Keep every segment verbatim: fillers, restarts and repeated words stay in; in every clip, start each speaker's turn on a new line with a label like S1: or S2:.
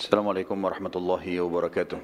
S1: Assalamualaikum warahmatullahi wabarakatuh.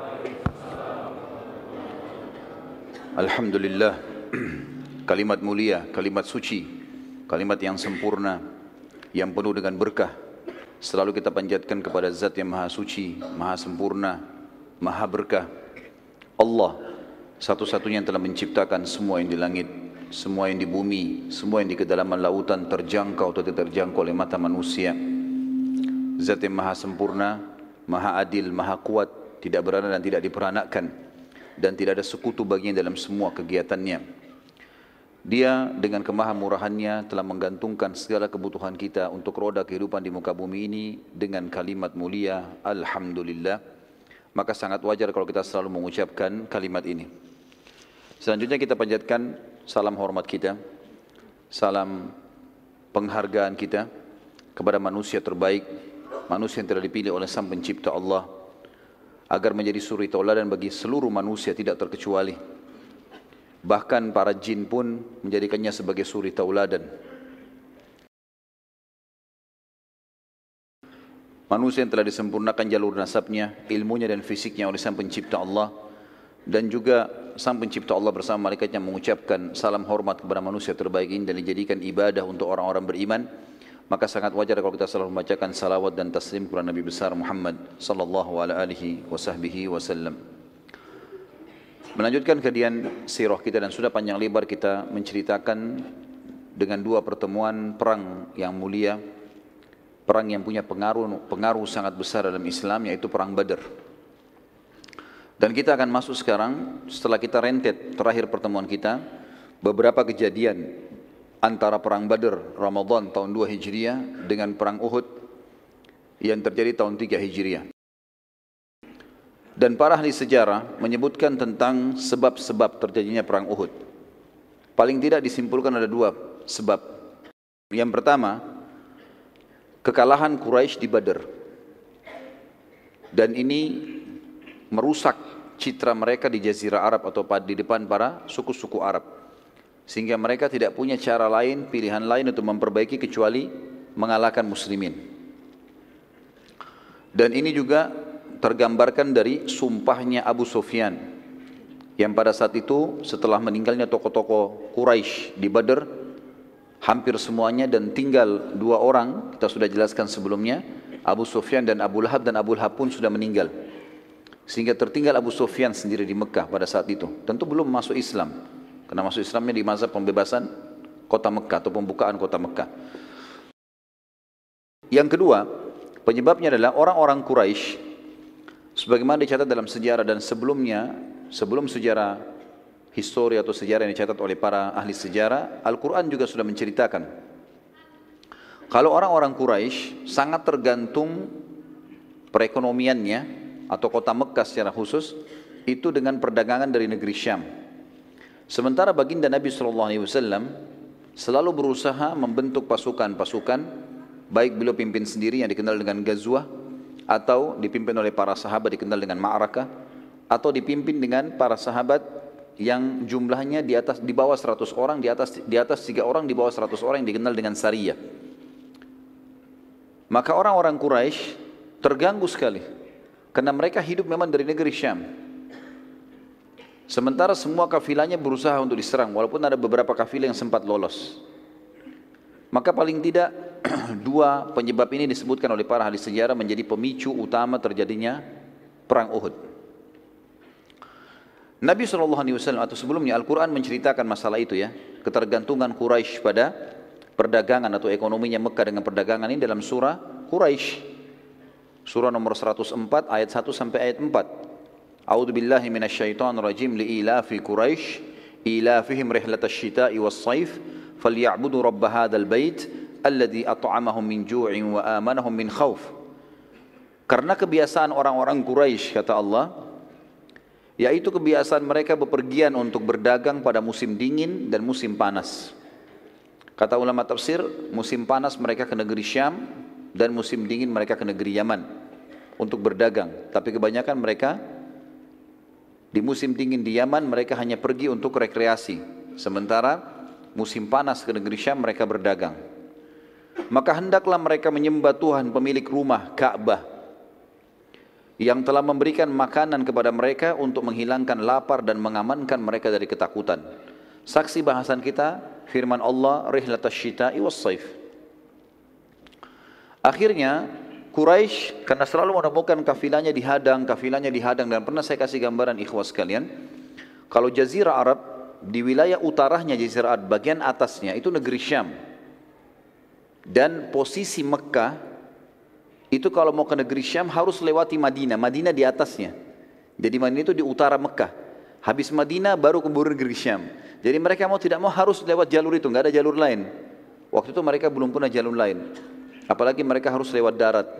S1: Alhamdulillah, kalimat mulia, kalimat suci, kalimat yang sempurna, yang penuh dengan berkah, selalu kita panjatkan kepada Zat yang maha suci, maha sempurna, maha berkah. Allah, satu-satunya yang telah menciptakan semua yang di langit, semua yang di bumi, semua yang di kedalaman lautan, terjangkau atau tidak terjangkau oleh mata manusia. Zat yang maha sempurna, maha adil, maha kuat, tidak beranak dan tidak diperanakkan, dan tidak ada sekutu baginya dalam semua kegiatannya. Dia dengan kemahamurahannya telah menggantungkan segala kebutuhan kita untuk roda kehidupan di muka bumi ini dengan kalimat mulia, Alhamdulillah. Maka sangat wajar kalau kita selalu mengucapkan kalimat ini. Selanjutnya kita panjatkan salam hormat kita, salam penghargaan kita kepada manusia terbaik, manusia yang telah dipilih oleh Sang Pencipta Allah agar menjadi suri tauladan bagi seluruh manusia tidak terkecuali. Bahkan para jin pun menjadikannya sebagai suri tauladan. Manusia yang telah disempurnakan jalur nasabnya, ilmunya dan fisiknya oleh Sang Pencipta Allah, dan juga Sang Pencipta Allah bersama malaikatnya mengucapkan salam hormat kepada manusia terbaik ini dan dijadikan ibadah untuk orang-orang beriman. Maka sangat wajar kalau kita selalu membacakan salawat dan taslim kepada Nabi besar Muhammad sallallahu alaihi wasallam. Melanjutkan kajian sirah kita, dan sudah panjang lebar kita menceritakan dengan dua pertemuan perang yang mulia, perang yang punya pengaruh pengaruh sangat besar dalam Islam, yaitu perang Badar. Dan kita akan masuk sekarang setelah kita rentet terakhir pertemuan kita beberapa kejadian antara perang Badar Ramadan tahun dua Hijriah dengan perang Uhud yang terjadi tahun tiga Hijriah. Dan para ahli sejarah menyebutkan tentang sebab-sebab terjadinya perang Uhud. Paling tidak disimpulkan ada dua sebab. Yang pertama, kekalahan Quraisy di Badar. Dan ini merusak citra mereka di Jazirah Arab atau di depan para suku-suku Arab. Sehingga mereka tidak punya cara lain, pilihan lain untuk memperbaiki kecuali mengalahkan muslimin. Dan ini juga tergambarkan dari sumpahnya Abu Sufyan, yang pada saat itu setelah meninggalnya tokoh-tokoh Quraisy di Badar, hampir semuanya, dan tinggal dua orang, kita sudah jelaskan sebelumnya, Abu Sufyan dan Abu Lahab, dan Abu Lahab pun sudah meninggal. Sehingga tertinggal Abu Sufyan sendiri di Mekah pada saat itu, tentu belum masuk Islam. Karena masuk Islamnya di masa pembebasan kota Mekah atau pembukaan kota Mekah. Yang kedua, penyebabnya adalah orang-orang Quraisy, sebagaimana dicatat dalam sejarah dan sebelumnya, sebelum sejarah histori atau sejarah yang dicatat oleh para ahli sejarah, Al-Quran juga sudah menceritakan. Kalau orang-orang Quraisy sangat tergantung perekonomiannya atau kota Mekah secara khusus, itu dengan perdagangan dari negeri Syam. Sementara baginda Nabi shallallahu alaihi wasallam selalu berusaha membentuk pasukan-pasukan, baik beliau pimpin sendiri yang dikenal dengan Ghazwah, atau dipimpin oleh para sahabat dikenal dengan Ma'rakah, atau dipimpin dengan para sahabat yang jumlahnya di atas di bawah seratus orang, di atas di atas tiga orang, di bawah seratus orang yang dikenal dengan Sariyah. Maka orang-orang Quraisy terganggu sekali karena mereka hidup memang dari negeri Syam. Sementara semua kafilahnya berusaha untuk diserang, walaupun ada beberapa kafilah yang sempat lolos. Maka paling tidak dua penyebab ini disebutkan oleh para ahli sejarah menjadi pemicu utama terjadinya perang Uhud. Nabi shallallahu alaihi wasallam atau sebelumnya Al-Quran menceritakan masalah itu ya, ketergantungan Quraisy pada perdagangan atau ekonominya Mekah dengan perdagangan ini dalam surah Quraisy, surah nomor seratus empat ayat satu sampai ayat empat. A'udzu billahi minasyaitonir rajim, li'ilafi Quraisy ilafihim rihlatash shita'i was-shaif falyabudu rabb hadzal bait alladzi at'amahum min ju'in wa amanahum min khauf. Karena kebiasaan orang-orang Quraisy, kata Allah, yaitu kebiasaan mereka bepergian untuk berdagang pada musim dingin dan musim panas. Kata ulama tafsir, musim panas mereka ke negeri Syam dan musim dingin mereka ke negeri Yaman untuk berdagang. Tapi kebanyakan mereka di musim dingin di Yaman mereka hanya pergi untuk rekreasi. Sementara musim panas ke negeri Syam mereka berdagang. Maka hendaklah mereka menyembah Tuhan pemilik rumah Ka'bah yang telah memberikan makanan kepada mereka untuk menghilangkan lapar dan mengamankan mereka dari ketakutan. Saksi bahasan kita firman Allah, rihlatas syita'i was saif. Akhirnya Quraisy karena selalu menemukan kafilahnya dihadang, kafilahnya dihadang, dan pernah saya kasih gambaran ikhwah sekalian, kalau Jazirah Arab di wilayah utaranya Jazirah Arab bagian atasnya itu negeri Syam, dan posisi Mekah itu kalau mau ke negeri Syam harus lewati Madinah, Madinah di atasnya. Jadi Madinah itu di utara Mekah. Habis Madinah baru ke negeri Syam. Jadi mereka mau tidak mau harus lewat jalur itu, nggak ada jalur lain. Waktu itu mereka belum punya jalur lain. Apalagi mereka harus lewat darat.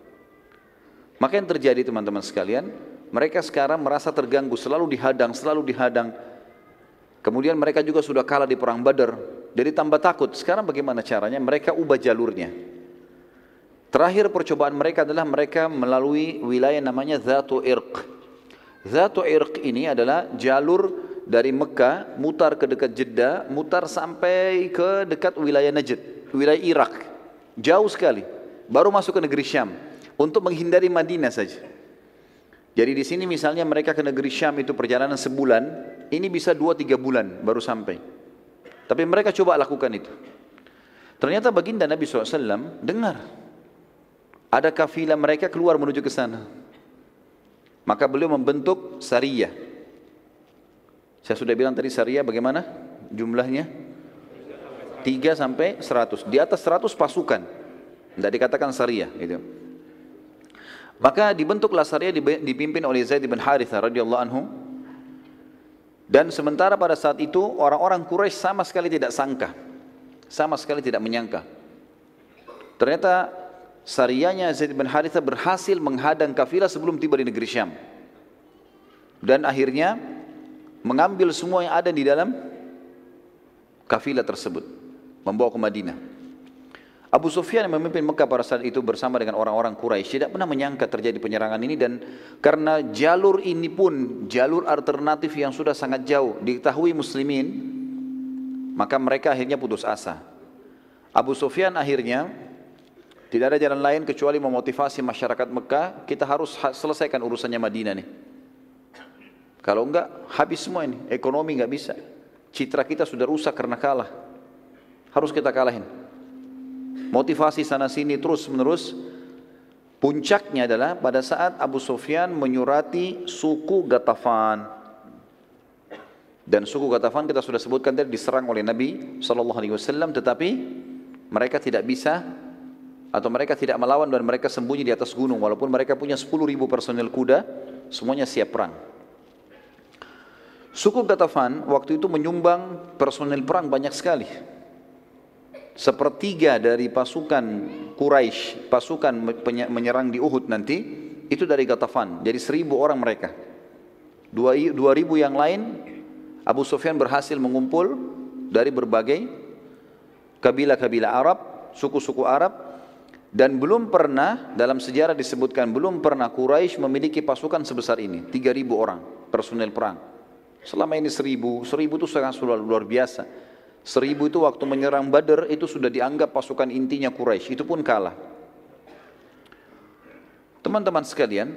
S1: Maka yang terjadi teman-teman sekalian, mereka sekarang merasa terganggu, selalu dihadang, selalu dihadang. Kemudian mereka juga sudah kalah di perang Badar, jadi tambah takut. Sekarang bagaimana caranya? Mereka ubah jalurnya. Terakhir percobaan mereka adalah mereka melalui wilayah namanya Zatu Irq. Zatu Irq ini adalah jalur dari Mekah, mutar ke dekat Jeddah, mutar sampai ke dekat wilayah Najd, wilayah Irak. Jauh sekali, baru masuk ke negeri Syam, untuk menghindari Madinah saja. Jadi di sini misalnya mereka ke negeri Syam itu perjalanan sebulan, ini bisa dua tiga bulan baru sampai. Tapi mereka coba lakukan itu. Ternyata baginda Nabi shallallahu alaihi wasallam dengar ada kafilah mereka keluar menuju ke sana. Maka beliau membentuk Sariyah. Saya sudah bilang tadi Sariyah bagaimana jumlahnya? tiga sampai seratus. Di atas seratus pasukan. Tidak dikatakan Sariyah. Gitu. Maka dibentuklah Sariyah dipimpin oleh Zaid bin Harithah radhiyallahu anhu. Dan sementara pada saat itu orang-orang Quraisy sama sekali tidak sangka. Sama sekali tidak menyangka. Ternyata Sariyahnya Zaid bin Harithah berhasil menghadang kafilah sebelum tiba di negeri Syam. Dan akhirnya mengambil semua yang ada di dalam kafilah tersebut, membawa ke Madinah. Abu Sufyan yang memimpin Mekah pada saat itu bersama dengan orang-orang Quraisy tidak pernah menyangka terjadi penyerangan ini, dan karena jalur ini pun jalur alternatif yang sudah sangat jauh diketahui muslimin, maka mereka akhirnya putus asa. Abu Sufyan akhirnya tidak ada jalan lain kecuali memotivasi masyarakat Mekah, kita harus selesaikan urusannya Madinah nih. Kalau enggak, habis semua ini, ekonomi enggak bisa. Citra kita sudah rusak karena kalah. Harus kita kalahin. Motivasi sana sini terus menerus. Puncaknya adalah pada saat Abu Sufyan menyurati suku Ghatafan. Dan suku Ghatafan kita sudah sebutkan tadi diserang oleh Nabi shallallahu alaihi wasallam, tetapi mereka tidak bisa, atau mereka tidak melawan, dan mereka sembunyi di atas gunung. Walaupun mereka punya sepuluh ribu personil kuda, semuanya siap perang. Suku Ghatafan waktu itu menyumbang personil perang banyak sekali. Sepertiga dari pasukan Quraisy, pasukan menyerang di Uhud nanti, itu dari Ghatafan. Jadi seribu orang mereka. Dua, dua ribu yang lain, Abu Sufyan berhasil mengumpul dari berbagai kabilah-kabilah Arab, suku-suku Arab. Dan belum pernah, dalam sejarah disebutkan, belum pernah Quraisy memiliki pasukan sebesar ini, tiga ribu orang personel perang. Selama ini seribu, seribu itu sangat luar biasa. Seribu itu waktu menyerang Badar itu sudah dianggap pasukan intinya Quraisy, itu pun kalah. Teman-teman sekalian,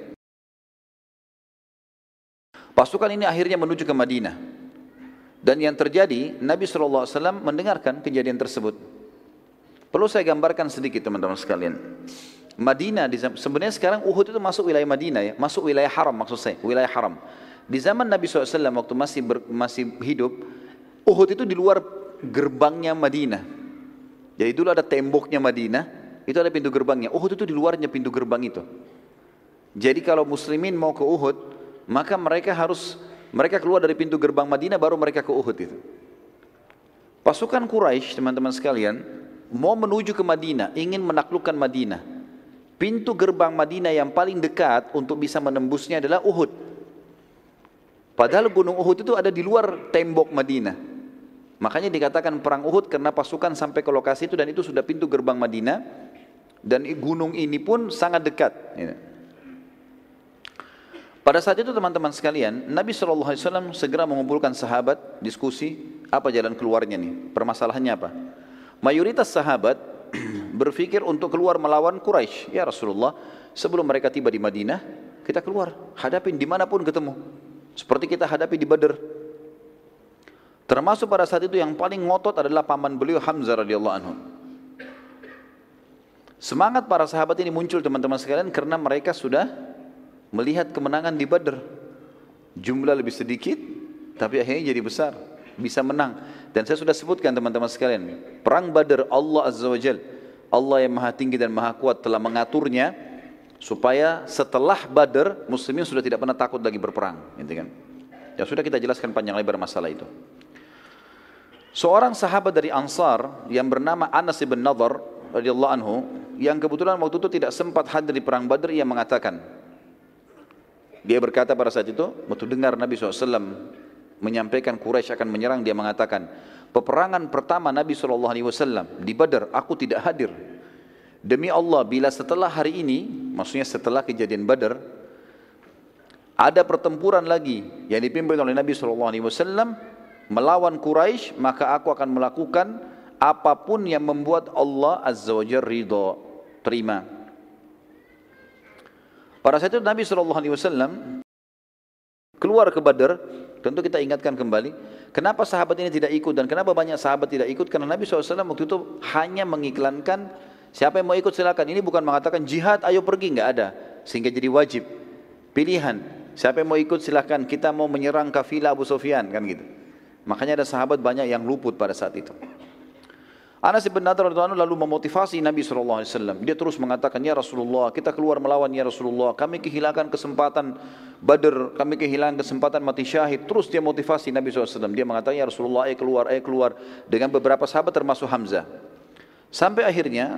S1: pasukan ini akhirnya menuju ke Madinah. Dan yang terjadi, Nabi shallallahu alaihi wasallam mendengarkan kejadian tersebut. Perlu saya gambarkan sedikit teman-teman sekalian. Madinah, sebenarnya sekarang Uhud itu masuk wilayah Madinah ya, masuk wilayah haram maksud saya, wilayah haram. Di zaman Nabi shallallahu alaihi wasallam waktu masih ber, masih hidup, Uhud itu di luar gerbangnya Madinah. Jadi dulu ada temboknya Madinah, itu ada pintu gerbangnya. Uhud itu di luarnya pintu gerbang itu. Jadi kalau muslimin mau ke Uhud, maka mereka harus mereka keluar dari pintu gerbang Madinah baru mereka ke Uhud itu. Pasukan Quraisy teman-teman sekalian mau menuju ke Madinah, ingin menaklukkan Madinah. Pintu gerbang Madinah yang paling dekat untuk bisa menembusnya adalah Uhud. Padahal gunung Uhud itu ada di luar tembok Madinah. Makanya dikatakan perang Uhud karena pasukan sampai ke lokasi itu, dan itu sudah pintu gerbang Madinah. Dan gunung ini pun sangat dekat. Pada saat itu teman-teman sekalian, Nabi shallallahu alaihi wasallam segera mengumpulkan sahabat, diskusi, apa jalan keluarnya nih, permasalahannya apa. Mayoritas sahabat berpikir untuk keluar melawan Quraisy. Ya Rasulullah, sebelum mereka tiba di Madinah, kita keluar, hadapin dimanapun ketemu. Seperti kita hadapi di Badr. Termasuk pada saat itu yang paling ngotot adalah paman beliau Hamzah radhiyallahu anhu. Semangat para sahabat ini muncul teman-teman sekalian karena mereka sudah melihat kemenangan di Badr. Jumlah lebih sedikit, tapi akhirnya jadi besar, bisa menang. Dan saya sudah sebutkan teman-teman sekalian, perang Badr Allah Azza wa Jal, Allah yang maha tinggi dan maha kuat telah mengaturnya supaya setelah Badr muslimin sudah tidak pernah takut lagi berperang, gitu kan? Ya sudah kita jelaskan panjang lebar masalah itu. Seorang sahabat dari Ansar yang bernama Anas bin Nadhr radhiyallahu anhu, yang kebetulan waktu itu tidak sempat hadir di perang Badr, ia mengatakan, dia berkata pada saat itu, waktu dengar Nabi shallallahu alaihi wasallam menyampaikan Quraisy akan menyerang, dia mengatakan, peperangan pertama Nabi shallallahu alaihi wasallam di Badr, aku tidak hadir. Demi Allah, bila setelah hari ini, maksudnya setelah kejadian Badr, ada pertempuran lagi yang dipimpin oleh Nabi shallallahu alaihi wasallam melawan Quraisy, maka aku akan melakukan apapun yang membuat Allah Azza wa Jalla ridha, terima. Pada saat itu Nabi shallallahu alaihi wasallam keluar ke Badr. Tentu kita ingatkan kembali, kenapa sahabat ini tidak ikut dan kenapa banyak sahabat tidak ikut? Karena Nabi shallallahu alaihi wasallam waktu itu hanya mengiklankan, siapa yang mau ikut silakan. Ini bukan mengatakan jihad, ayo pergi, nggak ada. Sehingga jadi wajib, pilihan. Siapa yang mau ikut silakan, kita mau menyerang kafilah Abu Sufyan, kan gitu. Makanya ada sahabat banyak yang luput pada saat itu. Anas bin Nadhr lalu memotivasi Nabi shallallahu alaihi wasallam. Dia terus mengatakan, ya Rasulullah, kita keluar melawan ya Rasulullah. Kami kehilangan kesempatan Badr, kami kehilangan kesempatan mati syahid. Terus dia motivasi Nabi shallallahu alaihi wasallam. Dia mengatakan, ya Rasulullah, ayo keluar, ayo keluar. Dengan beberapa sahabat termasuk Hamzah. Sampai akhirnya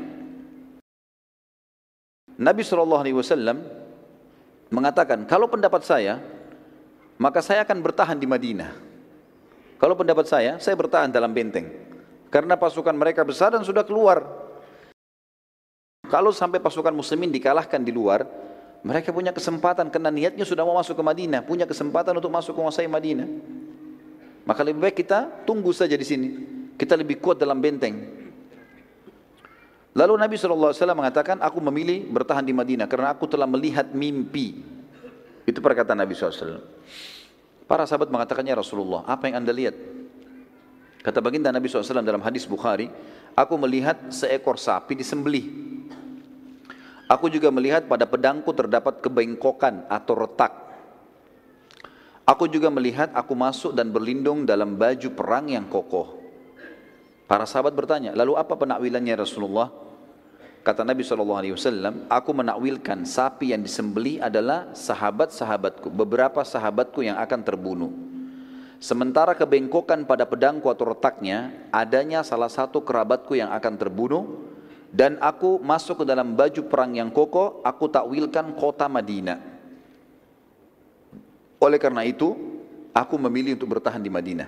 S1: Nabi shallallahu alaihi wasallam mengatakan, kalau pendapat saya, maka saya akan bertahan di Madinah. Kalau pendapat saya, saya bertahan dalam benteng. Karena pasukan mereka besar dan sudah keluar. Kalau sampai pasukan muslimin dikalahkan di luar, mereka punya kesempatan, karena niatnya sudah mau masuk ke Madinah, punya kesempatan untuk masuk ke menguasai Madinah. Maka lebih baik kita tunggu saja di sini. Kita lebih kuat dalam benteng. Lalu Nabi shallallahu alaihi wasallam mengatakan, aku memilih bertahan di Madinah karena aku telah melihat mimpi. Itu perkataan Nabi shallallahu alaihi wasallam. Para sahabat mengatakannya, Rasulullah, apa yang anda lihat? Kata baginda Nabi shallallahu alaihi wasallam dalam hadis Bukhari, aku melihat seekor sapi disembelih. Aku juga melihat pada pedangku terdapat kebengkokan atau retak. Aku juga melihat aku masuk dan berlindung dalam baju perang yang kokoh. Para sahabat bertanya, lalu apa penakwilannya Rasulullah? Kata Nabi shallallahu alaihi wasallam, aku menakwilkan sapi yang disembelih adalah sahabat-sahabatku, beberapa sahabatku yang akan terbunuh. Sementara kebengkokan pada pedangku atau retaknya, adanya salah satu kerabatku yang akan terbunuh, dan aku masuk ke dalam baju perang yang kokoh, aku takwilkan kota Madinah. Oleh karena itu, aku memilih untuk bertahan di Madinah.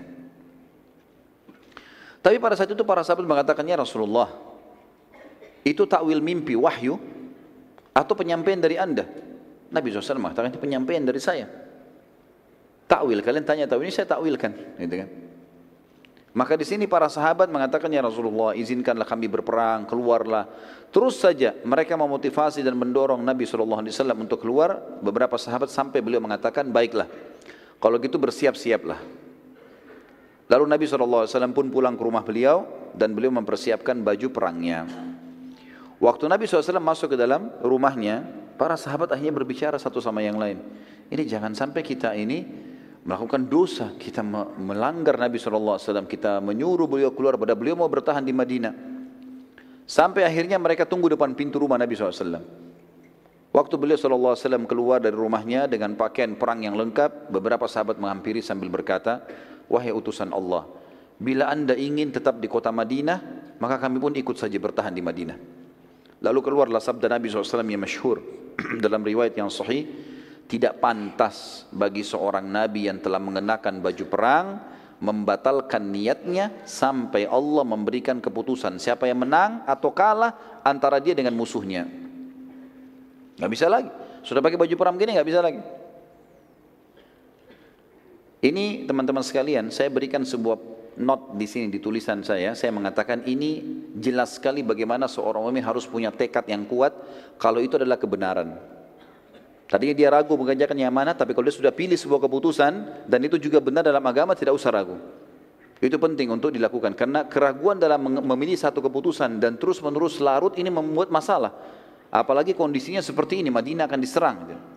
S1: Tapi pada saat itu para sahabat mengatakannya, Rasulullah, itu takwil mimpi, wahyu, atau penyampaian dari anda? Nabi shallallahu alaihi wasallam mengatakan, itu penyampaian dari saya. Takwil, kalian tanya takwil, ini saya takwilkan, gitu kan? Maka di sini para sahabat mengatakan, ya Rasulullah, izinkanlah kami berperang, keluarlah. Terus saja mereka memotivasi dan mendorong Nabi shallallahu alaihi wasallam untuk keluar. Beberapa sahabat sampai beliau mengatakan, baiklah, kalau gitu bersiap-siaplah. Lalu Nabi shallallahu alaihi wasallam pun pulang ke rumah beliau dan beliau mempersiapkan baju perangnya. Waktu Nabi shallallahu alaihi wasallam masuk ke dalam rumahnya, para sahabat akhirnya berbicara satu sama yang lain. Ini jangan sampai kita ini melakukan dosa, kita melanggar Nabi shallallahu alaihi wasallam, kita menyuruh beliau keluar, pada beliau mau bertahan di Madinah. Sampai akhirnya mereka tunggu depan pintu rumah Nabi shallallahu alaihi wasallam. Waktu beliau shallallahu alaihi wasallam keluar dari rumahnya dengan pakaian perang yang lengkap, beberapa sahabat menghampiri sambil berkata, wahai utusan Allah, bila anda ingin tetap di kota Madinah, maka kami pun ikut saja bertahan di Madinah. Lalu keluarlah sabda Nabi shallallahu alaihi wasallam yang masyhur dalam riwayat yang sahih, tidak pantas bagi seorang Nabi yang telah mengenakan baju perang membatalkan niatnya sampai Allah memberikan keputusan siapa yang menang atau kalah antara dia dengan musuhnya. Gak bisa lagi, sudah pakai baju perang begini gak bisa lagi. Ini teman-teman sekalian, saya berikan sebuah note di sini di tulisan saya. Saya mengatakan ini jelas sekali bagaimana seorang mukmin harus punya tekad yang kuat kalau itu adalah kebenaran. Tadinya dia ragu mengerjakan yang mana, tapi kalau dia sudah pilih sebuah keputusan, dan itu juga benar dalam agama, tidak usah ragu. Itu penting untuk dilakukan, karena keraguan dalam memilih satu keputusan dan terus menerus larut ini membuat masalah. Apalagi kondisinya seperti ini, Madinah akan diserang.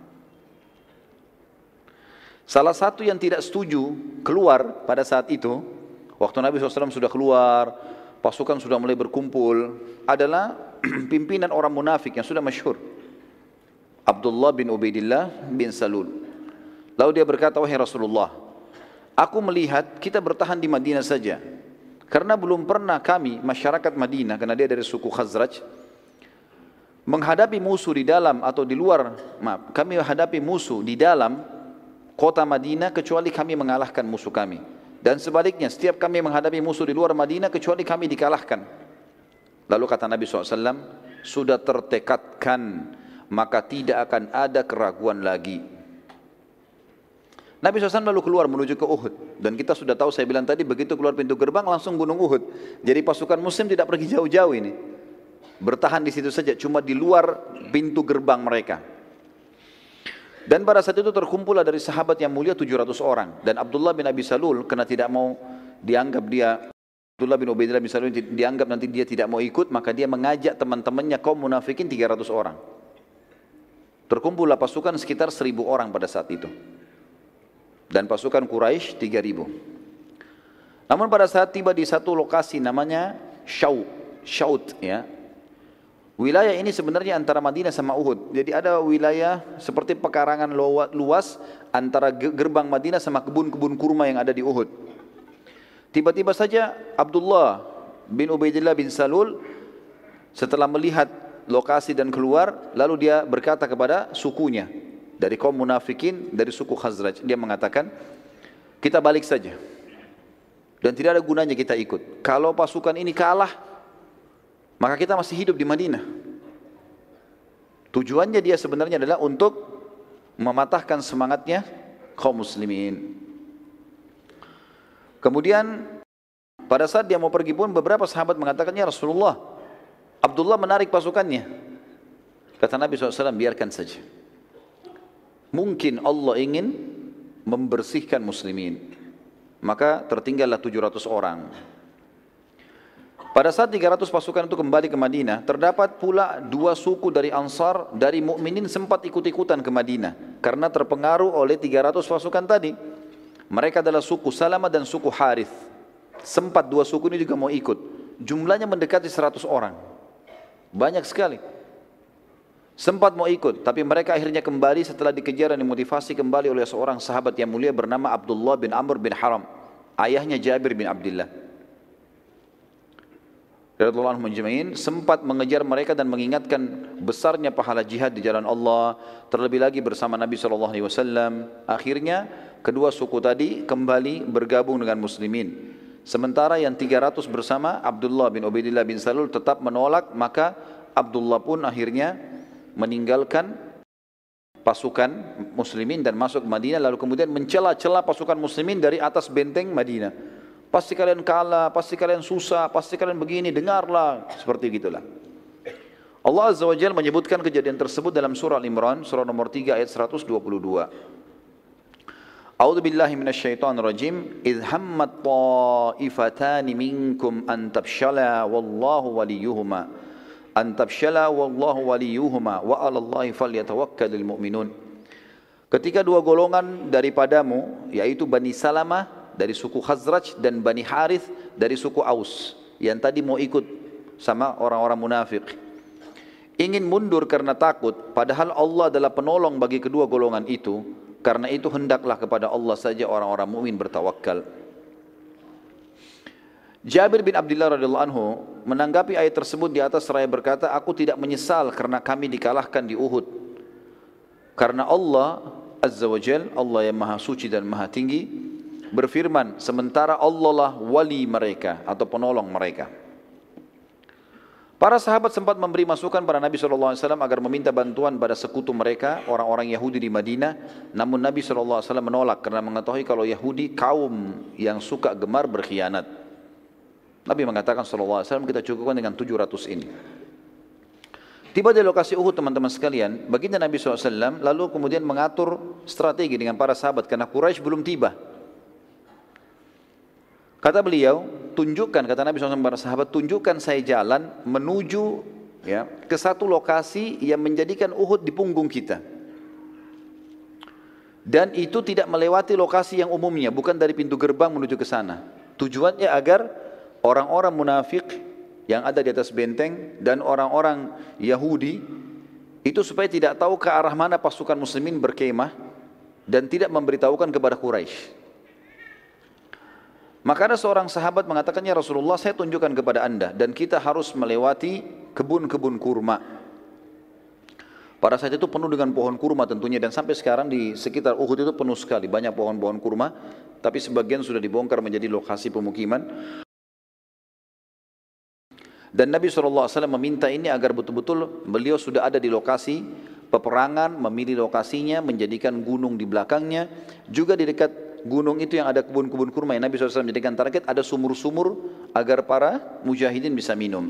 S1: Salah satu yang tidak setuju keluar pada saat itu, waktu Nabi shallallahu alaihi wasallam sudah keluar, pasukan sudah mulai berkumpul, adalah pimpinan orang munafik yang sudah masyhur, Abdullah bin Ubaidillah bin Salul. Lalu dia berkata, wahai Rasulullah, aku melihat kita bertahan di Madinah saja, karena belum pernah kami, masyarakat Madinah, karena dia dari suku Khazraj, menghadapi musuh di dalam atau di luar, maaf, kami menghadapi musuh di dalam kota Madinah kecuali kami mengalahkan musuh kami. Dan sebaliknya, setiap kami menghadapi musuh di luar Madinah kecuali kami dikalahkan. Lalu kata Nabi shallallahu alaihi wasallam, sudah tertekadkan, maka tidak akan ada keraguan lagi. Nabi shallallahu alaihi wasallam lalu keluar menuju ke Uhud. Dan kita sudah tahu, saya bilang tadi, begitu keluar pintu gerbang langsung gunung Uhud. Jadi pasukan muslim tidak pergi jauh-jauh ini, bertahan di situ saja, cuma di luar pintu gerbang mereka. Dan pada saat itu terkumpullah dari sahabat yang mulia tujuh ratus orang. Dan Abdullah bin Abi Salul, karena tidak mau dianggap dia, Abdullah bin Ubaidillah bin Salul dianggap nanti dia tidak mau ikut, maka dia mengajak teman-temannya kaum munafikin tiga ratus orang. Terkumpullah pasukan sekitar seribu orang pada saat itu. Dan pasukan Quraisy tiga ribu. Namun pada saat tiba di satu lokasi namanya Syaut, Syaut ya. Wilayah ini sebenarnya antara Madinah sama Uhud. Jadi ada wilayah seperti pekarangan luas antara gerbang Madinah sama kebun-kebun kurma yang ada di Uhud. Tiba-tiba saja Abdullah bin Ubaidillah bin Salul setelah melihat lokasi dan keluar, lalu dia berkata kepada sukunya dari kaum munafikin dari suku Khazraj, dia mengatakan, kita balik saja dan tidak ada gunanya kita ikut. Kalau pasukan ini kalah, maka kita masih hidup di Madinah. Tujuannya dia sebenarnya adalah untuk mematahkan semangatnya kaum muslimin. Kemudian pada saat dia mau pergi pun beberapa sahabat mengatakan, ya Rasulullah, Abdullah menarik pasukannya. Kata Nabi shallallahu alaihi wasallam, biarkan saja. Mungkin Allah ingin membersihkan muslimin. Maka tertinggallah tujuh ratus orang. Pada saat tiga ratus pasukan itu kembali ke Madinah, terdapat pula dua suku dari Ansar, dari mukminin sempat ikut-ikutan ke Madinah karena terpengaruh oleh tiga ratus pasukan tadi. Mereka adalah suku Salamah dan suku Harith. Sempat dua suku ini juga mau ikut. Jumlahnya mendekati seratus orang. Banyak sekali. Sempat mau ikut, tapi mereka akhirnya kembali setelah dikejar dan dimotivasi kembali oleh seorang sahabat yang mulia bernama Abdullah bin Amr bin Haram, ayahnya Jabir bin Abdullah radhiyallahu anhu majma'in, sempat mengejar mereka dan mengingatkan besarnya pahala jihad di jalan Allah, terlebih lagi bersama Nabi shallallahu alaihi wasallam. Akhirnya kedua suku tadi kembali bergabung dengan muslimin. Sementara yang tiga ratus bersama Abdullah bin Ubaidillah bin Salul tetap menolak, maka Abdullah pun akhirnya meninggalkan pasukan muslimin dan masuk ke Madinah, lalu kemudian mencela-cela pasukan muslimin dari atas benteng Madinah. Pasti kalian kalah, pasti kalian susah, pasti kalian begini, dengarlah. Seperti gitulah. Allah Azza wa Jalla menyebutkan kejadian tersebut dalam surah Al-Imran, surah nomor tiga ayat seratus dua puluh dua. A'udzu billahi minasyaitonir rajim. Idh hammat ta'ifatani minkum an tafshala wallahu waliyuhuma. An tafshala wallahu waliyuhuma wa 'alallahi falyatawakkalul mu'minun. Ketika dua golongan daripadamu, yaitu Bani Salamah dari suku Khazraj dan Bani Harith dari suku Aus, yang tadi mau ikut sama orang-orang munafik, ingin mundur karena takut, padahal Allah adalah penolong bagi kedua golongan itu. Karena itu hendaklah kepada Allah saja orang-orang mukmin bertawakal. Jabir bin Abdullah radhiyallahu anhu menanggapi ayat tersebut di atas seraya berkata, aku tidak menyesal karena kami dikalahkan di Uhud, karena Allah Azza wa Jal, Allah yang maha suci dan maha tinggi, berfirman, sementara Allah lah wali mereka atau penolong mereka. Para sahabat sempat memberi masukan pada Nabi shallallahu alaihi wasallam agar meminta bantuan pada sekutu mereka, orang-orang Yahudi di Madinah. Namun Nabi shallallahu alaihi wasallam menolak karena mengetahui kalau Yahudi kaum yang suka gemar berkhianat. Nabi mengatakan shallallahu alaihi wasallam, kita cukupkan dengan tujuh ratus ini. Tiba di lokasi Uhud teman-teman sekalian, baginda Nabi shallallahu alaihi wasallam lalu kemudian mengatur strategi dengan para sahabat karena Quraisy belum tiba. Kata beliau, tunjukkan, kata Nabi shallallahu alaihi wasallam para sahabat, tunjukkan saya jalan menuju ya, ke satu lokasi yang menjadikan Uhud di punggung kita. Dan itu tidak melewati lokasi yang umumnya, bukan dari pintu gerbang menuju ke sana. Tujuannya agar orang-orang munafik yang ada di atas benteng dan orang-orang Yahudi itu supaya tidak tahu ke arah mana pasukan muslimin berkemah dan tidak memberitahukan kepada Quraisy. Maka ada seorang sahabat mengatakannya, Rasulullah, saya tunjukkan kepada anda dan kita harus melewati kebun-kebun kurma. Pada saat itu penuh dengan pohon kurma tentunya, dan sampai sekarang di sekitar Uhud itu penuh sekali, banyak pohon-pohon kurma, tapi sebagian sudah dibongkar menjadi lokasi pemukiman. Dan Nabi shallallahu alaihi wasallam meminta ini agar betul-betul beliau sudah ada di lokasi peperangan, memilih lokasinya, menjadikan gunung di belakangnya. Juga di dekat gunung itu yang ada kebun-kebun kurma yang Nabi shallallahu alaihi wasallam menjadikan target, ada sumur-sumur agar para mujahidin bisa minum.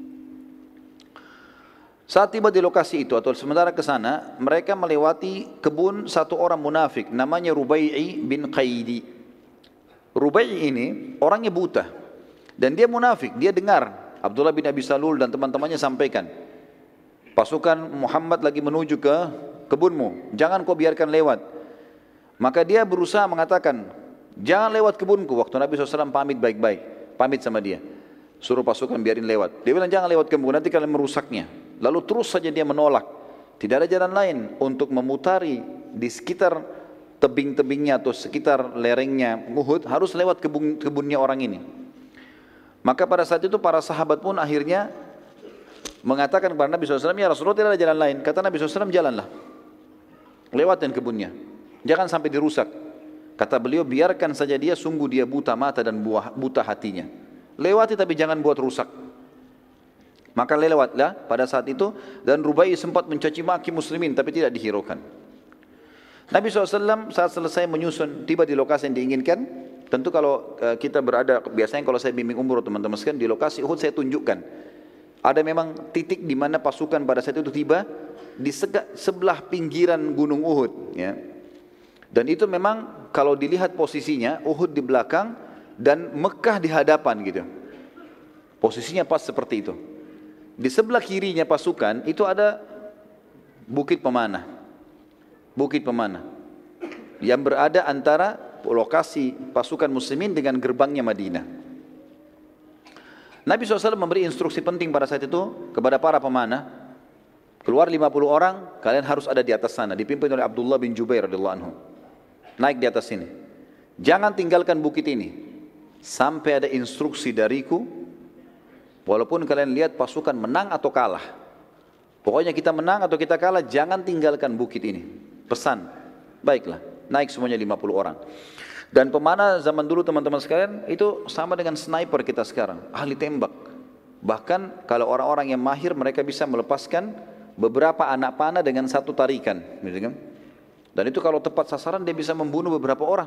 S1: Saat tiba di lokasi itu atau sementara ke sana, mereka melewati kebun satu orang munafik namanya Rubai'i bin Qaidi. Rubai'i ini orangnya buta dan dia munafik, dia dengar Abdullah bin Abi Salul dan teman-temannya sampaikan, pasukan Muhammad lagi menuju ke kebunmu, jangan kau biarkan lewat. Maka dia berusaha mengatakan, jangan lewat kebunku. Waktu Nabi shallallahu alaihi wasallam pamit baik-baik, pamit sama dia, suruh pasukan biarin lewat. Dia bilang jangan lewat kebun, nanti kalian merusaknya. Lalu terus saja dia menolak. Tidak ada jalan lain untuk memutari di sekitar tebing-tebingnya atau sekitar lerengnya Uhud, harus lewat kebun, kebunnya orang ini. Maka pada saat itu para sahabat pun akhirnya mengatakan kepada Nabi shallallahu alaihi wasallam, ya Rasulullah, tidak ada jalan lain. Kata Nabi shallallahu alaihi wasallam, jalanlah, lewatin kebunnya, jangan sampai dirusak. Kata beliau, biarkan saja dia, sungguh dia buta mata dan buta hatinya. Lewati tapi jangan buat rusak. Maka lewatlah pada saat itu, dan Rubai sempat mencaci maki muslimin tapi tidak dihiraukan. Nabi shallallahu alaihi wasallam saat selesai menyusun, tiba di lokasi yang diinginkan. Tentu kalau uh, kita berada, biasanya kalau saya bimbing umroh teman-teman sekalian, di lokasi Uhud saya tunjukkan. Ada memang titik di mana pasukan pada saat itu tiba di sega, sebelah pinggiran gunung Uhud. Ya. Dan itu memang kalau dilihat posisinya, Uhud di belakang dan Mekah di hadapan gitu. Posisinya pas seperti itu. Di sebelah kirinya pasukan itu ada Bukit Pemanah. Bukit Pemanah. Yang berada antara lokasi pasukan muslimin dengan gerbangnya Madinah. Nabi shallallahu alaihi wasallam memberi instruksi penting pada saat itu kepada para pemanah. Keluar lima puluh orang, kalian harus ada di atas sana, dipimpin oleh Abdullah bin Jubair radhiyallahu anhu. Naik di atas sini. Jangan tinggalkan bukit ini sampai ada instruksi dariku, walaupun kalian lihat pasukan menang atau kalah. Pokoknya kita menang atau kita kalah, jangan tinggalkan bukit ini. Pesan. Baiklah, naik semuanya lima puluh orang. Dan pemanah zaman dulu teman-teman sekalian itu sama dengan sniper kita sekarang, ahli tembak. Bahkan kalau orang-orang yang mahir, mereka bisa melepaskan beberapa anak panah dengan satu tarikan, gitu kan? Dan itu kalau tepat sasaran dia bisa membunuh beberapa orang.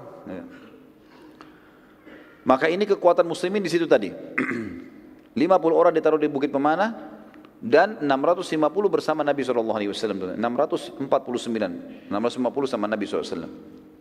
S1: Maka ini kekuatan muslimin di situ tadi. lima puluh orang ditaruh di Bukit Pemanah dan enam ratus lima puluh bersama Nabi shallallahu alaihi wasallam. enam ratus empat puluh sembilan, enam ratus lima puluh sama Nabi shallallahu alaihi wasallam.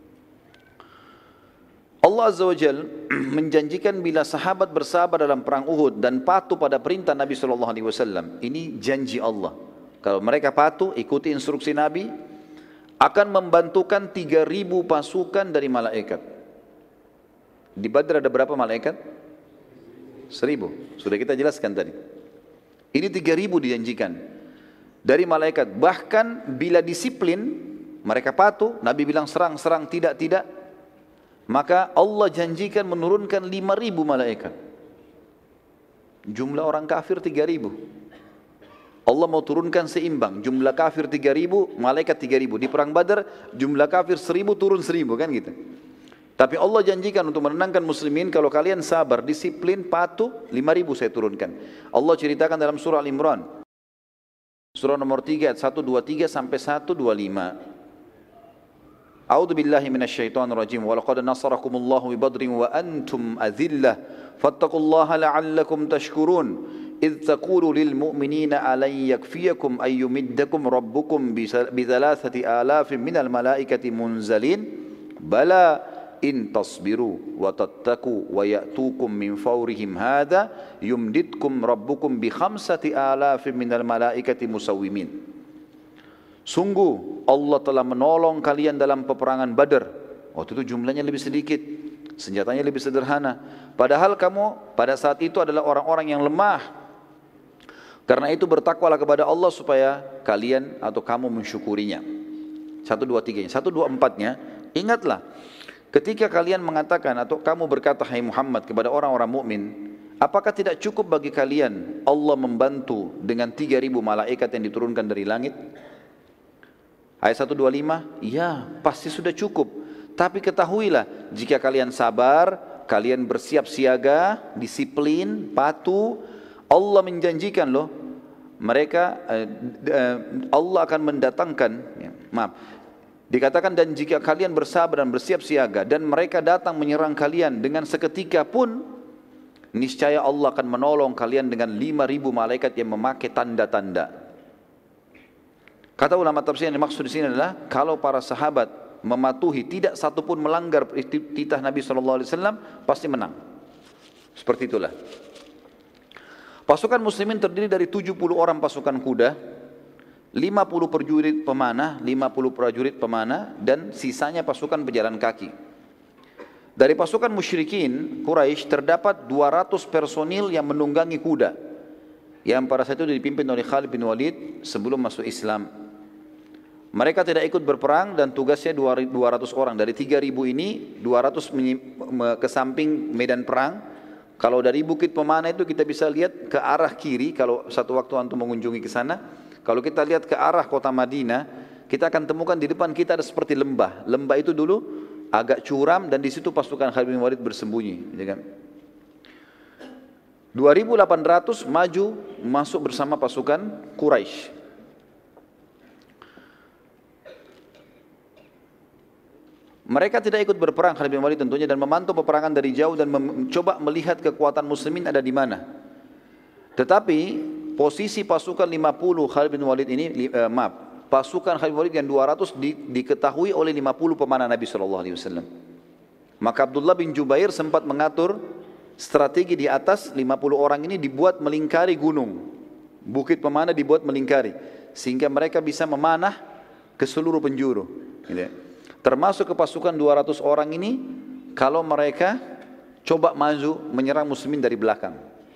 S1: Allah Azza wa Jal menjanjikan bila sahabat bersabar dalam perang Uhud dan patuh pada perintah Nabi shallallahu alaihi wasallam. Ini janji Allah. Kalau mereka patuh, ikuti instruksi Nabi, akan membantukan tiga ribu pasukan dari malaikat. Di Badr ada berapa malaikat? Seribu. Sudah kita jelaskan tadi. Ini tiga ribu dijanjikan dari malaikat. Bahkan bila disiplin, mereka patuh, Nabi bilang serang, serang, tidak, tidak, maka Allah janjikan menurunkan lima ribu malaikat. Jumlah orang kafir tiga ribu. Allah mau turunkan seimbang, jumlah kafir tiga ribu, malaikat tiga ribu. Di perang Badar jumlah kafir seribu turun seribu, kan gitu. Tapi Allah janjikan untuk menenangkan muslimin, kalau kalian sabar, disiplin, patuh, lima ribu saya turunkan. Allah ceritakan dalam surah Al-Imran, surah nomor tiga ayat seratus dua puluh tiga sampai seratus dua puluh lima. A'udzu billahi minasyaitonir rajim. Wa laqad nasarakumullahu bi Badrin wa antum adhillah fattaqullaha la'allakum tashkurun. إذ تقول للمؤمنين ألن يكفيكم أن يمدكم ربكم بثلاثة آلاف من الملائكة منزلين بلى إن تصبروا وتتقوا ويأتوكم من فورهم هذا يمددكم ربكم بخمسة آلاف من الملائكة مسومين. Sungguh Allah telah menolong kalian dalam peperangan Badar. Waktu itu jumlahnya lebih sedikit, senjatanya lebih sederhana. Padahal kamu pada saat itu adalah orang-orang yang lemah. Karena itu bertakwalah kepada Allah supaya kalian atau kamu mensyukurinya. Satu dua tiganya, satu dua empatnya. Ingatlah, ketika kalian mengatakan atau kamu berkata, hai Muhammad, kepada orang-orang mukmin, apakah tidak cukup bagi kalian Allah membantu dengan tiga ribu malaikat yang diturunkan dari langit? Ayat seratus dua puluh lima, ya pasti sudah cukup. Tapi ketahuilah, jika kalian sabar, kalian bersiap siaga, disiplin, patuh, Allah menjanjikan loh, mereka eh, eh, Allah akan mendatangkan, ya, maaf, dikatakan dan jika kalian bersabar dan bersiap siaga dan mereka datang menyerang kalian dengan seketika pun, niscaya Allah akan menolong kalian dengan lima ribu malaikat yang memakai tanda-tanda. Kata ulama tafsir yang dimaksud di sini adalah kalau para sahabat mematuhi tidak satu pun melanggar titah Nabi shallallahu alaihi wasallam pasti menang. Seperti itulah. Pasukan muslimin terdiri dari tujuh puluh orang pasukan kuda, lima puluh prajurit pemanah, lima puluh prajurit pemanah, dan sisanya pasukan pejalan kaki. Dari pasukan musyrikin, Quraisy terdapat dua ratus personil yang menunggangi kuda, yang pada saat itu dipimpin oleh Khalid bin Walid sebelum masuk Islam. Mereka tidak ikut berperang dan tugasnya dua ratus orang. Dari tiga ribu ini, dua ratus ke samping medan perang. Kalau dari Bukit Pemanah itu kita bisa lihat ke arah kiri, kalau satu waktu antum mengunjungi ke sana. Kalau kita lihat ke arah kota Madinah, kita akan temukan di depan kita ada seperti lembah. Lembah itu dulu agak curam dan di situ pasukan Khalid bin Walid bersembunyi. dua ribu delapan ratus maju masuk bersama pasukan Quraisy. Mereka tidak ikut berperang Khalid bin Walid tentunya dan memantau peperangan dari jauh dan mencoba melihat kekuatan muslimin ada di mana. Tetapi posisi pasukan lima puluh Khalid bin Walid ini, eh, maaf, pasukan Khalid bin Walid yang dua ratus di, diketahui oleh lima puluh pemanah Nabi shallallahu alaihi wasallam. Maka Abdullah bin Jubair sempat mengatur strategi di atas lima puluh orang ini dibuat melingkari gunung. Bukit Pemanah dibuat melingkari sehingga mereka bisa memanah ke seluruh penjuru. Gitu ya. Termasuk ke pasukan dua ratus orang ini kalau mereka coba maju menyerang muslimin dari belakang.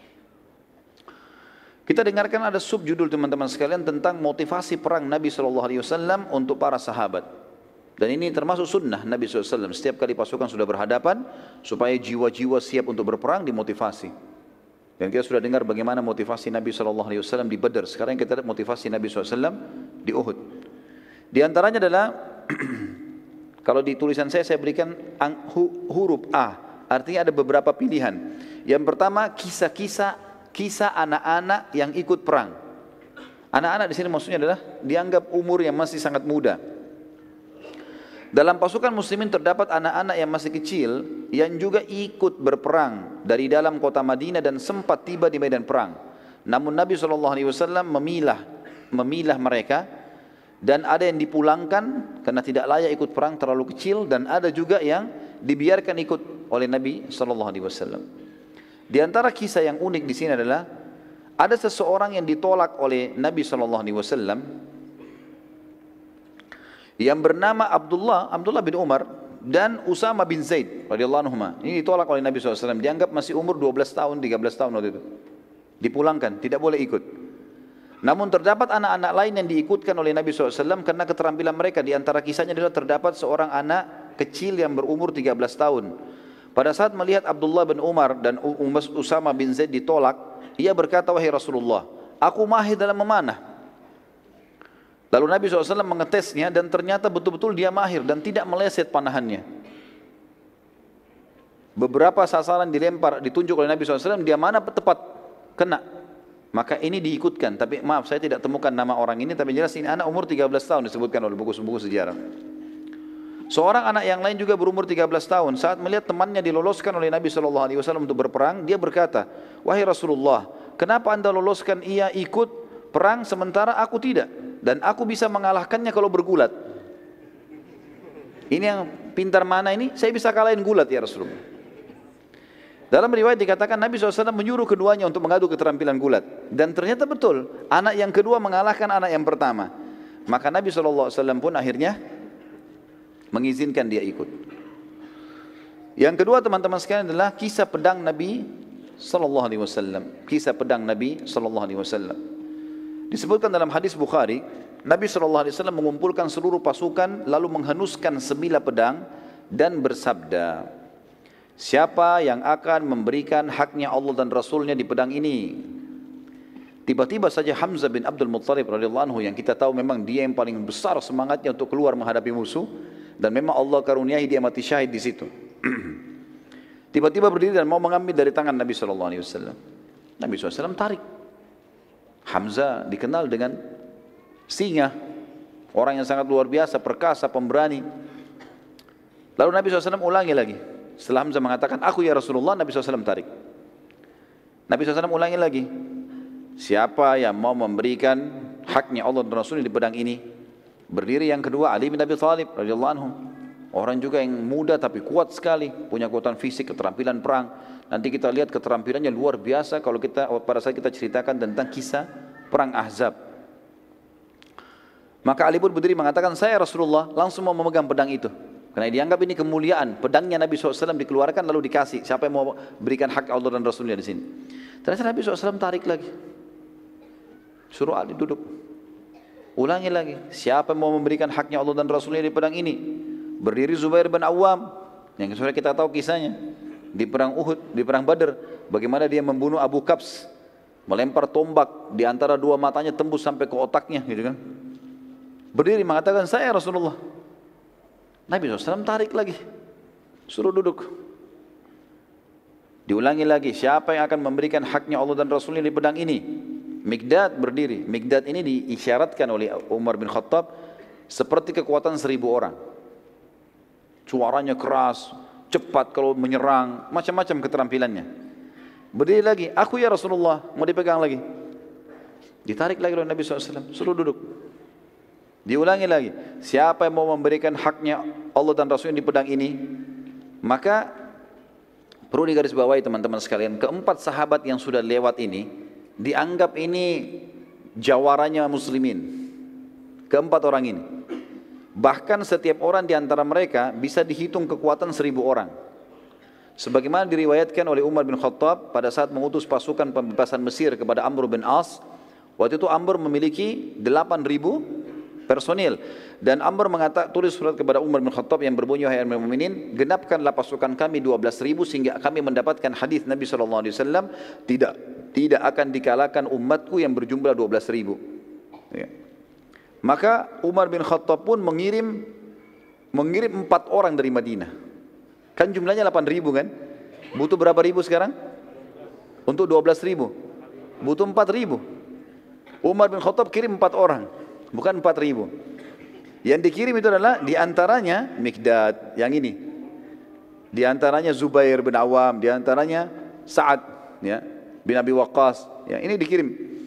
S1: Kita dengarkan ada subjudul teman-teman sekalian tentang motivasi perang Nabi shallallahu alaihi wasallam untuk para sahabat. Dan ini termasuk sunnah Nabi shallallahu alaihi wasallam. Setiap kali pasukan sudah berhadapan supaya jiwa-jiwa siap untuk berperang dimotivasi. Dan kita sudah dengar bagaimana motivasi Nabi shallallahu alaihi wasallam di Badar. Sekarang kita lihat motivasi Nabi shallallahu alaihi wasallam di Uhud. Di antaranya adalah kalau di tulisan saya, saya berikan huruf A. Artinya ada beberapa pilihan. Yang pertama, kisah-kisah kisah anak-anak yang ikut perang. Anak-anak di sini maksudnya adalah dianggap umur yang masih sangat muda. Dalam pasukan muslimin terdapat anak-anak yang masih kecil yang juga ikut berperang dari dalam kota Madinah dan sempat tiba di medan perang. Namun Nabi shallallahu alaihi wasallam memilah, memilah mereka. Dan ada yang dipulangkan karena tidak layak ikut perang terlalu kecil dan ada juga yang dibiarkan ikut oleh Nabi shallallahu alaihi wasallam. Di antara kisah yang unik di sini adalah ada seseorang yang ditolak oleh Nabi shallallahu alaihi wasallam yang bernama Abdullah Abdullah bin Umar dan Usama bin Zaid radhiyallahu anhuma. Ini ditolak oleh Nabi shallallahu alaihi wasallam, dianggap masih umur dua belas tahun, tiga belas tahun waktu itu. Dipulangkan, tidak boleh ikut. Namun terdapat anak-anak lain yang diikutkan oleh Nabi shallallahu alaihi wasallam karena keterampilan mereka. Di antara kisahnya adalah terdapat seorang anak kecil yang berumur tiga belas tahun. Pada saat melihat Abdullah bin Umar dan Usama bin Zaid ditolak, ia berkata, wahai Rasulullah, aku mahir dalam memanah. Lalu Nabi shallallahu alaihi wasallam mengetesnya dan ternyata betul-betul dia mahir dan tidak meleset panahannya. Beberapa sasaran dilempar, ditunjuk oleh Nabi shallallahu alaihi wasallam, dia mana tepat kena. Maka ini diikutkan, tapi maaf saya tidak temukan nama orang ini, tapi jelas ini anak umur tiga belas tahun disebutkan oleh buku-buku sejarah. Seorang anak yang lain juga berumur tiga belas tahun, saat melihat temannya diloloskan oleh Nabi shallallahu alaihi wasallam untuk berperang, dia berkata, wahai Rasulullah, kenapa anda loloskan ia ikut perang sementara aku tidak? Dan aku bisa mengalahkannya kalau bergulat. Ini yang pintar mana ini? Saya bisa kalahin gulat ya Rasulullah. Dalam riwayat dikatakan Nabi shallallahu alaihi wasallam menyuruh keduanya untuk mengadu keterampilan gulat. Dan ternyata betul, anak yang kedua mengalahkan anak yang pertama. Maka Nabi shallallahu alaihi wasallam pun akhirnya mengizinkan dia ikut. Yang kedua teman-teman sekalian adalah kisah pedang Nabi shallallahu alaihi wasallam. Kisah pedang Nabi shallallahu alaihi wasallam. Disebutkan dalam hadis Bukhari, Nabi shallallahu alaihi wasallam mengumpulkan seluruh pasukan lalu menghenuskan sebilah pedang dan bersabda, siapa yang akan memberikan haknya Allah dan Rasulnya di pedang ini? Tiba-tiba saja Hamzah bin Abdul Muttalib radhiyallahu anhu, yang kita tahu memang dia yang paling besar semangatnya untuk keluar menghadapi musuh, dan memang Allah karuniai dia mati syahid di situ. Tiba-tiba berdiri dan mau mengambil dari tangan Nabi shallallahu alaihi wasallam. Nabi shallallahu alaihi wasallam tarik. Hamzah dikenal dengan singa, orang yang sangat luar biasa, perkasa, pemberani. Lalu Nabi shallallahu alaihi wasallam ulangi lagi. Setelah Hamzah mengatakan, aku ya Rasulullah, Nabi shallallahu alaihi wasallam tarik. Nabi shallallahu alaihi wasallam ulangi lagi. Siapa yang mau memberikan haknya Allah dan Rasulnya di pedang ini? Berdiri yang kedua Ali bin Abi Thalib radhiyallahu anhu. Orang juga yang muda tapi kuat sekali, punya kekuatan fisik, keterampilan perang. Nanti kita lihat keterampilannya luar biasa kalau kita pada saat kita ceritakan tentang kisah perang Ahzab. Maka Ali pun berdiri mengatakan, saya Rasulullah, langsung mau memegang pedang itu. Karena dianggap ini kemuliaan, pedangnya Nabi shallallahu alaihi wasallam dikeluarkan lalu dikasih. Siapa yang mau berikan hak Allah dan Rasulnya di sini? Ternyata Nabi shallallahu alaihi wasallam tarik lagi. Suruh Ali duduk. Ulangi lagi. Siapa yang mau memberikan haknya Allah dan Rasulnya di pedang ini? Berdiri Zubair bin Awam, yang sudah kita tahu kisahnya di perang Uhud, di perang Badar, bagaimana dia membunuh Abu Kabs, melempar tombak di antara dua matanya tembus sampai ke otaknya, gitu kan? Berdiri mengatakan, saya Rasulullah. Nabi shallallahu alaihi wasallam tarik lagi, suruh duduk. Diulangi lagi, siapa yang akan memberikan haknya Allah dan Rasulnya di pedang ini? Mikdad berdiri. Mikdad ini diisyaratkan oleh Umar bin Khattab seperti kekuatan seribu orang. Suaranya keras, cepat kalau menyerang, macam-macam keterampilannya. Berdiri lagi, aku ya Rasulullah, mau dipegang lagi. Ditarik lagi oleh Nabi shallallahu alaihi wasallam, suruh duduk. Diulangi lagi, siapa yang mau memberikan haknya Allah dan Rasulnya di pedang ini? Maka perlu digarisbawahi teman-teman sekalian, keempat sahabat yang sudah lewat ini dianggap ini jawaranya muslimin. Keempat orang ini. Bahkan setiap orang di antara mereka bisa dihitung kekuatan seribu orang. Sebagaimana diriwayatkan oleh Umar bin Khattab pada saat mengutus pasukan pembebasan Mesir kepada Amr bin As. Waktu itu Amr memiliki delapan ribu personil. Dan Amr mengatakan, tulis surat kepada Umar bin Khattab yang berbunyi, wahai Amirul Mukminin, genapkanlah pasukan kami dua belas ribu sehingga kami mendapatkan hadis Nabi shallallahu alaihi wasallam, tidak tidak akan dikalahkan umatku yang berjumlah dua belas ribu. Ya. Maka Umar bin Khattab pun mengirim mengirim empat orang dari Madinah. Kan jumlahnya delapan ribu kan? Butuh berapa ribu sekarang? Untuk dua belas ribu. Butuh empat ribu. Umar bin Khattab kirim empat orang, bukan empat ribu. Yang dikirim itu adalah diantaranya Mikdad, yang ini. Diantaranya Zubair bin Awam, diantaranya Sa'ad ya, bin Abi Waqqas. Ya, ini dikirim.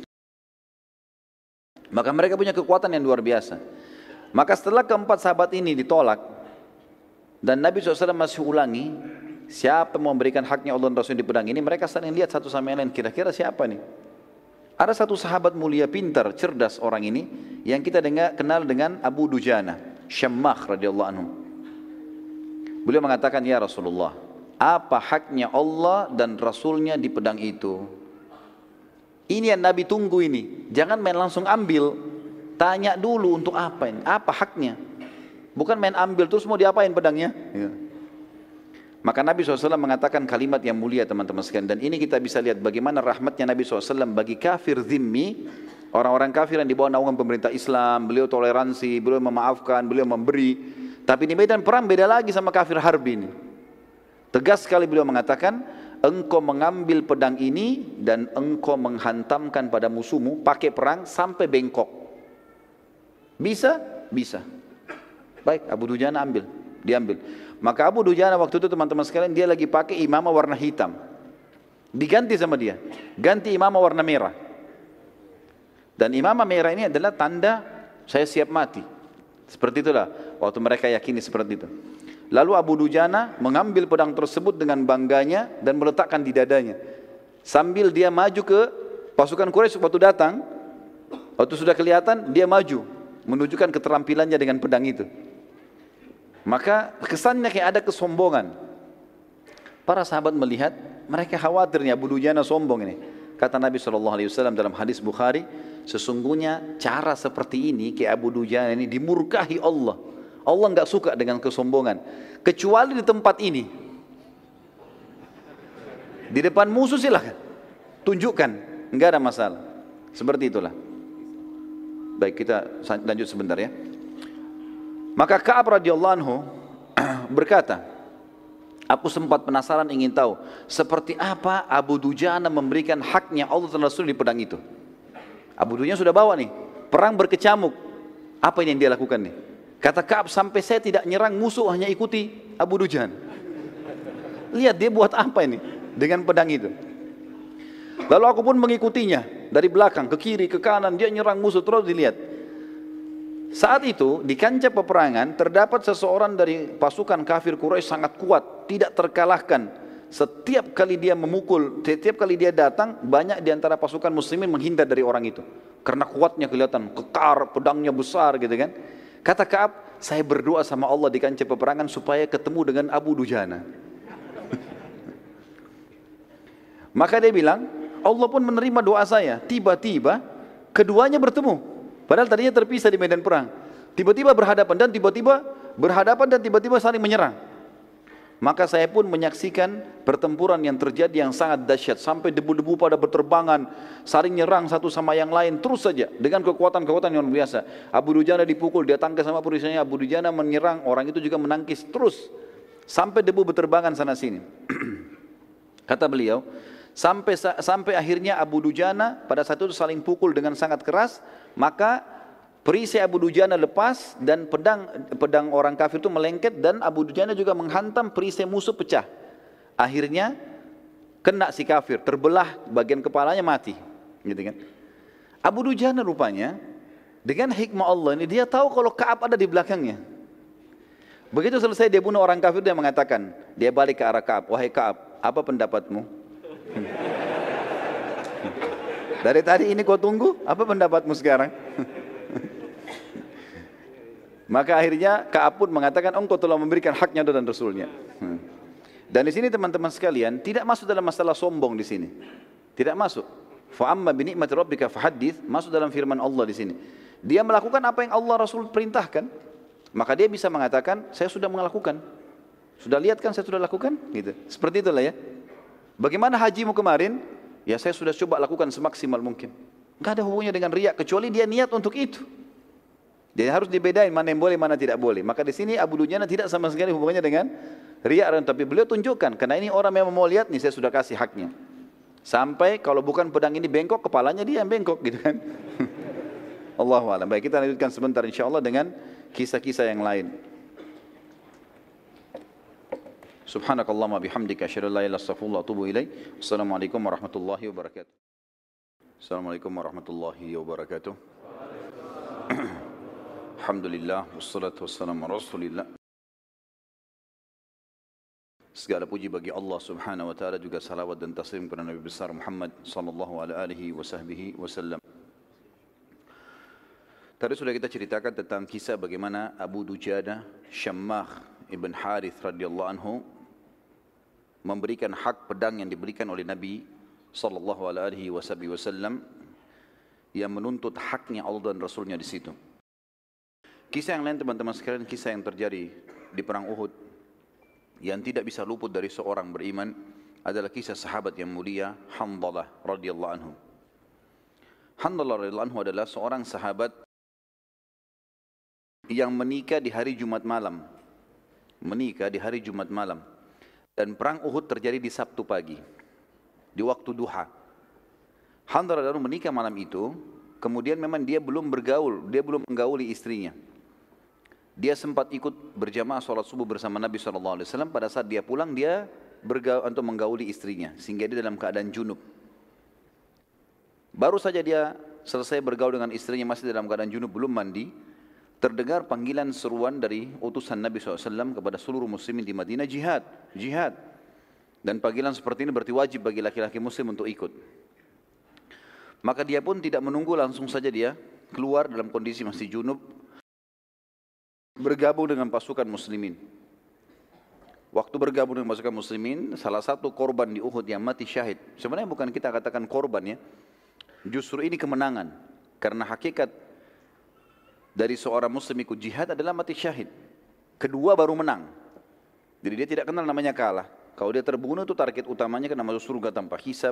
S1: Maka mereka punya kekuatan yang luar biasa. Maka setelah keempat sahabat ini ditolak, dan Nabi shallallahu alaihi wasallam masih ulangi, siapa yang mau memberikan haknya Allah dan Rasul di pedang ini, mereka saling lihat satu sama lain, kira-kira siapa nih? Ada satu sahabat mulia, pintar, cerdas orang ini, yang kita dengar, kenal dengan Abu Dujana, Syammah radhiyallahu anhu. Beliau mengatakan, ya Rasulullah, apa haknya Allah dan Rasulnya di pedang itu? Ini yang Nabi tunggu ini. Jangan main langsung ambil. Tanya dulu untuk apa ini? Apa haknya? Bukan main ambil terus mau diapain pedangnya? Ya. Maka Nabi shallallahu alaihi wasallam mengatakan kalimat yang mulia teman-teman sekalian. Dan ini kita bisa lihat bagaimana rahmatnya Nabi shallallahu alaihi wasallam bagi kafir zimmi. Orang-orang kafir yang di bawah naungan pemerintah Islam. Beliau toleransi, beliau memaafkan, beliau memberi. Tapi di medan perang beda lagi sama kafir harbi ini. Tegas sekali beliau mengatakan, engkau mengambil pedang ini dan engkau menghantamkan pada musuhmu pakai perang sampai bengkok. Bisa? Bisa. Baik, Abu Dujana ambil, diambil. Maka Abu Dujana waktu itu teman-teman sekalian dia lagi pakai imamah warna hitam. Diganti sama dia. Ganti imamah warna merah. Dan imamah merah ini adalah tanda saya siap mati. Seperti itulah waktu mereka yakini seperti itu. Lalu Abu Dujana mengambil pedang tersebut dengan bangganya dan meletakkan di dadanya. Sambil dia maju ke pasukan Quraisy waktu datang, waktu sudah kelihatan dia maju menunjukkan keterampilannya dengan pedang itu. Maka kesannya kayak ada kesombongan. Para sahabat melihat, mereka khawatirnya Abu Dujana sombong ini. Kata Nabi shallallahu alaihi wasallam dalam hadis Bukhari, sesungguhnya cara seperti ini kayak Abu Dujana ini dimurkahi Allah. Allah enggak suka dengan kesombongan, kecuali di tempat ini. Di depan musuh silahkan tunjukkan, enggak ada masalah. Seperti itulah. Baik, kita lanjut sebentar ya. Maka Ka'ab radhiyallahu anhu berkata, aku sempat penasaran ingin tahu seperti apa Abu Dujana memberikan haknya Allah dan Rasul di pedang itu. Abu Dujana sudah bawa nih, perang berkecamuk. Apa ini yang dia lakukan nih? Kata Ka'ab, sampai saya tidak nyerang musuh, hanya ikuti Abu Dujana. Lihat dia buat apa ini dengan pedang itu. Lalu aku pun mengikutinya dari belakang, ke kiri, ke kanan, dia nyerang musuh terus dilihat. Saat itu di kancah peperangan terdapat seseorang dari pasukan kafir Quraisy sangat kuat, tidak terkalahkan. Setiap kali dia memukul, setiap kali dia datang, banyak di antara pasukan muslimin menghindar dari orang itu. Karena kuatnya kelihatan, kekar, pedangnya besar gitu kan. Kata Ka'ab, saya berdoa sama Allah di kancah peperangan supaya ketemu dengan Abu Dujana. Maka dia bilang, Allah pun menerima doa saya. Tiba-tiba keduanya bertemu. Padahal tadinya terpisah di medan perang. Tiba-tiba berhadapan dan tiba-tiba berhadapan dan tiba-tiba saling menyerang. Maka saya pun menyaksikan pertempuran yang terjadi yang sangat dahsyat. Sampai debu-debu pada berterbangan, saling nyerang satu sama yang lain terus saja dengan kekuatan-kekuatan yang luar biasa. Abu Dujana dipukul, dia tangkis sama perisainya. Abu Dujana menyerang, orang itu juga menangkis terus sampai debu berterbangan sana sini. Kata beliau, sampai sampai akhirnya Abu Dujana pada saat itu saling pukul dengan sangat keras. Maka perisai Abu Dujana lepas dan pedang pedang orang kafir itu melengket dan Abu Dujana juga menghantam perisai musuh pecah. Akhirnya kena si kafir, terbelah bagian kepalanya, mati, gitu kan. Abu Dujana rupanya dengan hikmah Allah ini dia tahu kalau Ka'ab ada di belakangnya. Begitu selesai dia bunuh orang kafir, dia mengatakan, dia balik ke arah Ka'ab, wahai Ka'ab, apa pendapatmu? Dari tadi ini kau tunggu, apa pendapatmu sekarang? Maka akhirnya Ka'ab pun mengatakan, engkau telah memberikan haknya dan Rasulnya. Dan di sini teman-teman sekalian, tidak masuk dalam masalah sombong di sini. Tidak masuk. Fa amma bi ni'mati rabbika fahaddits, masuk dalam firman Allah di sini. Dia melakukan apa yang Allah Rasul perintahkan, maka dia bisa mengatakan, saya sudah melakukan. Sudah lihat kan saya sudah lakukan? Gitu. Seperti itulah ya. Bagaimana hajimu kemarin? Ya saya sudah coba lakukan semaksimal mungkin. Enggak ada hubungannya dengan riya, kecuali dia niat untuk itu. Jadi harus dibedain mana yang boleh, mana tidak boleh. Maka di sini Abu Dujana tidak sama sekali hubungannya dengan riya, tapi beliau tunjukkan karena ini orang yang mau lihat nih, saya sudah kasih haknya. Sampai kalau bukan pedang ini bengkok, kepalanya dia yang bengkok gitu kan. Allahu a'lam. Baik, kita lanjutkan sebentar insyaallah dengan kisah-kisah yang lain. Subhanakallahumma bihamdika asyhadu an la ilaha illa anta astaghfiruka wa atubu ilaik. Assalamualaikum warahmatullahi wabarakatuh. Assalamualaikum warahmatullahi wabarakatuh. Alhamdulillah wassalatu wassalamu ala Rasulillah. Segala puji bagi Allah Subhanahu wa taala, juga salawat dan taslim kepada Nabi besar Muhammad sallallahu alaihi wasallam. Tadi sudah kita ceritakan tentang kisah bagaimana Abu Dujana Syammah ibn Harith radhiyallahu anhu memberikan hak pedang yang diberikan oleh Nabi sallallahu alaihi wasallam yang menuntut haknya Allah dan Rasulnya di situ. Kisah yang lain teman-teman sekalian, kisah yang terjadi di perang Uhud yang tidak bisa luput dari seorang beriman adalah kisah sahabat yang mulia Handalah radhiyallahu anhu. Handalah radhiyallahu anhu adalah seorang sahabat yang menikah di hari Jumat malam. Menikah di hari Jumat malam. Dan perang Uhud terjadi di Sabtu pagi, di waktu duha. Handalah radhiyallahu anhu menikah malam itu, kemudian memang dia belum bergaul, dia belum menggauli istrinya. Dia sempat ikut berjamaah sholat subuh bersama Nabi shallallahu alaihi wasallam. Pada saat dia pulang, dia bergaul, untuk menggauli istrinya, sehingga dia dalam keadaan junub. Baru saja dia selesai bergaul dengan istrinya, masih dalam keadaan junub, belum mandi, terdengar panggilan seruan dari utusan Nabi shallallahu alaihi wasallam kepada seluruh muslimin di Madinah, jihad, jihad. Dan panggilan seperti ini berarti wajib bagi laki-laki muslim untuk ikut. Maka dia pun tidak menunggu, langsung saja dia keluar dalam kondisi masih junub, bergabung dengan pasukan muslimin. Waktu bergabung dengan pasukan muslimin, salah satu korban di Uhud yang mati syahid. Sebenarnya bukan kita katakan korban ya, justru ini kemenangan. Karena hakikat dari seorang muslim ikut jihad adalah mati syahid. Kedua baru menang. Jadi dia tidak kenal namanya kalah. Kalau dia terbunuh itu target utamanya kena masuk surga tanpa hisab.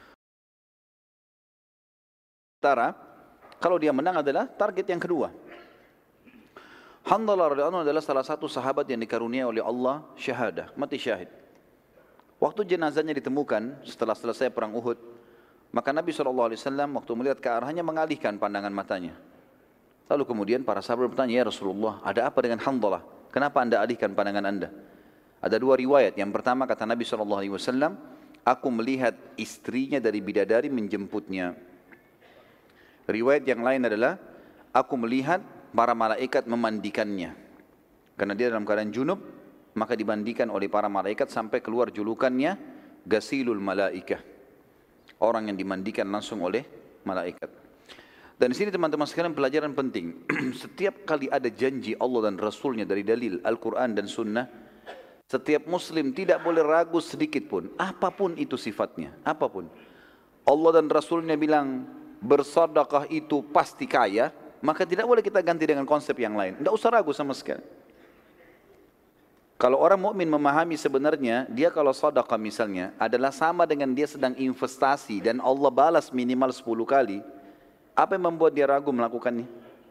S1: Sementara kalau dia menang adalah target yang kedua. Hanzalah radhiyallahu anhu adalah salah satu sahabat yang dikaruniai oleh Allah syahadah, mati syahid. Waktu jenazahnya ditemukan setelah selesai perang Uhud, maka Nabi shallallahu alaihi wasallam waktu melihat ke arahnya mengalihkan pandangan matanya. Lalu kemudian para sahabat bertanya, ya Rasulullah, ada apa dengan Hanzalah? Kenapa anda alihkan pandangan anda? Ada dua riwayat. Yang pertama kata Nabi shallallahu alaihi wasallam, aku melihat istrinya dari bidadari menjemputnya. Riwayat yang lain adalah, aku melihat para malaikat memandikannya. Karena dia dalam keadaan junub, maka dimandikan oleh para malaikat sampai keluar julukannya Gasilul Malaikah. Orang yang dimandikan langsung oleh malaikat. Dan di sini teman-teman sekalian pelajaran penting. Setiap kali ada janji Allah dan Rasulnya dari dalil Al-Quran dan Sunnah, setiap muslim tidak boleh ragu sedikit pun, apapun itu sifatnya, apapun. Allah dan Rasulnya bilang bersedekah itu pasti kaya, maka tidak boleh kita ganti dengan konsep yang lain. Tidak usah ragu sama sekali. Kalau orang mukmin memahami sebenarnya, dia kalau sedekah misalnya adalah sama dengan dia sedang investasi dan Allah balas minimal sepuluh kali, apa yang membuat dia ragu melakukannya?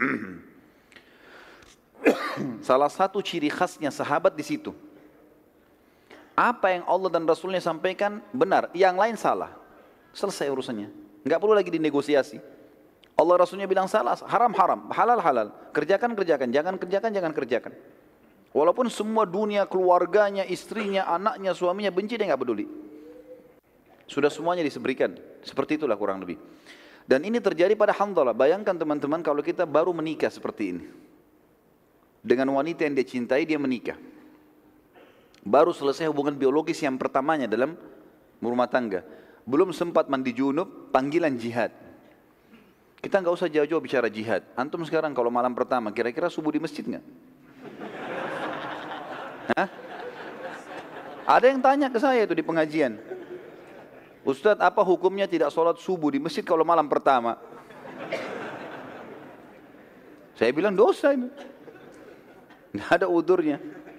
S1: Salah satu ciri khasnya sahabat di situ. Apa yang Allah dan Rasulnya sampaikan benar, yang lain salah. Selesai urusannya. Enggak perlu lagi dinegosiasi. Allah Rasulnya bilang salah, haram haram, halal halal. Kerjakan kerjakan, jangan kerjakan jangan kerjakan. Walaupun semua dunia, keluarganya, istrinya, anaknya, suaminya benci, dia enggak peduli. Sudah semuanya diseberikan. Seperti itulah kurang lebih. Dan ini terjadi pada Hanzalah. Bayangkan teman-teman kalau kita baru menikah seperti ini. Dengan wanita yang dia cintai, dia menikah. Baru selesai hubungan biologis yang pertamanya dalam rumah tangga. Belum sempat mandi junub, panggilan jihad. Kita nggak usah jauh-jauh bicara jihad. Antum sekarang kalau malam pertama, kira-kira subuh di masjid nggak? Hah? Ada yang tanya ke saya itu di pengajian. Ustadz, apa hukumnya tidak sholat subuh di masjid kalau malam pertama? Saya bilang dosa ini. Nggak ada udurnya.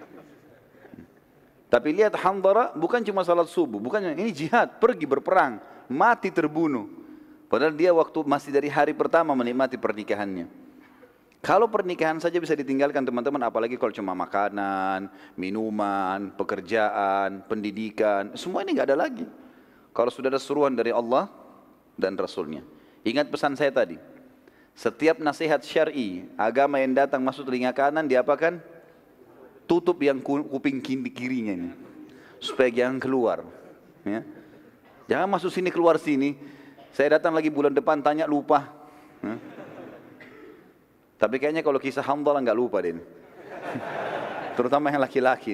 S1: Tapi lihat Hanzalah bukan cuma salat subuh, bukan ini jihad, pergi berperang, mati terbunuh. Padahal dia waktu masih dari hari pertama menikmati pernikahannya. Kalau pernikahan saja bisa ditinggalkan teman-teman, apalagi kalau cuma makanan, minuman, pekerjaan, pendidikan, semua ini nggak ada lagi. Kalau sudah ada seruan dari Allah dan Rasulnya. Ingat pesan saya tadi, setiap nasihat syar'i, agama yang datang masuk telinga kanan, diapakan? Tutup yang kuping kirinya ini, supaya jangan keluar. Ya. Jangan masuk sini keluar sini. Saya datang lagi bulan depan tanya lupa. Ya. Tapi kayaknya kalau kisah Hanzalah nggak lupa deh. Terutama yang laki-laki.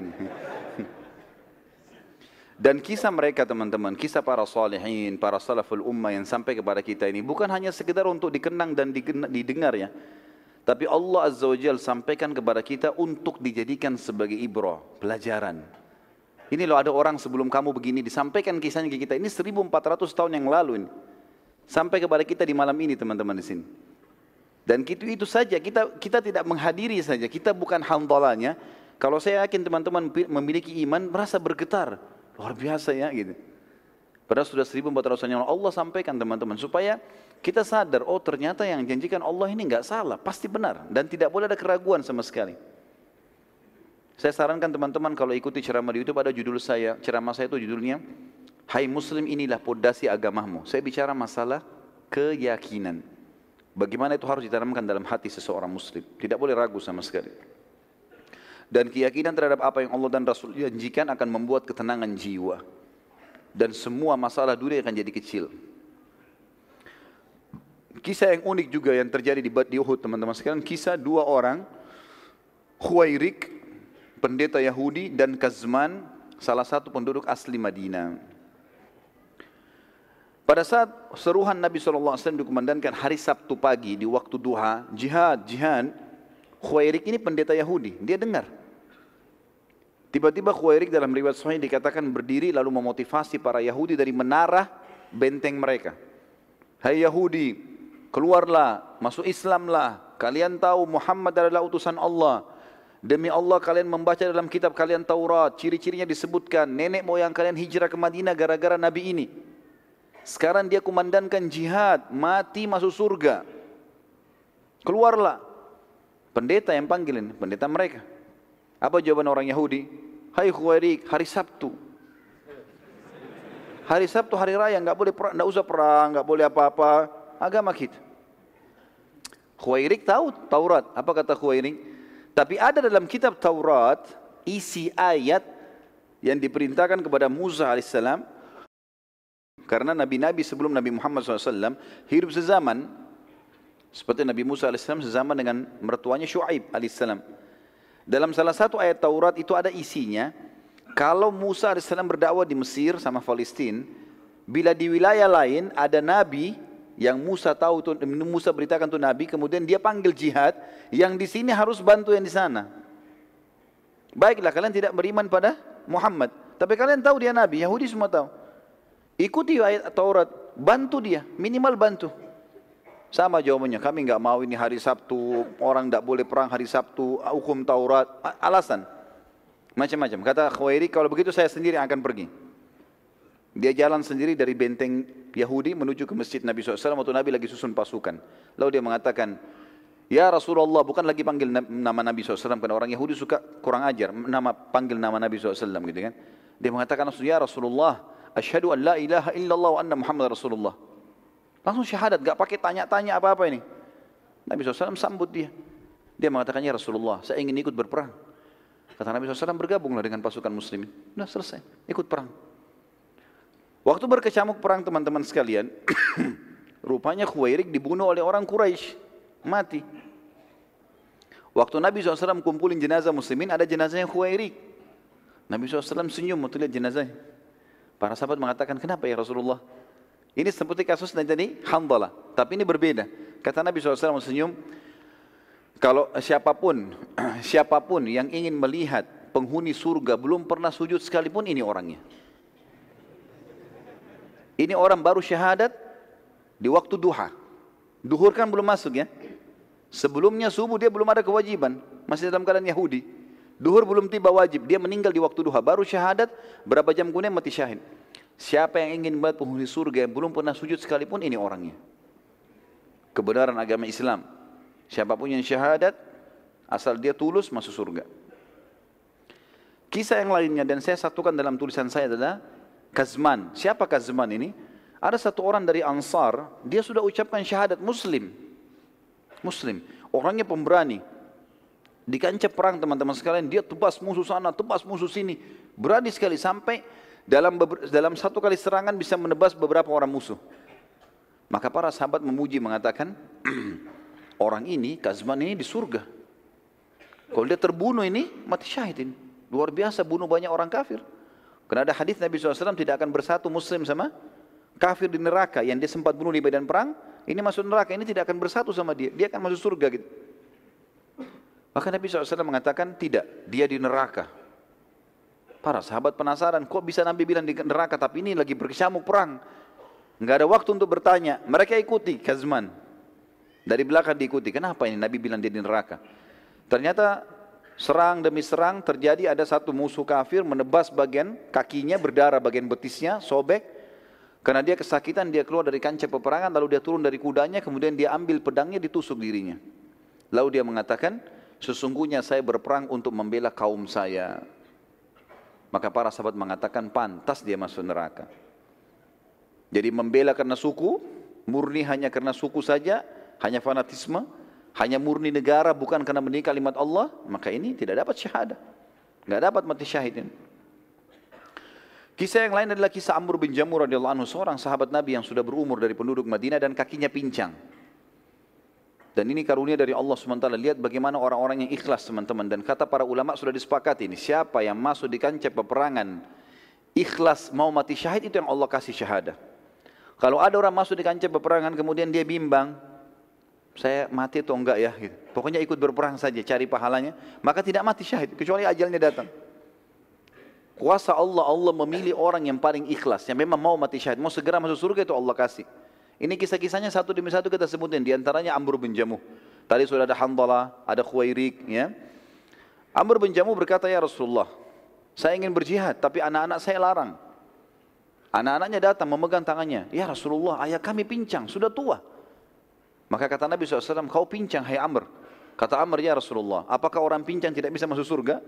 S1: Dan kisah mereka teman-teman, kisah para salihin, para salaful ummah yang sampai kepada kita ini bukan hanya sekedar untuk dikenang dan didengar ya. Tapi Allah Azza wa Jalla sampaikan kepada kita untuk dijadikan sebagai ibrah, pelajaran. Ini loh ada orang sebelum kamu begini, disampaikan kisahnya ke kita. Ini seribu empat ratus tahun yang lalu ini. Sampai kepada kita di malam ini teman-teman di sini. Dan itu, itu saja, kita kita tidak menghadiri saja, kita bukan Hanzalahnya. Kalau saya yakin teman-teman memiliki iman, merasa bergetar. Luar biasa ya gitu. Padahal sudah seribu empat ratus tahun yang lalu Allah sampaikan teman-teman. Supaya kita sadar, oh ternyata yang janjikan Allah ini enggak salah, pasti benar. Dan tidak boleh ada keraguan sama sekali. Saya sarankan teman-teman kalau ikuti ceramah di YouTube, ada judul saya, ceramah saya itu judulnya, Hai Muslim, inilah pondasi agamamu. Saya bicara masalah keyakinan. Bagaimana itu harus ditanamkan dalam hati seseorang Muslim. Tidak boleh ragu sama sekali. Dan keyakinan terhadap apa yang Allah dan Rasul janjikan akan membuat ketenangan jiwa. Dan semua masalah dunia akan jadi kecil. Kisah yang unik juga yang terjadi di, di Uhud teman-teman sekalian. Kisah dua orang, Khuwairik, pendeta Yahudi, dan Kazman, salah satu penduduk asli Madinah. Pada saat seruhan Nabi shallallahu alaihi wasallam dikumandangkan hari Sabtu pagi di waktu duha, jihad, jihad, Khuwairik ini pendeta Yahudi, dia dengar. Tiba-tiba Khuwairik dalam riwayat Sahih dikatakan berdiri lalu memotivasi para Yahudi dari menara benteng mereka. Hai Yahudi, keluarlah, masuk Islamlah. Kalian tahu Muhammad adalah utusan Allah. Demi Allah kalian membaca dalam kitab kalian Taurat, ciri-cirinya disebutkan nenek moyang kalian hijrah ke Madinah gara-gara Nabi ini. Sekarang dia kumandangkan jihad, mati masuk surga. Keluarlah. Pendeta yang panggilin, pendeta mereka. Apa jawaban orang Yahudi? Hai Khuwairik, hari Sabtu. Hari Sabtu hari raya, nggak boleh perang, nggak usah perang, nggak boleh apa-apa. Agama kita. Khuwairik tahu Taurat. Apa kata Khuwairik? Tapi ada dalam kitab Taurat isi ayat yang diperintahkan kepada Musa alaihissalam. Karena nabi-nabi sebelum Nabi Muhammad shallallahu alaihi wasallam hidup sezaman. Seperti Nabi Musa alaihissalam sezaman dengan mertuanya Syuaib alaihissalam. Dalam salah satu ayat Taurat itu ada isinya, kalau Musa alaihissalam berdakwah di Mesir sama Palestina, bila di wilayah lain ada nabi yang Musa tahu tuh, Musa beritakan tuh nabi, kemudian dia panggil jihad, yang di sini harus bantu yang di sana. Baiklah, kalian tidak beriman pada Muhammad, tapi kalian tahu dia nabi, Yahudi semua tahu. Ikuti ayat Taurat, bantu dia, minimal bantu. Sama jawabannya, kami nggak mau ini hari Sabtu, orang tidak boleh perang hari Sabtu, hukum Taurat, alasan. Macam-macam. Kata Khuwairik, kalau begitu saya sendiri akan pergi. Dia jalan sendiri dari benteng Yahudi menuju ke masjid Nabi shallallahu alaihi wasallam waktu Nabi lagi susun pasukan. Lalu dia mengatakan, ya Rasulullah, bukan lagi panggil nama Nabi shallallahu alaihi wasallam, karena orang Yahudi suka kurang ajar, nama panggil nama Nabi shallallahu alaihi wasallam gitu kan. Dia mengatakan, ya Rasulullah, asyhadu an la ilaha illallah wa anna Muhammad Rasulullah. Langsung syahadat, gak pakai tanya-tanya apa-apa ini. Nabi shallallahu alaihi wasallam sambut dia. Dia mengatakan, ya Rasulullah, saya ingin ikut berperang. Kata Nabi shallallahu alaihi wasallam, bergabunglah dengan pasukan muslimin. Sudah selesai, ikut perang. Waktu berkecamuk perang teman-teman sekalian, rupanya Khuwairik dibunuh oleh orang Quraisy, mati. Waktu Nabi shallallahu alaihi wasallam kumpulin jenazah muslimin, ada jenazahnya Khuwairik. Nabi shallallahu alaihi wasallam senyum waktu lihat jenazahnya. Para sahabat mengatakan, kenapa ya Rasulullah? Ini seperti kasus tadi Hanzalah, tapi ini berbeda. Kata Nabi shallallahu alaihi wasallam senyum, kalau siapapun, siapapun yang ingin melihat penghuni surga belum pernah sujud sekalipun, ini orangnya. Ini orang baru syahadat di waktu duha. Duhur kan belum masuk ya. Sebelumnya subuh dia belum ada kewajiban, masih dalam keadaan Yahudi. Duhur belum tiba wajib, dia meninggal di waktu duha, baru syahadat, berapa jam kemudian mati syahid. Siapa yang ingin melihat penghuni surga yang belum pernah sujud sekalipun, ini orangnya. Kebenaran agama Islam. Siapapun yang syahadat, asal dia tulus masuk surga. Kisah yang lainnya dan saya satukan dalam tulisan saya adalah Kazman. Siapa Kazman ini? Ada satu orang dari Ansar, dia sudah ucapkan syahadat Muslim. Muslim. Orangnya pemberani. Di kancah perang teman-teman sekalian, dia tebas musuh sana, tebas musuh sini. Berani sekali sampai dalam dalam satu kali serangan bisa menebas beberapa orang musuh. Maka para sahabat memuji mengatakan, orang ini, Kazman ini di surga. Kalau dia terbunuh ini, mati syahid ini. Luar biasa bunuh banyak orang kafir. Karena ada hadis Nabi shallallahu alaihi wasallam tidak akan bersatu muslim sama kafir di neraka. Yang dia sempat bunuh di medan perang, ini masuk neraka, ini tidak akan bersatu sama dia. Dia akan masuk surga gitu. Maka Nabi shallallahu alaihi wasallam mengatakan, tidak, dia di neraka. Para sahabat penasaran, kok bisa Nabi bilang di neraka, tapi ini lagi berkecamuk perang. Enggak ada waktu untuk bertanya. Mereka ikuti Kazman. Dari belakang diikuti. Kenapa ini Nabi bilang dia di neraka? Ternyata serang demi serang terjadi, ada satu musuh kafir menebas bagian kakinya, berdarah bagian betisnya, sobek. Karena dia kesakitan, dia keluar dari kancah peperangan, lalu dia turun dari kudanya, kemudian dia ambil pedangnya, ditusuk dirinya. Lalu dia mengatakan, sesungguhnya saya berperang untuk membela kaum saya. Maka para sahabat mengatakan, pantas dia masuk neraka. Jadi membela karena suku, murni hanya karena suku saja, hanya fanatisme, hanya murni negara bukan karena mendidik kalimat Allah, maka ini tidak dapat syahadah. Nggak dapat mati syahid ini. Kisah yang lain adalah kisah Amr bin Jamur radhiyallahu anhu, seorang sahabat Nabi yang sudah berumur dari penduduk Madinah dan kakinya pincang. Dan ini karunia dari Allah subhanahu wa taala. Lihat bagaimana orang-orang yang ikhlas teman-teman. Dan kata para ulama sudah disepakati ini, siapa yang masuk di kancah peperangan ikhlas mau mati syahid, itu yang Allah kasih syahadah. Kalau ada orang masuk di kancah peperangan kemudian dia bimbang, saya mati atau enggak ya, gitu. Pokoknya ikut berperang saja, cari pahalanya, maka tidak mati syahid kecuali ajalnya datang. Kuasa Allah, Allah memilih orang yang paling ikhlas, yang memang mau mati syahid, mau segera masuk surga, itu Allah kasih. Ini kisah-kisahnya satu demi satu kita sebutin, di antaranya Amr bin Jamuh. Tadi sudah ada Handalah, ada Khuwairik, ya. Amr bin Jamuh berkata, ya Rasulullah, saya ingin berjihad, tapi anak-anak saya larang. Anak-anaknya datang memegang tangannya, ya Rasulullah, ayah kami pincang, sudah tua. Maka kata Nabi shallallahu alaihi wasallam, kau pincang hai Amr. Kata Amr, ya Rasulullah, apakah orang pincang tidak bisa masuk surga?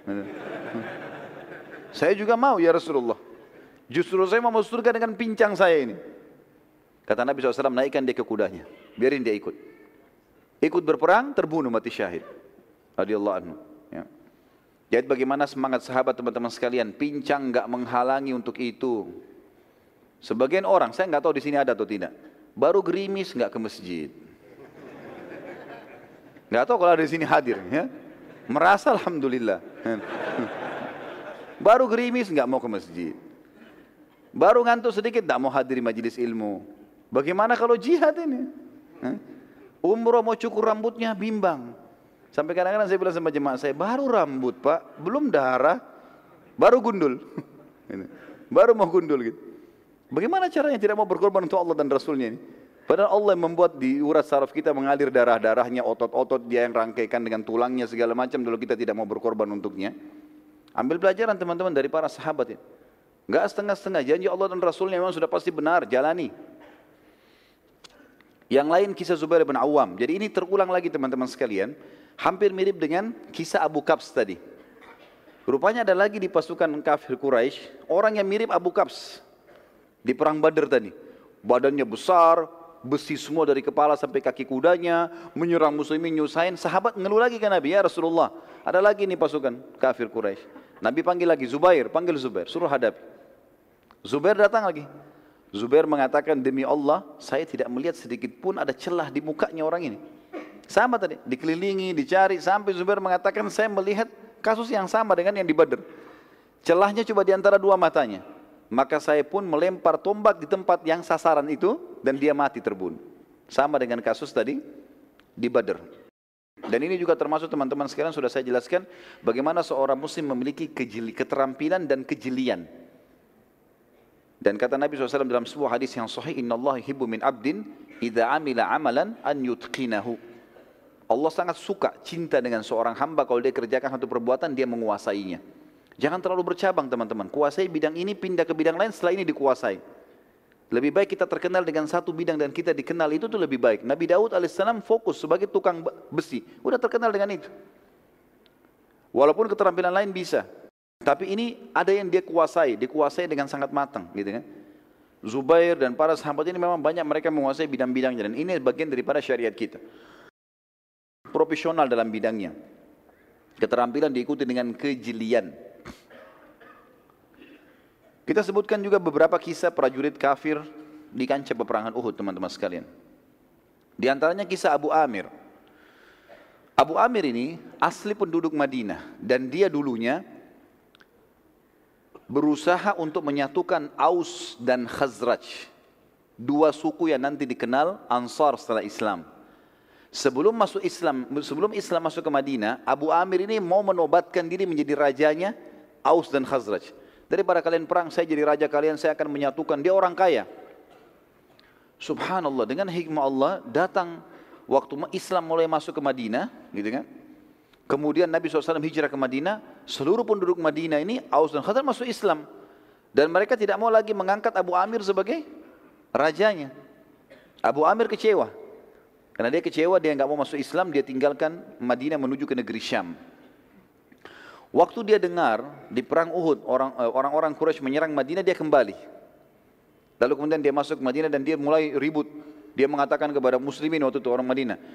S1: Saya juga mau ya Rasulullah. Justru saya mau masuk surga dengan pincang saya ini. Kata Nabi shallallahu alaihi wasallam, naikkan dia ke kudanya, biarin dia ikut. Ikut berperang, terbunuh mati syahid. Radhiyallahu anhu. Ya. Jadi bagaimana semangat sahabat teman-teman sekalian, pincang enggak menghalangi untuk itu. Sebagian orang, saya enggak tahu di sini ada atau tidak, baru gerimis enggak ke masjid. Enggak tahu kalau ada di sini hadir, ya. Merasa alhamdulillah. Baru gerimis enggak mau ke masjid. Baru ngantuk sedikit enggak mau hadiri majelis ilmu. Bagaimana kalau jihad ini? Umroh mau cukur rambutnya bimbang. Sampai kadang-kadang saya bilang sama jemaah saya, baru rambut Pak, belum darah, baru gundul. Baru mau gundul gitu. Bagaimana caranya tidak mau berkorban untuk Allah dan Rasulnya ini? Padahal Allah yang membuat di urat saraf kita mengalir darah-darahnya, otot-otot dia yang rangkaikan dengan tulangnya segala macam, dulu kita tidak mau berkorban untuknya. Ambil pelajaran teman-teman dari para sahabat ini. Enggak setengah-setengah, janji Allah dan Rasulnya memang sudah pasti benar, jalani. Yang lain kisah Zubair bin Awam. Jadi ini terulang lagi teman-teman sekalian, hampir mirip dengan kisah Abu Qabs tadi. Rupanya ada lagi di pasukan kafir Quraisy orang yang mirip Abu Qabs di perang Badr tadi. Badannya besar, besi semua dari kepala sampai kaki kudanya, menyerang muslimin, nyusahin. Sahabat ngeluh lagi ke Nabi, ya Rasulullah, ada lagi nih pasukan kafir Quraisy. Nabi panggil lagi Zubair, panggil Zubair, suruh hadapi. Zubair datang lagi. Zubair mengatakan, demi Allah, saya tidak melihat sedikit pun ada celah di mukanya orang ini. Sama tadi, dikelilingi, dicari, sampai Zubair mengatakan, saya melihat kasus yang sama dengan yang di Badr. Celahnya cuma di antara dua matanya. Maka saya pun melempar tombak di tempat yang sasaran itu, dan dia mati terbunuh. Sama dengan kasus tadi di Badr. Dan ini juga termasuk teman-teman sekalian sudah saya jelaskan, bagaimana seorang muslim memiliki kejeli, keterampilan dan kejelian. Dan kata Nabi shallallahu alaihi wasallam dalam sebuah hadis yang sahih, Inna Allah yuhibbu min abdin idza amila amalan an yutqinahu. Allah sangat suka, cinta dengan seorang hamba kalau dia kerjakan satu perbuatan, dia menguasainya. Jangan terlalu bercabang teman-teman, kuasai bidang ini, pindah ke bidang lain, setelah ini dikuasai. Lebih baik kita terkenal dengan satu bidang dan kita dikenal, itu tuh lebih baik. Nabi Daud alaihissalam fokus sebagai tukang besi, udah terkenal dengan itu. Walaupun keterampilan lain bisa, tapi ini ada yang dia kuasai, dikuasai dengan sangat matang, gitu kan? Zubair dan para sahabat ini memang banyak mereka menguasai bidang-bidangnya, dan ini bagian daripada syariat kita. Profesional dalam bidangnya, keterampilan diikuti dengan kejelian. Kita sebutkan juga beberapa kisah prajurit kafir di kancah peperangan Uhud, teman-teman sekalian. Di antaranya kisah Abu Amir. Abu Amir ini asli penduduk Madinah, dan dia dulunya berusaha untuk menyatukan Aus dan Khazraj, dua suku yang nanti dikenal Ansar setelah Islam. Sebelum masuk Islam, sebelum Islam masuk ke Madinah, Abu Amir ini mau menobatkan diri menjadi rajanya Aus dan Khazraj. Daripada kalian perang, saya jadi raja kalian, saya akan menyatukan. Dia orang kaya. Subhanallah, dengan hikmah Allah datang waktu Islam mulai masuk ke Madinah, gitu kan? Kemudian Nabi shallallahu alaihi wasallam hijrah ke Madinah, seluruh penduduk Madinah ini, Aus dan Khazraj masuk Islam. Dan mereka tidak mau lagi mengangkat Abu Amir sebagai rajanya. Abu Amir kecewa. Karena dia kecewa, dia nggak mau masuk Islam, dia tinggalkan Madinah menuju ke negeri Syam. Waktu dia dengar di perang Uhud, orang, orang-orang Quraisy menyerang Madinah, dia kembali. Lalu kemudian dia masuk ke Madinah dan dia mulai ribut. Dia mengatakan kepada muslimin waktu itu orang Madinah,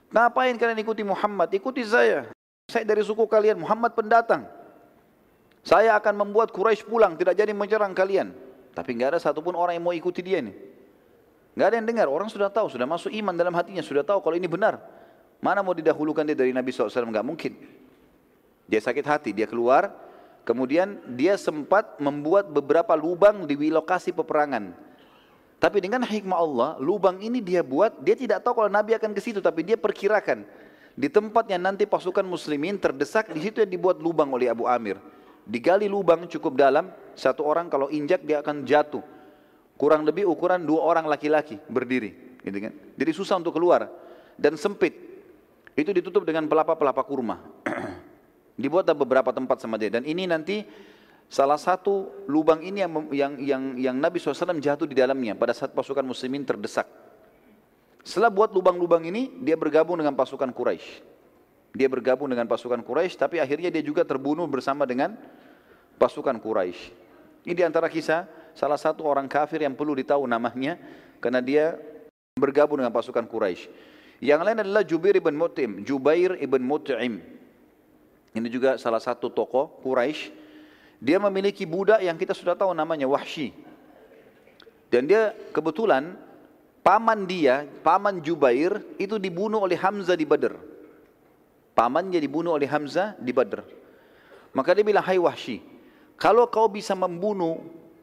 S1: Ngapain kalian ikuti Muhammad? Ikuti saya. Saya dari suku kalian, Muhammad pendatang. Saya akan membuat Quraisy pulang, tidak jadi menyerang kalian. Tapi nggak ada satupun orang yang mau ikuti dia ini. Nggak ada yang dengar, orang sudah tahu, sudah masuk iman dalam hatinya, sudah tahu kalau ini benar. Mana mau didahulukan dia dari Nabi shallallahu alaihi wasallam? Nggak mungkin. Dia sakit hati, dia keluar. Kemudian dia sempat membuat beberapa lubang di lokasi peperangan. Tapi dengan hikmah Allah, lubang ini dia buat, dia tidak tahu kalau Nabi akan ke situ, tapi dia perkirakan. Di tempat yang nanti pasukan muslimin terdesak, di situ yang dibuat lubang oleh Abu Amir. Digali lubang cukup dalam, satu orang kalau injak dia akan jatuh. Kurang lebih ukuran dua orang laki-laki berdiri, gitu kan? Jadi susah untuk keluar dan sempit. Itu ditutup dengan pelapa-pelapa kurma. Dibuat beberapa tempat sama dia. Dan ini nanti salah satu lubang ini yang yang yang, yang Nabi shallallahu alaihi wasallam jatuh di dalamnya pada saat pasukan muslimin terdesak. Setelah buat lubang-lubang ini, dia bergabung dengan pasukan Quraisy. Dia bergabung dengan pasukan Quraisy, tapi akhirnya dia juga terbunuh bersama dengan pasukan Quraisy. Ini di antara kisah salah satu orang kafir yang perlu ditahu namanya karena dia bergabung dengan pasukan Quraisy. Yang lain adalah Jubair ibn Mut'im, Jubair ibn Mut'im. Ini juga salah satu tokoh Quraisy. Dia memiliki budak yang kita sudah tahu namanya Wahsy. Dan dia kebetulan paman dia, paman Jubair itu dibunuh oleh Hamzah di Badr. Pamannya dibunuh oleh Hamzah di Badr. Maka dia bilang, "Hai Wahsy, kalau kau bisa membunuh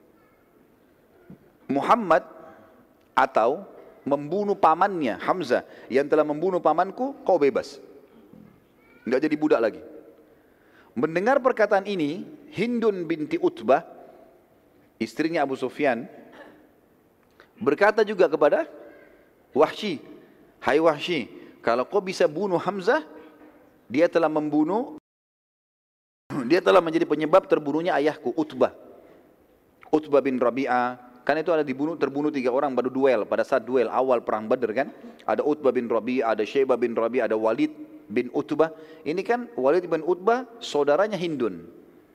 S1: Muhammad atau membunuh pamannya Hamzah yang telah membunuh pamanku, kau bebas. Enggak jadi budak lagi." Mendengar perkataan ini, Hindun binti Utbah, istrinya Abu Sufyan, berkata juga kepada Wahsy, "Hai Wahsy, kalau kau bisa bunuh Hamzah, dia telah membunuh, dia telah menjadi penyebab terbunuhnya ayahku Utbah. Utbah bin Rabi'ah, kan itu ada dibunuh, terbunuh tiga orang pada duel, pada saat duel awal perang Badr kan. Ada Utbah bin Rabi'ah, ada Syaibah bin Rabi'ah, ada Walid bin Utbah. Ini kan Walid bin Utbah saudaranya Hindun.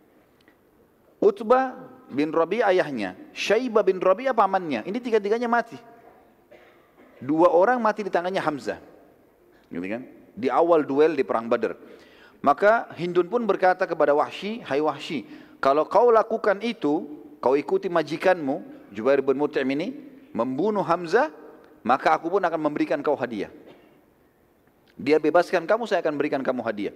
S1: Utbah bin Rabi'ah ayahnya, Syaibah bin Rabi'ah pamannya. Ini tiga-tiganya mati. Dua orang mati di tangannya Hamzah. Gitu kan? Di awal duel di perang Badr. Maka Hindun pun berkata kepada Wahsy, "Hai Wahsy, kalau kau lakukan itu, kau ikuti majikanmu Jubair bin Mut'im ini membunuh Hamzah, maka aku pun akan memberikan kau hadiah. Dia bebaskan kamu, saya akan berikan kamu hadiah."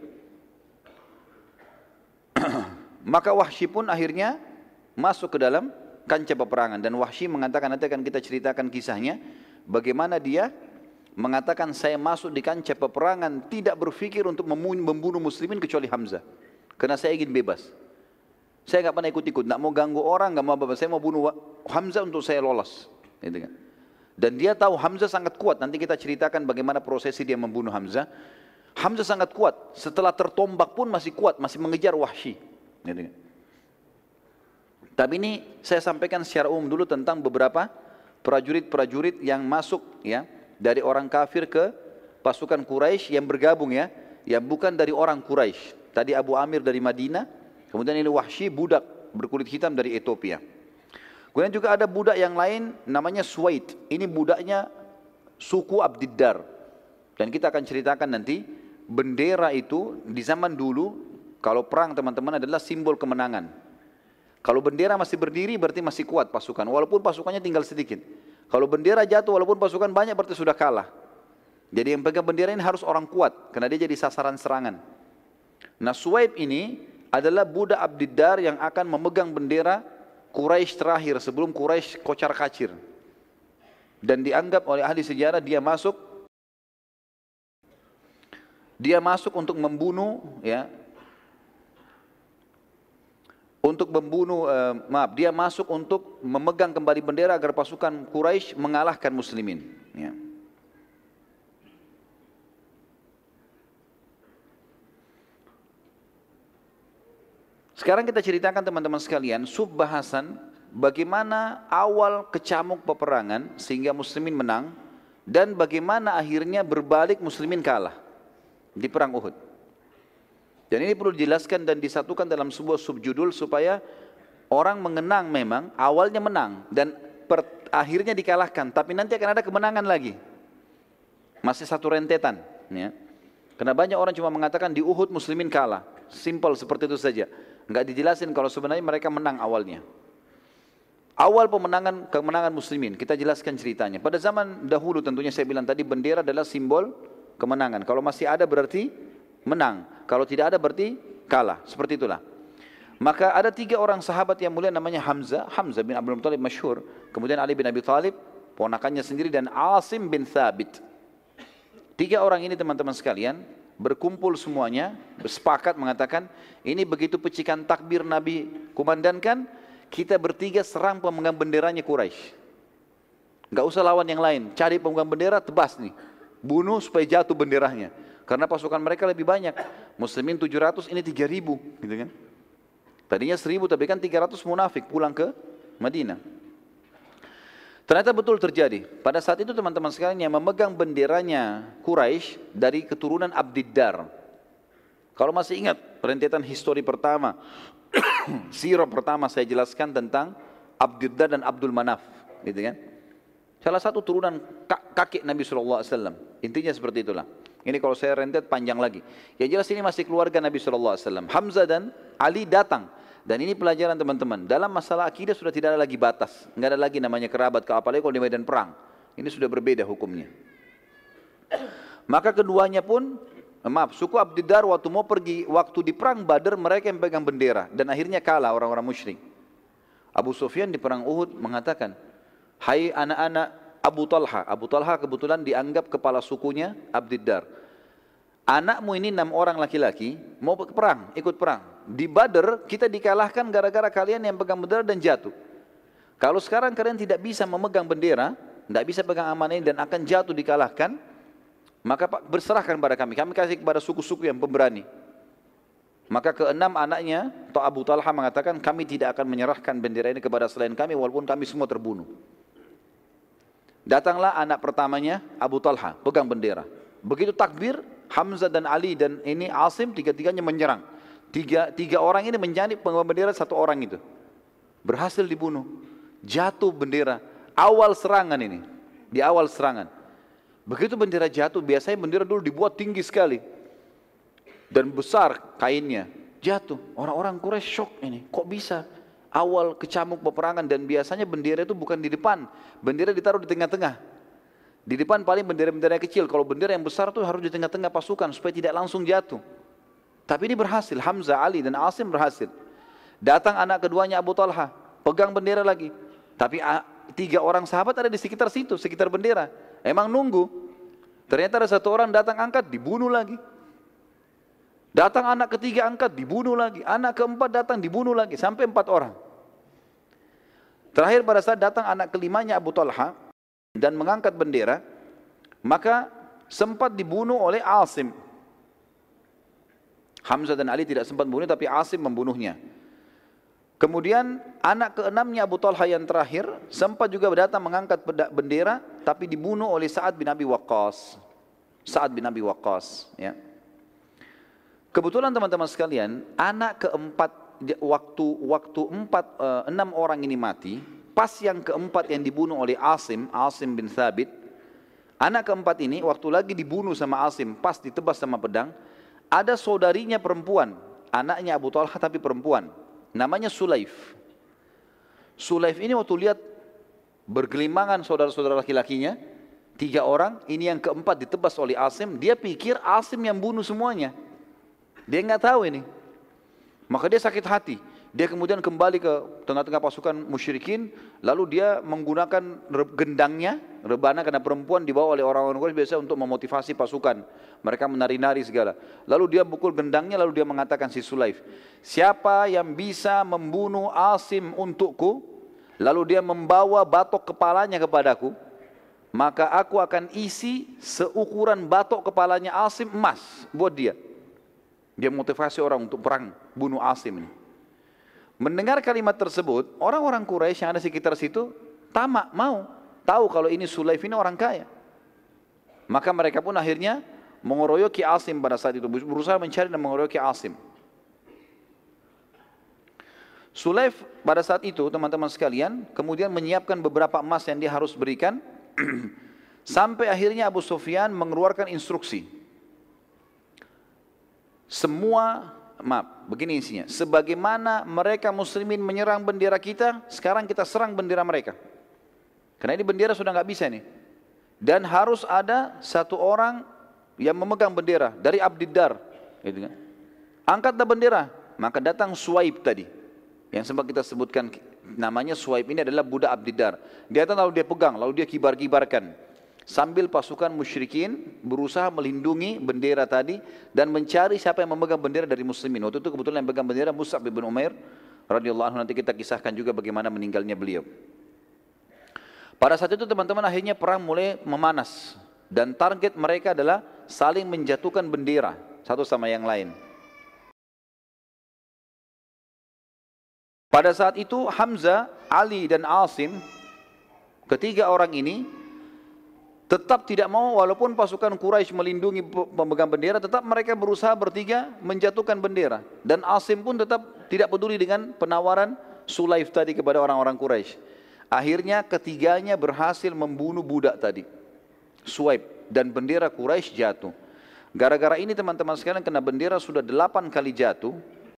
S1: Maka Wahsy pun akhirnya masuk ke dalam kancah peperangan. Dan Wahsy mengatakan, nanti akan kita ceritakan kisahnya, bagaimana dia mengatakan, "Saya masuk di kancah peperangan tidak berpikir untuk membunuh muslimin kecuali Hamzah. Karena saya ingin bebas. Saya nggak pernah ikut-ikut, nggak mau ganggu orang, nggak mau apa-apa. Saya mau bunuh Hamzah untuk saya lolos." Gitu kan. Dan dia tahu Hamzah sangat kuat. Nanti kita ceritakan bagaimana prosesi dia membunuh Hamzah. Hamzah sangat kuat. Setelah tertombak pun masih kuat, masih mengejar Wahsy. Gitu kan. Tapi ini saya sampaikan secara umum dulu tentang beberapa prajurit-prajurit yang masuk ya dari orang kafir ke pasukan Quraisy yang bergabung ya, yang bukan dari orang Quraisy. Tadi Abu Amir dari Madinah, kemudian ini Wahsy budak berkulit hitam dari Ethiopia. Kemudian juga ada budak yang lain namanya Suwaid. Ini budaknya suku Abdiddar. Dan kita akan ceritakan nanti bendera itu di zaman dulu kalau perang teman-teman adalah simbol kemenangan. Kalau bendera masih berdiri berarti masih kuat pasukan, walaupun pasukannya tinggal sedikit. Kalau bendera jatuh walaupun pasukan banyak berarti sudah kalah. Jadi yang pegang bendera ini harus orang kuat karena dia jadi sasaran serangan. Nah Suwaid ini adalah budak Abdiddar yang akan memegang bendera Quraisy terakhir sebelum Quraisy kocar-kacir. Dan dianggap oleh ahli sejarah dia masuk dia masuk untuk membunuh ya untuk membunuh eh, maaf dia masuk untuk memegang kembali bendera agar pasukan Quraisy mengalahkan muslimin ya. Sekarang kita ceritakan teman-teman sekalian subbahasan bagaimana awal kecamuk peperangan sehingga muslimin menang dan bagaimana akhirnya berbalik muslimin kalah di perang Uhud. Dan ini perlu dijelaskan dan disatukan dalam sebuah subjudul supaya orang mengenang memang awalnya menang dan per, akhirnya dikalahkan, tapi nanti akan ada kemenangan lagi. Masih satu rentetan. Ya. Karena banyak orang cuma mengatakan di Uhud muslimin kalah. Simple seperti itu saja. Enggak dijelasin kalau sebenarnya mereka menang awalnya. Awal pemenangan kemenangan muslimin, kita jelaskan ceritanya. Pada zaman dahulu tentunya saya bilang tadi bendera adalah simbol kemenangan. Kalau masih ada berarti menang. Kalau tidak ada berarti kalah. Seperti itulah. Maka ada tiga orang sahabat yang mulia namanya Hamzah. Hamzah bin Abdul Muttalib masyhur. Kemudian Ali bin Abi Thalib, ponakannya sendiri, dan Asim bin Thabit. Tiga orang ini teman-teman sekalian berkumpul semuanya, bersepakat mengatakan, ini begitu pecikan takbir Nabi kumandangkan, kita bertiga serang pemegang benderanya Quraisy. Enggak usah lawan yang lain, cari pemegang bendera, tebas nih. Bunuh supaya jatuh benderanya. Karena pasukan mereka lebih banyak. Muslimin tujuh ratus, ini tiga ribu, gitu kan. Tadinya seribu, tapi kan tiga ratus munafik pulang ke Madinah. Ternyata betul terjadi. Pada saat itu teman-teman sekalian yang memegang benderanya Quraisy dari keturunan Abdiddar. Kalau masih ingat rentetan histori pertama, sirah pertama saya jelaskan tentang Abdiddar dan Abdul Manaf, gitu kan? Salah satu turunan kakek Nabi shallallahu alaihi wasallam. Intinya seperti itulah. Ini kalau saya rentet panjang lagi. Yang jelas ini masih keluarga Nabi shallallahu alaihi wasallam. Hamzah dan Ali datang. Dan ini pelajaran teman-teman. Dalam masalah akidah sudah tidak ada lagi batas. Enggak ada lagi namanya kerabat, apalagi kalau di medan perang. Ini sudah berbeda hukumnya. Maka keduanya pun, maaf, suku Abdiddar waktu mau pergi, waktu di perang Badar mereka yang pegang bendera. Dan akhirnya kalah orang-orang musyrik. Abu Sufyan di perang Uhud mengatakan, hai anak-anak Abu Talha. Abu Talha kebetulan dianggap kepala sukunya Abdiddar. Anakmu ini enam orang laki-laki mau ke perang, ikut perang. Di Badar kita dikalahkan gara-gara kalian yang pegang bendera dan jatuh. Kalau sekarang kalian tidak bisa memegang bendera, tidak bisa pegang amanah ini dan akan jatuh dikalahkan, maka berserahkan pada kami. Kami kasih kepada suku-suku yang pemberani. Maka keenam anaknya, atau Abu Talha mengatakan, kami tidak akan menyerahkan bendera ini kepada selain kami walaupun kami semua terbunuh. Datanglah anak pertamanya Abu Talha, pegang bendera. Begitu takbir, Hamzah dan Ali dan ini Asim, tiga-tiganya menyerang. Tiga, tiga orang ini menjadi pengemban bendera satu orang itu. Berhasil dibunuh. Jatuh bendera. Awal serangan ini. Di awal serangan. Begitu bendera jatuh, biasanya bendera dulu dibuat tinggi sekali. Dan besar kainnya. Jatuh. Orang-orang Quraisy shock ini. Kok bisa? Awal kecamuk peperangan dan biasanya bendera itu bukan di depan. Bendera ditaruh di tengah-tengah. Di depan paling bendera-bendera yang kecil. Kalau bendera yang besar itu harus di tengah-tengah pasukan supaya tidak langsung jatuh. Tapi ini berhasil, Hamzah, Ali dan Asim berhasil. Datang anak keduanya Abu Talha, pegang bendera lagi. Tapi tiga orang sahabat ada di sekitar situ, sekitar bendera. Emang nunggu. Ternyata ada satu orang datang angkat, dibunuh lagi. Datang anak ketiga angkat, dibunuh lagi. Anak keempat datang, dibunuh lagi. Sampai empat orang. Terakhir pada saat datang anak kelimanya Abu Talha dan mengangkat bendera, maka sempat dibunuh oleh Asim. Hamzah dan Ali tidak sempat membunuh, tapi Asim membunuhnya. Kemudian anak keenamnya Abu Talha yang terakhir sempat juga datang mengangkat bendera, tapi dibunuh oleh Sa'ad bin Abi Waqqas. Sa'ad bin Abi Waqqas. Ya. Kebetulan teman-teman sekalian, anak keempat waktu waktu empat uh, enam orang ini mati, pas yang keempat yang dibunuh oleh Asim, Asim bin Thabit, anak keempat ini waktu lagi dibunuh sama Asim, pas ditebas sama pedang. Ada saudarinya perempuan, anaknya Abu Talha tapi perempuan, namanya Sulaif. Sulaif ini waktu lihat bergelimangan saudara-saudara laki-lakinya, tiga orang, ini yang keempat ditebas oleh Asim, dia pikir Asim yang bunuh semuanya. Dia nggak tahu ini. Maka dia sakit hati. Dia kemudian kembali ke tengah-tengah pasukan musyrikin, lalu dia menggunakan gendangnya, rebana karena perempuan dibawa oleh orang-orang Quraisy biasa untuk memotivasi pasukan. Mereka menari-nari segala. Lalu dia pukul gendangnya, lalu dia mengatakan si Sulaif, siapa yang bisa membunuh Asim untukku, lalu dia membawa batok kepalanya kepadaku, maka aku akan isi seukuran batok kepalanya Asim emas buat dia. Dia motivasi orang untuk perang bunuh Asim ini. Mendengar kalimat tersebut, orang-orang Quraisy yang ada sekitar situ tamak, mau tahu kalau ini Sulaif ini orang kaya. Maka mereka pun akhirnya mengeroyoki Asim pada saat itu, berusaha mencari dan mengeroyoki Asim. Sulaif pada saat itu, teman-teman sekalian, kemudian menyiapkan beberapa emas yang dia harus berikan, sampai akhirnya Abu Sufyan mengeluarkan instruksi. semua, maaf, begini isinya, sebagaimana mereka muslimin menyerang bendera kita, sekarang kita serang bendera mereka. Karena ini bendera sudah nggak bisa nih. Dan harus ada satu orang yang memegang bendera dari Abdiddar, gitu kan. Angkatlah bendera, maka datang Suwaib tadi, yang sempat kita sebutkan namanya Suwaib ini adalah budak Abdiddar. Dia datang lalu dia pegang, lalu dia kibar-kibarkan. Sambil pasukan musyrikin berusaha melindungi bendera tadi dan mencari siapa yang memegang bendera dari muslimin. Waktu itu kebetulan yang pegang bendera Mus'ab bin Umair radhiyallahu anhu, nanti kita kisahkan juga bagaimana meninggalnya beliau. Pada saat itu teman-teman akhirnya perang mulai memanas dan target mereka adalah saling menjatuhkan bendera satu sama yang lain. Pada saat itu Hamzah, Ali dan Asim, ketiga orang ini tetap tidak mau, walaupun pasukan Quraisy melindungi pemegang bendera, tetap mereka berusaha bertiga menjatuhkan bendera. Dan Asim pun tetap tidak peduli dengan penawaran Sulaif tadi kepada orang-orang Quraisy. Akhirnya ketiganya berhasil membunuh budak tadi, Suwaib, dan bendera Quraisy jatuh. Gara-gara ini teman-teman sekalian, kena bendera sudah delapan kali jatuh.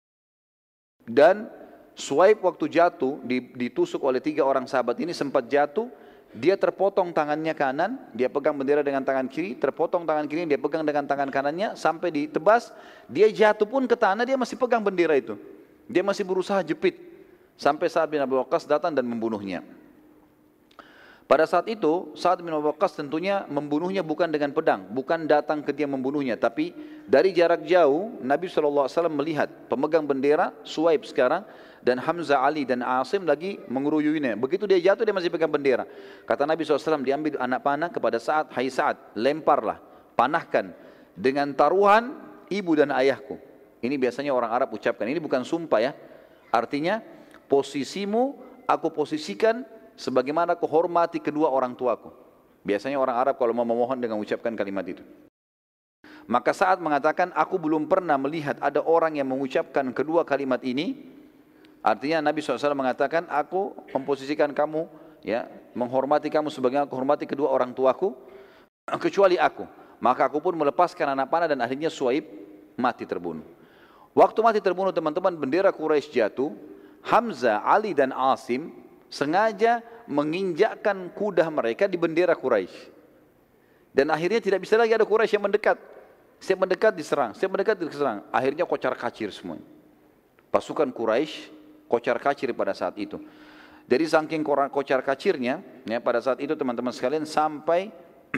S1: Dan Suwaib waktu jatuh, ditusuk oleh tiga orang sahabat ini, sempat jatuh. Dia terpotong tangannya kanan, dia pegang bendera dengan tangan kiri, terpotong tangan kiri, dia pegang dengan tangan kanannya, sampai ditebas, dia jatuh pun ke tanah, dia masih pegang bendera itu. Dia masih berusaha jepit, sampai Sa'ad bin Abi Waqqas datang dan membunuhnya. Pada saat itu, Sa'ad bin Abi Waqqas tentunya membunuhnya bukan dengan pedang, bukan datang ke dia membunuhnya, tapi dari jarak jauh, Nabi shallallahu alaihi wasallam melihat pemegang bendera, Suwaib sekarang, dan Hamzah, Ali dan Asim lagi mengeruyuinya. Begitu dia jatuh, dia masih pegang bendera. Kata Nabi shallallahu alaihi wasallam, diambil anak panah kepada Sa'ad, hai Sa'ad, lemparlah, panahkan dengan taruhan ibu dan ayahku. Ini biasanya orang Arab ucapkan, ini bukan sumpah ya. Artinya, posisimu aku posisikan sebagaimana aku hormati kedua orang tuaku. Biasanya orang Arab kalau mau memohon dengan ucapkan kalimat itu. Maka Sa'ad mengatakan, aku belum pernah melihat ada orang yang mengucapkan kedua kalimat ini. Artinya Nabi shallallahu alaihi wasallam mengatakan, aku memposisikan kamu, ya, menghormati kamu sebagaimana aku hormati kedua orang tuaku, kecuali aku. Maka aku pun melepaskan anak panah dan akhirnya Suwaib mati terbunuh. Waktu mati terbunuh teman-teman, bendera Quraisy jatuh. Hamzah, Ali dan Asim sengaja menginjakkan kuda mereka di bendera Quraisy. Dan akhirnya tidak bisa lagi ada Quraisy yang mendekat. Setiap mendekat diserang, setiap mendekat diserang. Akhirnya kocar kacir semua. Pasukan Quraisy kocar kacir pada saat itu. Jadi saking kocar kacirnya, ya, pada saat itu teman-teman sekalian, sampai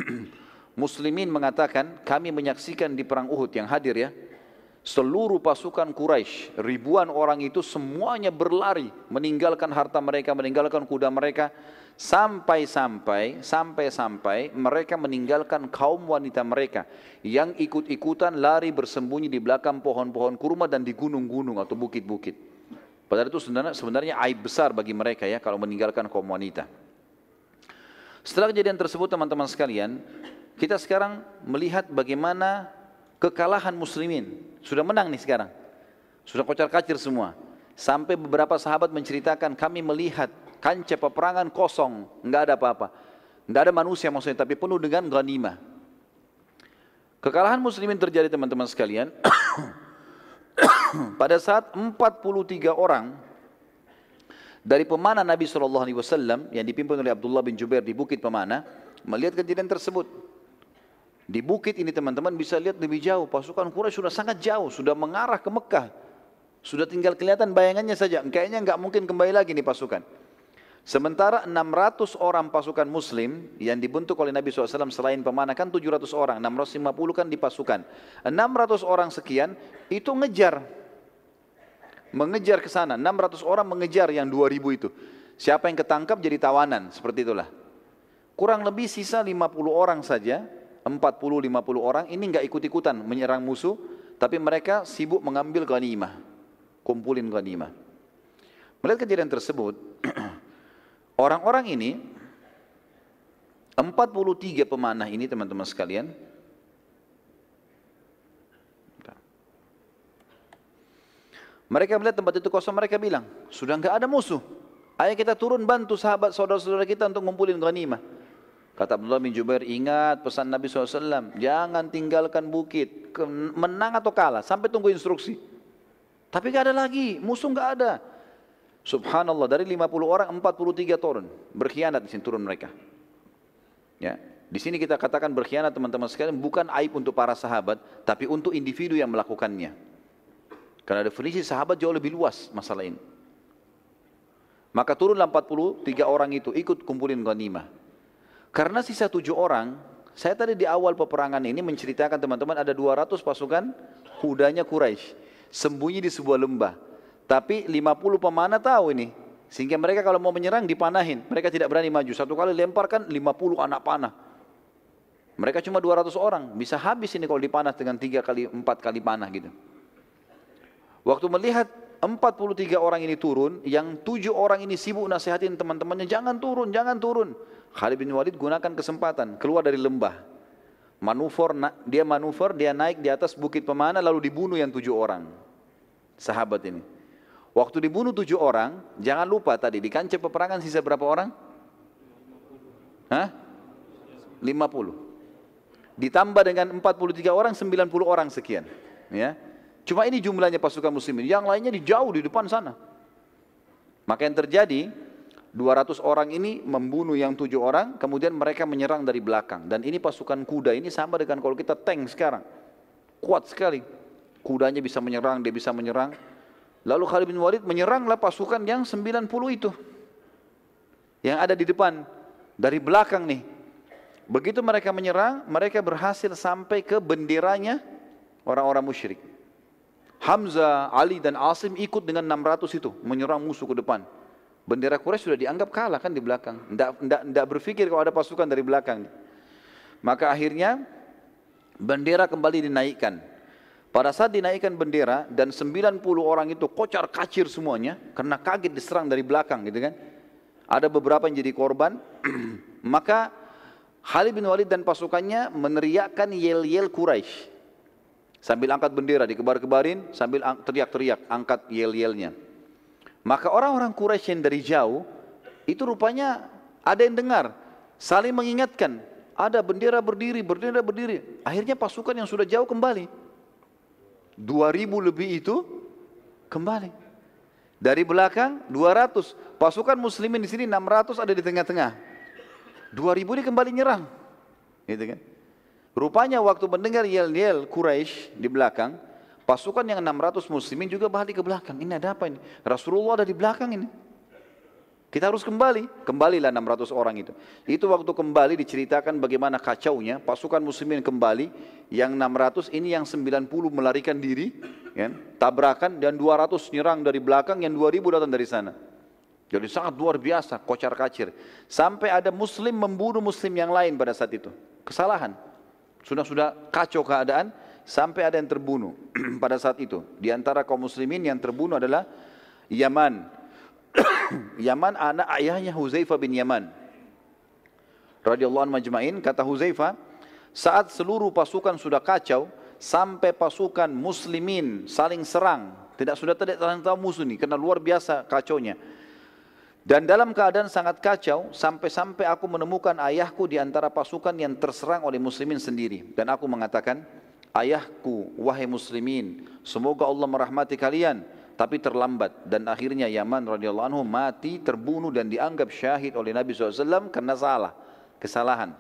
S1: muslimin mengatakan, kami menyaksikan di perang Uhud yang hadir ya, seluruh pasukan Quraisy, ribuan orang itu semuanya berlari, meninggalkan harta mereka, meninggalkan kuda mereka, sampai-sampai, sampai-sampai mereka meninggalkan kaum wanita mereka yang ikut-ikutan lari bersembunyi di belakang pohon-pohon kurma dan di gunung-gunung atau bukit-bukit. Padahal itu sebenarnya, sebenarnya aib besar bagi mereka ya kalau meninggalkan kaum wanita. Setelah kejadian tersebut teman-teman sekalian, kita sekarang melihat bagaimana kekalahan muslimin. Sudah menang nih sekarang. Sudah kocar kacir semua. Sampai beberapa sahabat menceritakan, kami melihat kancah peperangan kosong, enggak ada apa-apa. Enggak ada manusia maksudnya, tapi penuh dengan ghanimah. Kekalahan muslimin terjadi teman-teman sekalian. Pada saat empat puluh tiga orang dari pemanah Nabi shallallahu alaihi wasallam yang dipimpin oleh Abdullah bin Jubair di Bukit Pemanah melihat kejadian tersebut. Di bukit ini teman-teman bisa lihat lebih jauh, pasukan Quraisy sudah sangat jauh, sudah mengarah ke Mekah. Sudah tinggal kelihatan bayangannya saja, kayaknya nggak mungkin kembali lagi nih pasukan. Sementara enam ratus orang pasukan muslim yang dibentuk oleh Nabi shallallahu alaihi wasallam selain pemanah kan tujuh ratus orang, enam ratus lima puluh kan di pasukan. enam ratus orang sekian itu ngejar, mengejar ke sana, enam ratus orang mengejar yang dua ribu itu. Siapa yang ketangkap jadi tawanan, seperti itulah. Kurang lebih sisa lima puluh orang saja, empat puluh lima puluh orang ini nggak ikut-ikutan menyerang musuh, tapi mereka sibuk mengambil ghanimah, kumpulin ghanimah. Melihat kejadian tersebut, orang-orang ini, empat puluh tiga pemanah ini teman-teman sekalian, mereka melihat tempat itu kosong, mereka bilang, sudah nggak ada musuh, ayo kita turun bantu sahabat saudara-saudara kita untuk ngumpulin ghanimah. Kata Abdullah bin Jubair, ingat pesan Nabi shallallahu alaihi wasallam, jangan tinggalkan bukit. menang atau kalah, sampai tunggu instruksi. Tapi gak ada lagi, musuh gak ada. Subhanallah, dari lima puluh orang, empat puluh tiga turun. Berkhianat di sini turun mereka. Ya, di sini kita katakan berkhianat teman-teman sekalian, bukan aib untuk para sahabat, tapi untuk individu yang melakukannya. Karena definisi sahabat jauh lebih luas masalah ini. Maka turunlah empat puluh tiga orang itu, ikut kumpulin ghanimah. Karena sisa tujuh orang, saya tadi di awal peperangan ini menceritakan teman-teman ada dua ratus pasukan kudanya Quraisy sembunyi di sebuah lembah. Tapi lima puluh pemanah tahu ini, sehingga mereka kalau mau menyerang dipanahin. Mereka tidak berani maju. Satu kali lemparkan lima puluh anak panah. Mereka cuma dua ratus orang, bisa habis ini kalau dipanah dengan tiga kali, empat kali panah gitu. Waktu melihat empat puluh tiga orang ini turun, yang tujuh orang ini sibuk nasihatin teman-temannya, jangan turun, jangan turun. Khalid bin Walid gunakan kesempatan, keluar dari lembah. Manuver, dia manuver, dia naik di atas bukit pemanah lalu dibunuh yang tujuh orang. Sahabat ini. Waktu dibunuh tujuh orang, jangan lupa tadi di kancah peperangan sisa berapa orang? Hah? lima puluh. Ditambah dengan empat puluh tiga orang, sembilan puluh orang sekian. Ya. Cuma ini jumlahnya pasukan muslimin, yang lainnya di jauh di depan sana. Maka yang terjadi, dua ratus orang ini membunuh yang tujuh orang, kemudian mereka menyerang dari belakang. Dan ini pasukan kuda ini sama dengan kalau kita tank sekarang. Kuat sekali. Kudanya bisa menyerang, dia bisa menyerang. Lalu Khalid bin Walid menyeranglah pasukan yang sembilan puluh itu. Yang ada di depan. Dari belakang nih. Begitu mereka menyerang, mereka berhasil sampai ke benderanya orang-orang musyrik. Hamzah, Ali dan Asim ikut dengan enam ratus itu. Menyerang musuh ke depan. Bendera Quraisy sudah dianggap kalah kan di belakang. Tidak berpikir kalau ada pasukan dari belakang. Maka akhirnya bendera kembali dinaikkan. Pada saat dinaikkan bendera dan sembilan puluh orang itu kocar kacir semuanya karena kaget diserang dari belakang gitu kan. Ada beberapa yang jadi korban. Maka Khalid bin Walid dan pasukannya meneriakkan yel-yel Quraisy. Sambil angkat bendera dikebar-kebarin, sambil teriak-teriak angkat yel-yelnya. Maka orang-orang Quraisy yang dari jauh itu rupanya ada yang dengar, saling mengingatkan, ada bendera berdiri, bendera berdiri. Akhirnya pasukan yang sudah jauh kembali. Dua ribu lebih itu kembali. Dari belakang dua ratus, pasukan muslimin di sini enam ratus ada di tengah-tengah. Dua ribu ini kembali nyerang. Gitu kan? Rupanya waktu mendengar yel-yel Quraisy di belakang, pasukan yang enam ratus muslimin juga balik ke belakang. Ini ada apa ini? Rasulullah ada di belakang ini. Kita harus kembali. Kembalilah enam ratus orang itu. Itu waktu kembali diceritakan bagaimana kacaunya. Pasukan muslimin kembali. Yang enam ratus ini yang sembilan puluh melarikan diri. Ya, tabrakan dan dua ratus nyerang dari belakang. Yang dua ribu datang dari sana. Jadi sangat luar biasa. Kocar kacir. Sampai ada muslim membunuh muslim yang lain pada saat itu. Kesalahan. Sudah-sudah kacau keadaan. Sampai ada yang terbunuh pada saat itu. Di antara kaum muslimin yang terbunuh adalah Yaman. Yaman anak ayahnya Huzaifah bin Yaman. Radhiyallahu anhu majma'in, kata Huzaifah, saat seluruh pasukan sudah kacau, sampai pasukan muslimin saling serang, tidak sudah tidak tahu musuh ini, karena luar biasa kacaunya. Dan dalam keadaan sangat kacau, sampai-sampai aku menemukan ayahku di antara pasukan yang terserang oleh muslimin sendiri. Dan aku mengatakan, ayahku, wahai muslimin, semoga Allah merahmati kalian. Tapi terlambat dan akhirnya Yaman radhiyallahu anhu mati, terbunuh dan dianggap syahid oleh Nabi shallallahu alaihi wasallam karena salah, kesalahan.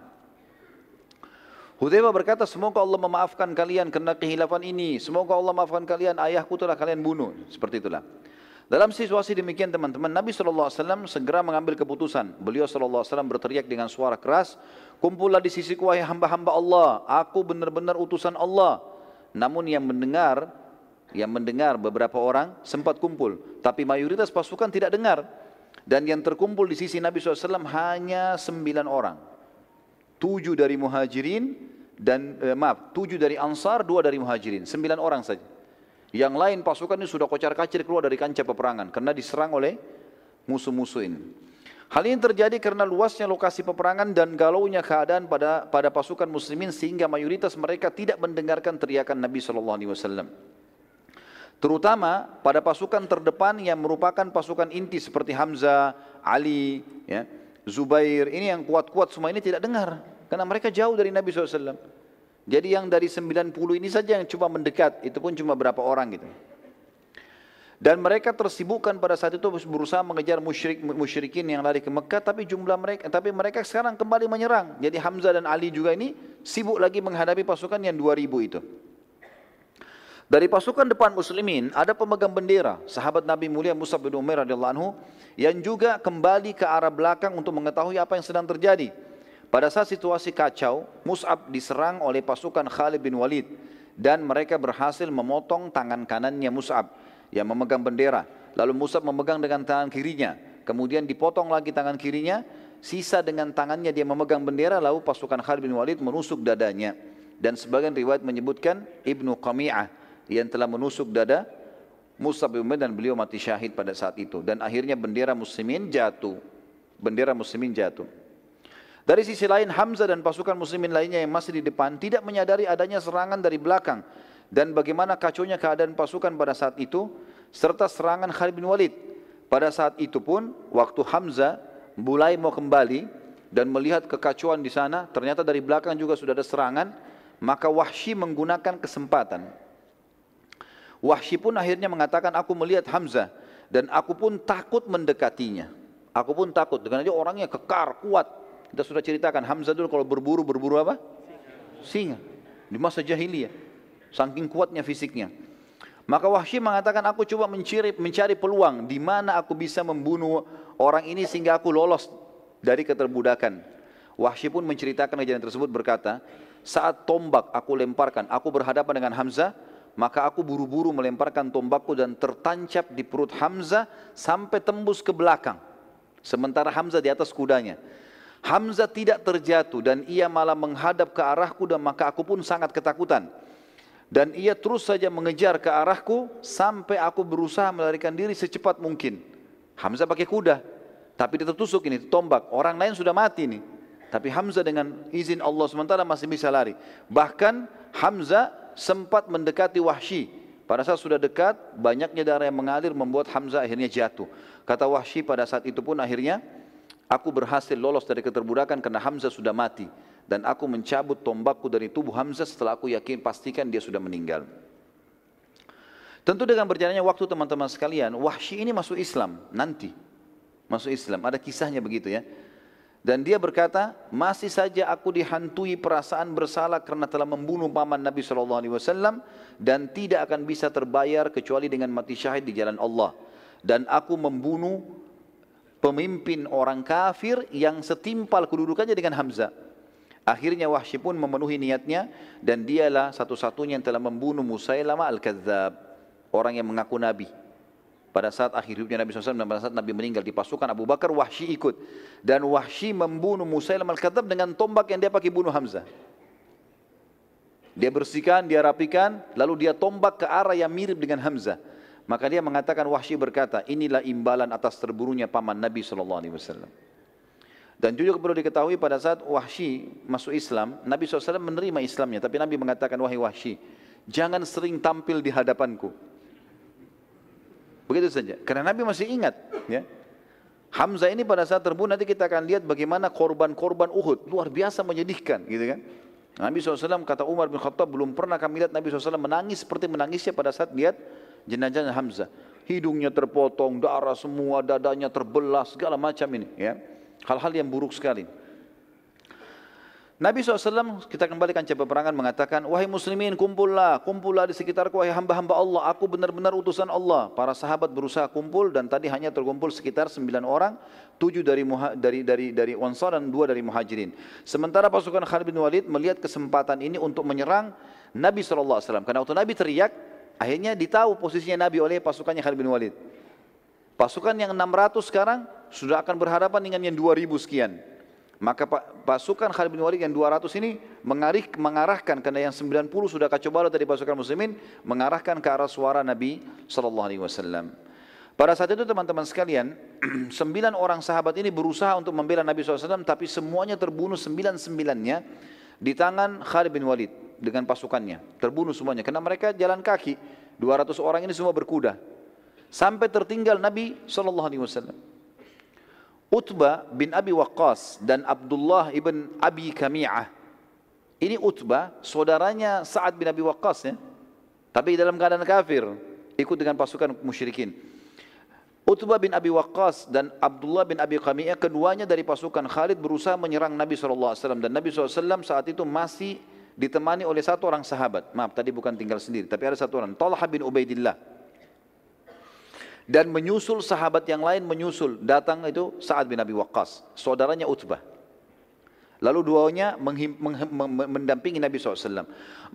S1: Hudzaifah berkata, semoga Allah memaafkan kalian karena kehilafan ini. Semoga Allah memaafkan kalian, ayahku telah kalian bunuh. Seperti itulah. Dalam situasi demikian teman-teman, Nabi shallallahu alaihi wasallam segera mengambil keputusan. Beliau shallallahu alaihi wasallam berteriak dengan suara keras, kumpullah di sisiku wahai hamba-hamba Allah, aku benar-benar utusan Allah. Namun yang mendengar yang mendengar beberapa orang sempat kumpul, tapi mayoritas pasukan tidak dengar. Dan yang terkumpul di sisi Nabi shallallahu alaihi wasallam hanya sembilan orang. Tujuh dari muhajirin dan eh, maaf, tujuh dari ansar, dua dari muhajirin. Sembilan orang saja. Yang lain pasukan ini sudah kocar kacir keluar dari kancah peperangan karena diserang oleh musuh-musuh ini. Hal ini terjadi karena luasnya lokasi peperangan dan galaunya keadaan pada pada pasukan muslimin sehingga mayoritas mereka tidak mendengarkan teriakan Nabi shallallahu alaihi wasallam. Terutama pada pasukan terdepan yang merupakan pasukan inti seperti Hamzah, Ali, ya, Zubair. Ini yang kuat-kuat semua ini tidak dengar. Karena mereka jauh dari Nabi shallallahu alaihi wasallam. Jadi yang dari sembilan puluh ini saja yang coba mendekat, itu pun cuma berapa orang gitu. Dan mereka tersibukkan pada saat itu berusaha mengejar musyrik musyrikin yang lari ke Mekah, tapi jumlah mereka tapi mereka sekarang kembali menyerang. Jadi Hamzah dan Ali juga ini sibuk lagi menghadapi pasukan yang dua ribu itu. Dari pasukan depan muslimin ada pemegang bendera, sahabat Nabi mulia Mus'ab bin Umair radhiyallahu anhu yang juga kembali ke arah belakang untuk mengetahui apa yang sedang terjadi. Pada saat situasi kacau, Mus'ab diserang oleh pasukan Khalid bin Walid dan mereka berhasil memotong tangan kanannya Mus'ab yang memegang bendera. Lalu Mus'ab memegang dengan tangan kirinya. Kemudian dipotong lagi tangan kirinya, sisa dengan tangannya dia memegang bendera, lalu pasukan Khalid bin Walid menusuk dadanya. Dan sebagian riwayat menyebutkan Ibnu Qami'ah yang telah menusuk dada Mus'ab bin Umair dan beliau mati syahid pada saat itu. Dan akhirnya bendera muslimin jatuh. Bendera muslimin jatuh. Dari sisi lain Hamzah dan pasukan muslimin lainnya yang masih di depan tidak menyadari adanya serangan dari belakang dan bagaimana kacaunya keadaan pasukan pada saat itu serta serangan Khalid bin Walid. Pada saat itu pun waktu Hamzah mulai mau kembali dan melihat kekacauan di sana, ternyata dari belakang juga sudah ada serangan, maka Wahsy menggunakan kesempatan. Wahsy pun akhirnya mengatakan, aku melihat Hamzah dan aku pun takut mendekatinya. Aku pun takut, dengan dia orangnya kekar, kuat. Kita sudah ceritakan Hamzah dulu kalau berburu, berburu apa? Singa. Di masa jahiliyah. Saking kuatnya fisiknya. Maka Wahsy mengatakan, aku coba mencari, mencari peluang di mana aku bisa membunuh orang ini sehingga aku lolos dari keterbudakan. Wahsy pun menceritakan kejadian tersebut berkata, saat tombak aku lemparkan, aku berhadapan dengan Hamzah, maka aku buru-buru melemparkan tombakku dan tertancap di perut Hamzah sampai tembus ke belakang. Sementara Hamzah di atas kudanya. Hamzah tidak terjatuh dan ia malah menghadap ke arahku dan maka aku pun sangat ketakutan. Dan ia terus saja mengejar ke arahku sampai aku berusaha melarikan diri secepat mungkin. Hamzah pakai kuda, tapi dia tertusuk ini tombak. Orang lain sudah mati nih. Tapi Hamzah dengan izin Allah sementara masih bisa lari. Bahkan Hamzah sempat mendekati Wahsy. Pada saat sudah dekat, banyaknya darah yang mengalir membuat Hamzah akhirnya jatuh. Kata Wahsy pada saat itu pun akhirnya, aku berhasil lolos dari keterbudakan karena Hamzah sudah mati. Dan aku mencabut tombakku dari tubuh Hamzah setelah aku yakin pastikan dia sudah meninggal. Tentu dengan berjalannya waktu teman-teman sekalian, Wahsy ini masuk Islam nanti. Masuk Islam, ada kisahnya begitu ya. Dan dia berkata, masih saja aku dihantui perasaan bersalah karena telah membunuh paman Nabi shallallahu alaihi wasallam dan tidak akan bisa terbayar kecuali dengan mati syahid di jalan Allah. Dan aku membunuh pemimpin orang kafir yang setimpal kedudukannya dengan Hamzah. Akhirnya Wahsy pun memenuhi niatnya dan dialah satu-satunya yang telah membunuh Musailamah al-Kadzdzab, orang yang mengaku Nabi. Pada saat akhir hidupnya Nabi shallallahu alaihi wasallam dan pada saat Nabi meninggal di pasukan Abu Bakar, Wahsy ikut. Dan Wahsy membunuh Musailamah al-Kadzdzab dengan tombak yang dia pakai bunuh Hamzah. Dia bersihkan, dia rapikan, lalu dia tombak ke arah yang mirip dengan Hamzah. Maka dia mengatakan, Wahsy berkata, inilah imbalan atas terbunuhnya paman Nabi shallallahu alaihi wasallam. Dan juga perlu diketahui pada saat Wahsy masuk Islam, Nabi shallallahu alaihi wasallam menerima Islamnya. Tapi Nabi mengatakan, wahai Wahsy, jangan sering tampil di hadapanku. Begitu saja. Karena Nabi masih ingat. Ya. Hamzah ini pada saat terbunuh, nanti kita akan lihat bagaimana korban-korban Uhud. Luar biasa menyedihkan. Gitu kan? Nabi shallallahu alaihi wasallam, kata Umar bin Khattab, belum pernah kami lihat Nabi shallallahu alaihi wasallam menangis seperti menangisnya pada saat lihat jenazah Hamzah. Hidungnya terpotong, darah semua, dadanya terbelah, segala macam ini. Ya. Hal-hal yang buruk sekali. Nabi shallallahu alaihi wasallam, kita kembalikan cabang peperangan, mengatakan, wahai muslimin, kumpullah, kumpullah di sekitarku, wahai hamba-hamba Allah, aku benar-benar utusan Allah. Para sahabat berusaha kumpul dan tadi hanya terkumpul sekitar sembilan orang, tujuh dari dari dari dari Ansar dan dua dari Muhajirin. Sementara pasukan Khalid bin Walid melihat kesempatan ini untuk menyerang Nabi shallallahu alaihi wasallam. Karena waktu Nabi teriak, akhirnya ditahu posisinya Nabi oleh pasukannya Khalid bin Walid. Pasukan yang enam ratus sekarang sudah akan berhadapan dengan yang dua ribu sekian. Maka pasukan Khalid bin Walid yang dua ratus ini mengarih, mengarahkan, karena yang sembilan puluh sudah kacau balau dari pasukan muslimin, mengarahkan ke arah suara Nabi shallallahu alaihi wasallam. Pada saat itu teman-teman sekalian, sembilan orang sahabat ini berusaha untuk membela Nabi shallallahu alaihi wasallam, tapi semuanya terbunuh, sembilan-sembilannya di tangan Khalid bin Walid dengan pasukannya. Terbunuh semuanya, karena mereka jalan kaki, dua ratus orang ini semua berkuda. Sampai tertinggal Nabi shallallahu alaihi wasallam. Utbah bin Abi Waqqas dan Abdullah ibn Abi Kami'ah Ini Utbah, saudaranya Sa'ad bin Abi Waqqas ya. Tapi dalam keadaan kafir, ikut dengan pasukan musyrikin. Utbah bin Abi Waqqas dan Abdullah bin Abi Qami'ah, keduanya dari pasukan Khalid berusaha menyerang Nabi shallallahu alaihi wasallam. Dan Nabi shallallahu alaihi wasallam saat itu masih ditemani oleh satu orang sahabat. Maaf, tadi bukan tinggal sendiri, tapi ada satu orang, Talha bin Ubaidillah. Dan menyusul sahabat yang lain menyusul, datang itu Sa'ad bin Abi Waqqas, saudaranya Utbah. Lalu duanya mendampingi Nabi shallallahu alaihi wasallam.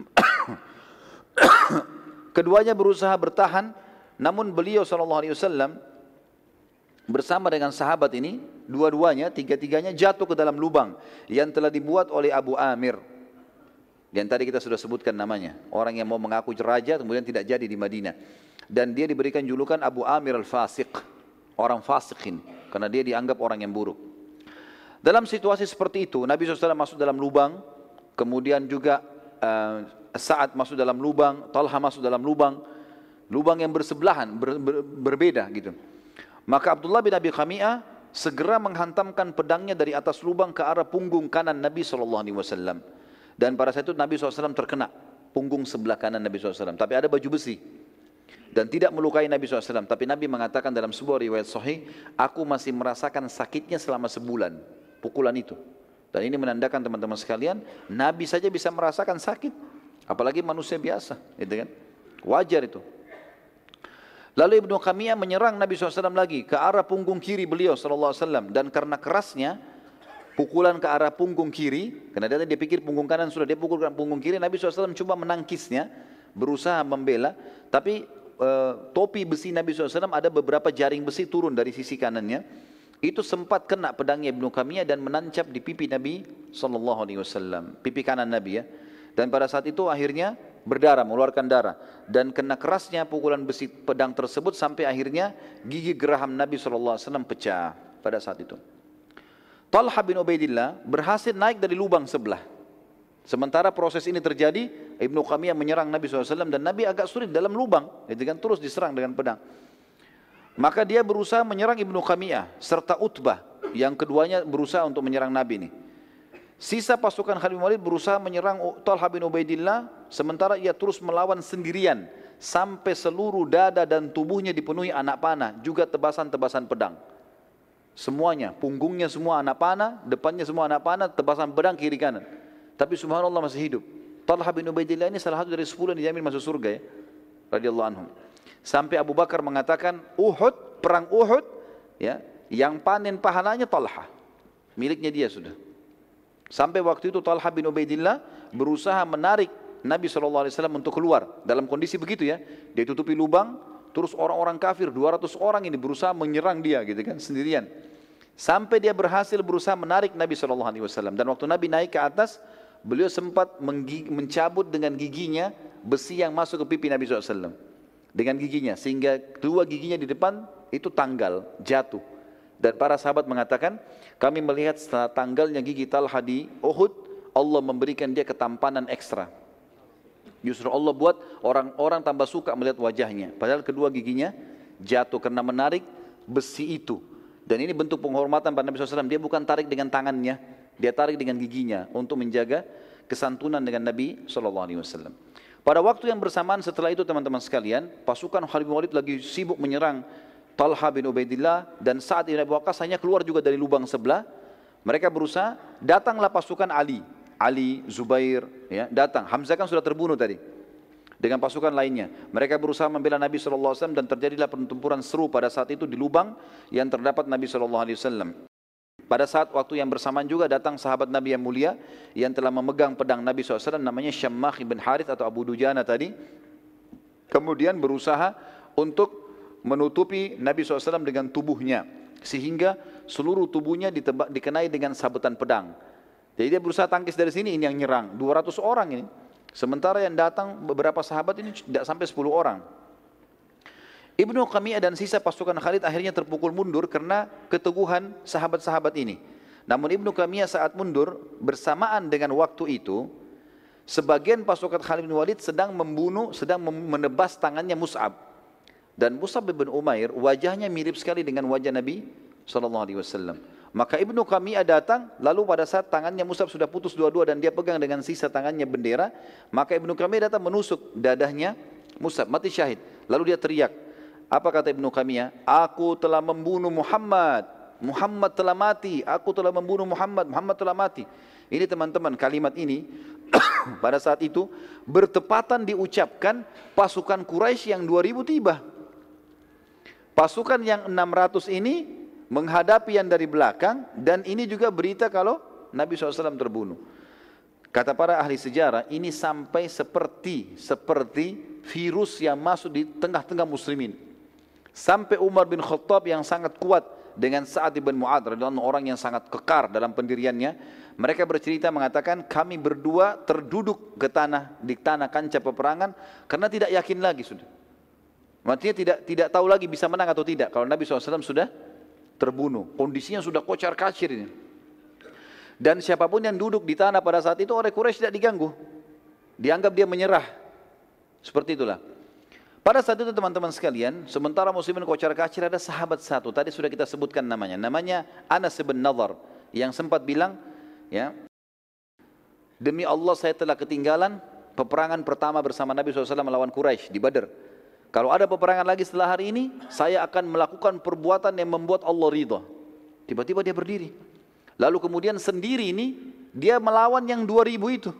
S1: Keduanya berusaha bertahan, namun beliau shallallahu alaihi wasallam bersama dengan sahabat ini, dua-duanya, tiga-tiganya jatuh ke dalam lubang yang telah dibuat oleh Abu Amir. Yang tadi kita sudah sebutkan namanya, orang yang mau mengaku raja kemudian tidak jadi di Madinah. Dan dia diberikan julukan Abu Amir al-Fasiq, orang fasikin, karena dia dianggap orang yang buruk. Dalam situasi seperti itu, Nabi shallallahu alaihi wasallam masuk dalam lubang, kemudian juga uh, Sa'ad masuk dalam lubang, Talha masuk dalam lubang, lubang yang bersebelahan, ber, ber, berbeda gitu. Maka Abdullah bin Abi Qami'ah segera menghantamkan pedangnya dari atas lubang ke arah punggung kanan Nabi shallallahu alaihi wasallam. Dan pada saat itu Nabi shallallahu alaihi wasallam terkena punggung sebelah kanan Nabi shallallahu alaihi wasallam. Tapi ada baju besi dan tidak melukai Nabi shallallahu alaihi wasallam. Tapi Nabi mengatakan dalam sebuah riwayat sahih, aku masih merasakan sakitnya selama sebulan, pukulan itu. Dan ini menandakan teman-teman sekalian, Nabi saja bisa merasakan sakit, apalagi manusia biasa, gitu kan? Wajar itu. Lalu Ibnu Qami'ah menyerang Nabi shallallahu alaihi wasallam lagi ke arah punggung kiri beliau shallallahu alaihi wasallam. Dan karena kerasnya pukulan ke arah punggung kiri, karena dia, dia pikir punggung kanan sudah, dia pukul ke punggung kiri, Nabi shallallahu alaihi wasallam coba menangkisnya, berusaha membela, tapi e, topi besi Nabi shallallahu alaihi wasallam ada beberapa jaring besi turun dari sisi kanannya, itu sempat kena pedangnya Ibnu Qami'ah dan menancap di pipi Nabi shallallahu alaihi wasallam, pipi kanan Nabi ya. Dan pada saat itu akhirnya berdarah, mengeluarkan darah, dan kena kerasnya pukulan besi pedang tersebut sampai akhirnya gigi geraham Nabi shallallahu alaihi wasallam pecah pada saat itu. Talha bin Ubaidillah berhasil naik dari lubang sebelah. Sementara proses ini terjadi, Ibnu Qami'ah menyerang Nabi shallallahu alaihi wasallam dan Nabi agak sulit dalam lubang, gitu kan, terus diserang dengan pedang. Maka dia berusaha menyerang Ibnu Qami'ah serta Utbah, yang keduanya berusaha untuk menyerang Nabi ini. Sisa pasukan Khalid bin Walid berusaha menyerang Talha bin Ubaidillah, sementara ia terus melawan sendirian sampai seluruh dada dan tubuhnya dipenuhi anak panah, juga tebasan-tebasan pedang. Semuanya, punggungnya semua anak panah, depannya semua anak panah, tebasan pedang kiri kanan. Tapi subhanallah masih hidup. Talha bin Ubaidillah ini salah satu dari sepuluh yang dijamin masuk surga ya, radhiyallahu anhum. Sampai Abu Bakar mengatakan, Uhud, perang Uhud, ya, yang panen pahalanya Talha, miliknya dia sudah. Sampai waktu itu Talha bin Ubaidillah berusaha menarik Nabi shallallahu alaihi wasallam untuk keluar dalam kondisi begitu ya. Dia tutupi lubang, terus orang-orang kafir dua ratus orang ini berusaha menyerang dia gitu kan sendirian. Sampai dia berhasil berusaha menarik Nabi shallallahu alaihi wasallam. Dan waktu Nabi naik ke atas, beliau sempat mencabut dengan giginya besi yang masuk ke pipi Nabi shallallahu alaihi wasallam dengan giginya, sehingga kedua giginya di depan itu tanggal, jatuh. Dan para sahabat mengatakan, kami melihat setelah tanggalnya gigi Talha di Uhud, Allah memberikan dia ketampanan ekstra. Justru Allah buat orang-orang tambah suka melihat wajahnya. Padahal kedua giginya jatuh karena menarik besi itu. Dan ini bentuk penghormatan pada Nabi shallallahu alaihi wasallam. Dia bukan tarik dengan tangannya, dia tarik dengan giginya untuk menjaga kesantunan dengan Nabi shallallahu alaihi wasallam. Pada waktu yang bersamaan setelah itu teman-teman sekalian, pasukan Khalid bin Walid lagi sibuk menyerang Talha bin Ubaidillah dan Sa'ad bin Abi Waqqas hanya keluar juga dari lubang sebelah. Mereka berusaha, datanglah pasukan Ali, Ali, Zubair, ya, datang. Hamzah kan sudah terbunuh tadi dengan pasukan lainnya. Mereka berusaha membela Nabi shallallahu alaihi wasallam dan terjadilah pertempuran seru pada saat itu di lubang yang terdapat Nabi shallallahu alaihi wasallam. Pada saat waktu yang bersamaan juga datang sahabat Nabi yang mulia yang telah memegang pedang Nabi shallallahu alaihi wasallam, namanya Syammah bin Harith atau Abu Dujana tadi. Kemudian berusaha untuk menutupi Nabi shallallahu alaihi wasallam dengan tubuhnya, sehingga seluruh tubuhnya ditebak, dikenai dengan sabetan pedang. Jadi dia berusaha tangkis dari sini, ini yang nyerang dua ratus orang ini. Sementara yang datang beberapa sahabat ini tidak sampai sepuluh orang. Ibnu Qami'ah dan sisa pasukan Khalid akhirnya terpukul mundur karena keteguhan sahabat-sahabat ini. Namun Ibnu Qami'ah saat mundur bersamaan dengan waktu itu, sebagian pasukan Khalid bin Walid sedang membunuh, sedang menebas tangannya Mus'ab. Dan Mus'ab bin Umair wajahnya mirip sekali dengan wajah Nabi shallallahu alaihi wasallam. Maka Ibnu Qamiyah datang, lalu pada saat tangannya Mus'ab sudah putus dua-dua dan dia pegang dengan sisa tangannya bendera, maka Ibnu Qamiyah datang menusuk dadahnya Mus'ab, mati syahid. Lalu dia teriak, apa kata Ibnu Qamiyah? Aku telah membunuh Muhammad, Muhammad telah mati, aku telah membunuh Muhammad, Muhammad telah mati. Ini teman-teman, kalimat ini pada saat itu bertepatan diucapkan pasukan Quraisy yang dua ribu tiba. Pasukan yang enam ratus ini menghadapi yang dari belakang, dan ini juga berita kalau Nabi shallallahu alaihi wasallam terbunuh. Kata para ahli sejarah, ini sampai seperti seperti virus yang masuk di tengah-tengah muslimin. Sampai Umar bin Khattab yang sangat kuat dengan Sa'ad bin Mu'adz, orang yang sangat kekar dalam pendiriannya, mereka bercerita mengatakan, kami berdua terduduk ke tanah, di tanah kancah peperangan karena tidak yakin lagi sudah. Maksudnya tidak tidak tahu lagi bisa menang atau tidak kalau Nabi shallallahu alaihi wasallam sudah terbunuh. Kondisinya sudah kocar kacir ini. Dan siapapun yang duduk di tanah pada saat itu oleh Quraisy tidak diganggu. Dianggap dia menyerah. Seperti itulah. Pada saat itu teman-teman sekalian, sementara muslimin kocar kacir, ada sahabat satu, tadi sudah kita sebutkan namanya. Namanya Anas bin Nadhr, yang sempat bilang, ya, demi Allah saya telah ketinggalan peperangan pertama bersama Nabi shallallahu alaihi wasallam melawan Quraisy di Badar. Kalau ada peperangan lagi setelah hari ini, saya akan melakukan perbuatan yang membuat Allah ridha. Tiba-tiba dia berdiri. Lalu kemudian sendiri ini, dia melawan yang dua ribu itu.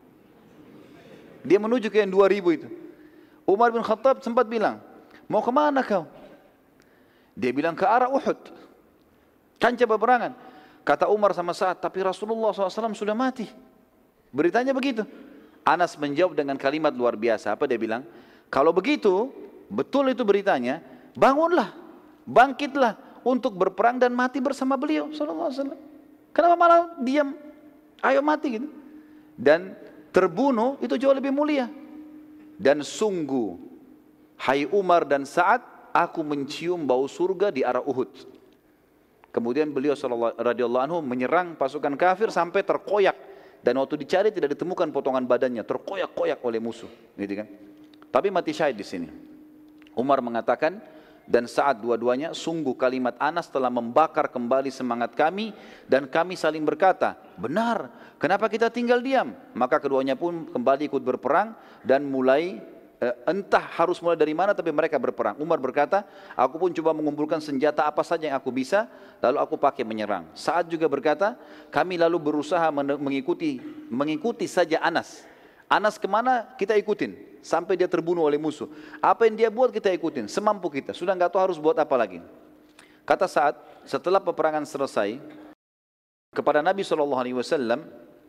S1: Dia menuju ke yang dua ribu itu. Umar bin Khattab sempat bilang, mau kemana kau? Dia bilang ke arah Uhud. Kancah peperangan. Kata Umar sama Sa'ad, tapi Rasulullah shallallahu alaihi wasallam sudah mati. Beritanya begitu. Anas menjawab dengan kalimat luar biasa. Apa dia bilang? Kalau begitu, betul itu beritanya, bangunlah, bangkitlah untuk berperang dan mati bersama beliau sallallahu alaihi wasallam. Kenapa malah diam? Ayo mati gitu. Dan terbunuh itu jauh lebih mulia. Dan sungguh, hai Umar dan Sa'ad, aku mencium bau surga di arah Uhud. Kemudian beliau radhiyallahu anhu menyerang pasukan kafir sampai terkoyak, dan waktu dicari tidak ditemukan potongan badannya, terkoyak-koyak oleh musuh, gitu kan? Tapi mati syahid di sini. Umar mengatakan, dan Sa'ad dua-duanya, sungguh kalimat Anas telah membakar kembali semangat kami, dan kami saling berkata, benar, kenapa kita tinggal diam? Maka keduanya pun kembali ikut berperang, dan mulai, eh, entah harus mulai dari mana, tapi mereka berperang. Umar berkata, aku pun coba mengumpulkan senjata apa saja yang aku bisa, lalu aku pakai menyerang. Sa'ad juga berkata, kami lalu berusaha mengikuti, mengikuti saja Anas. Anas kemana kita ikutin sampai dia terbunuh oleh musuh. Apa yang dia buat kita ikutin semampu kita. Sudah nggak tahu harus buat apa lagi. Kata Sa'ad, setelah peperangan selesai, kepada Nabi shallallahu alaihi wasallam,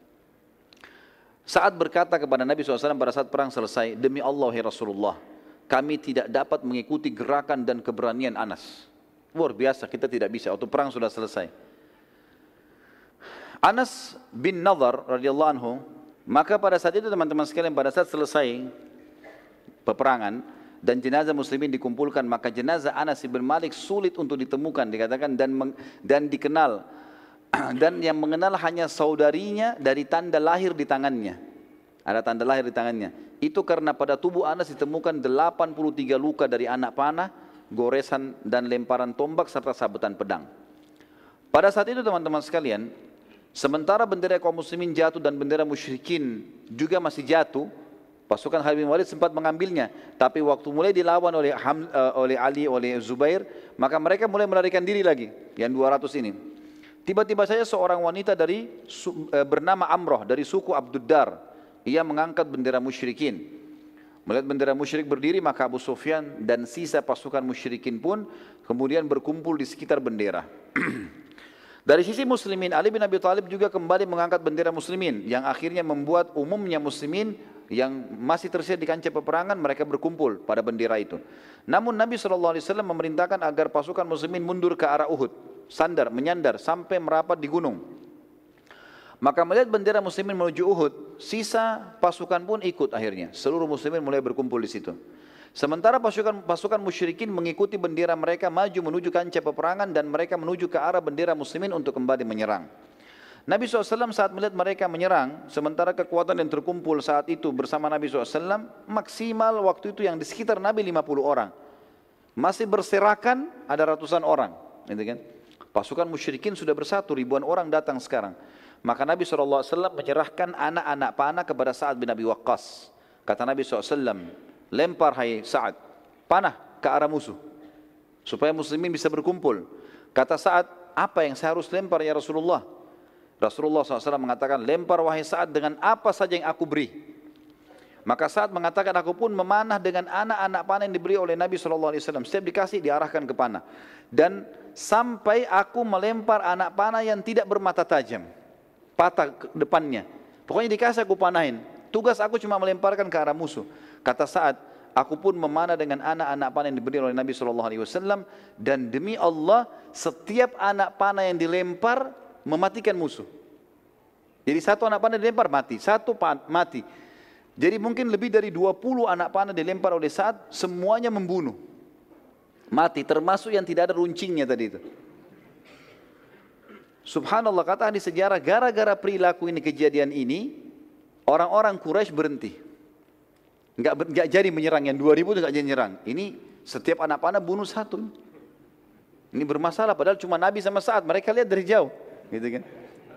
S1: Sa'ad berkata kepada Nabi shallallahu alaihi wasallam pada saat perang selesai, demi Allah ya Rasulullah, kami tidak dapat mengikuti gerakan dan keberanian Anas. Luar biasa, kita tidak bisa. Waktu perang sudah selesai. Anas bin Nadhr radhiyallahu anhu, maka pada saat itu teman-teman sekalian, pada saat selesai peperangan dan jenazah muslimin dikumpulkan, maka jenazah Anas bin Malik sulit untuk ditemukan, dikatakan, dan meng, dan dikenal dan yang mengenal hanya saudarinya dari tanda lahir di tangannya. Ada tanda lahir di tangannya. Itu karena pada tubuh Anas ditemukan delapan puluh tiga luka dari anak panah, goresan dan lemparan tombak serta sabetan pedang. Pada saat itu teman-teman sekalian, sementara bendera kaum muslimin jatuh dan bendera musyrikin juga masih jatuh, pasukan Khalid bin Walid sempat mengambilnya. Tapi waktu mulai dilawan oleh, Ham, uh, oleh Ali, oleh Zubair, maka mereka mulai melarikan diri lagi, yang dua ratus ini. Tiba-tiba saja seorang wanita dari uh, bernama Amroh, dari suku Abduddar, ia mengangkat bendera musyrikin. Melihat bendera musyrik berdiri, maka Abu Sufyan dan sisa pasukan musyrikin pun kemudian berkumpul di sekitar bendera. Dari sisi muslimin, Ali bin Abi Thalib juga kembali mengangkat bendera muslimin, yang akhirnya membuat umumnya muslimin yang masih tersisa di kancah peperangan, mereka berkumpul pada bendera itu. Namun Nabi shallallahu alaihi wasallam memerintahkan agar pasukan muslimin mundur ke arah Uhud, sandar, menyandar sampai merapat di gunung. Maka melihat bendera muslimin menuju Uhud, sisa pasukan pun ikut akhirnya. Seluruh muslimin mulai berkumpul di situ. Sementara pasukan pasukan musyrikin mengikuti bendera mereka maju menuju kancah peperangan, dan mereka menuju ke arah bendera muslimin untuk kembali menyerang. Nabi shallallahu alaihi wasallam saat melihat mereka menyerang, sementara kekuatan yang terkumpul saat itu bersama Nabi shallallahu alaihi wasallam maksimal waktu itu yang di sekitar Nabi lima puluh orang. Masih berserakan ada ratusan orang, gitu kan? Pasukan musyrikin sudah bersatu, ribuan orang datang sekarang. Maka Nabi shallallahu alaihi wasallam menyerahkan anak-anak panah kepada Sa'ad bin Abi Waqqas. Kata Nabi shallallahu alaihi wasallam, lempar hai Sa'ad, panah ke arah musuh, supaya muslimin bisa berkumpul. Kata Sa'ad, apa yang saya harus lempar ya Rasulullah? Rasulullah shallallahu alaihi wasallam mengatakan, lempar wahai Sa'ad dengan apa saja yang aku beri. Maka Sa'ad mengatakan, aku pun memanah dengan anak-anak panah yang diberi oleh Nabi shallallahu alaihi wasallam. Setiap dikasih diarahkan ke panah. Dan sampai aku melempar anak panah yang tidak bermata tajam, patah ke depannya. Pokoknya dikasih aku panahin. Tugas aku cuma melemparkan ke arah musuh. Kata Sa'ad, aku pun memanah dengan anak-anak panah yang diberi oleh Nabi shallallahu alaihi wasallam. Dan demi Allah, setiap anak panah yang dilempar mematikan musuh. Jadi satu anak panah dilempar mati, satu mati. Jadi mungkin lebih dari dua puluh anak panah dilempar oleh Sa'ad, semuanya membunuh. Mati, termasuk yang tidak ada runcingnya tadi itu. Subhanallah, kata ahli sejarah, gara-gara perilaku ini, kejadian ini, orang-orang Quraisy berhenti. Enggak, enggak jadi menyerang, yang dua ribu itu enggak jadi menyerang. Ini setiap anak panah bunuh satu. Ini bermasalah, padahal cuma Nabi sama Sa'ad, mereka lihat dari jauh. Gitu kan.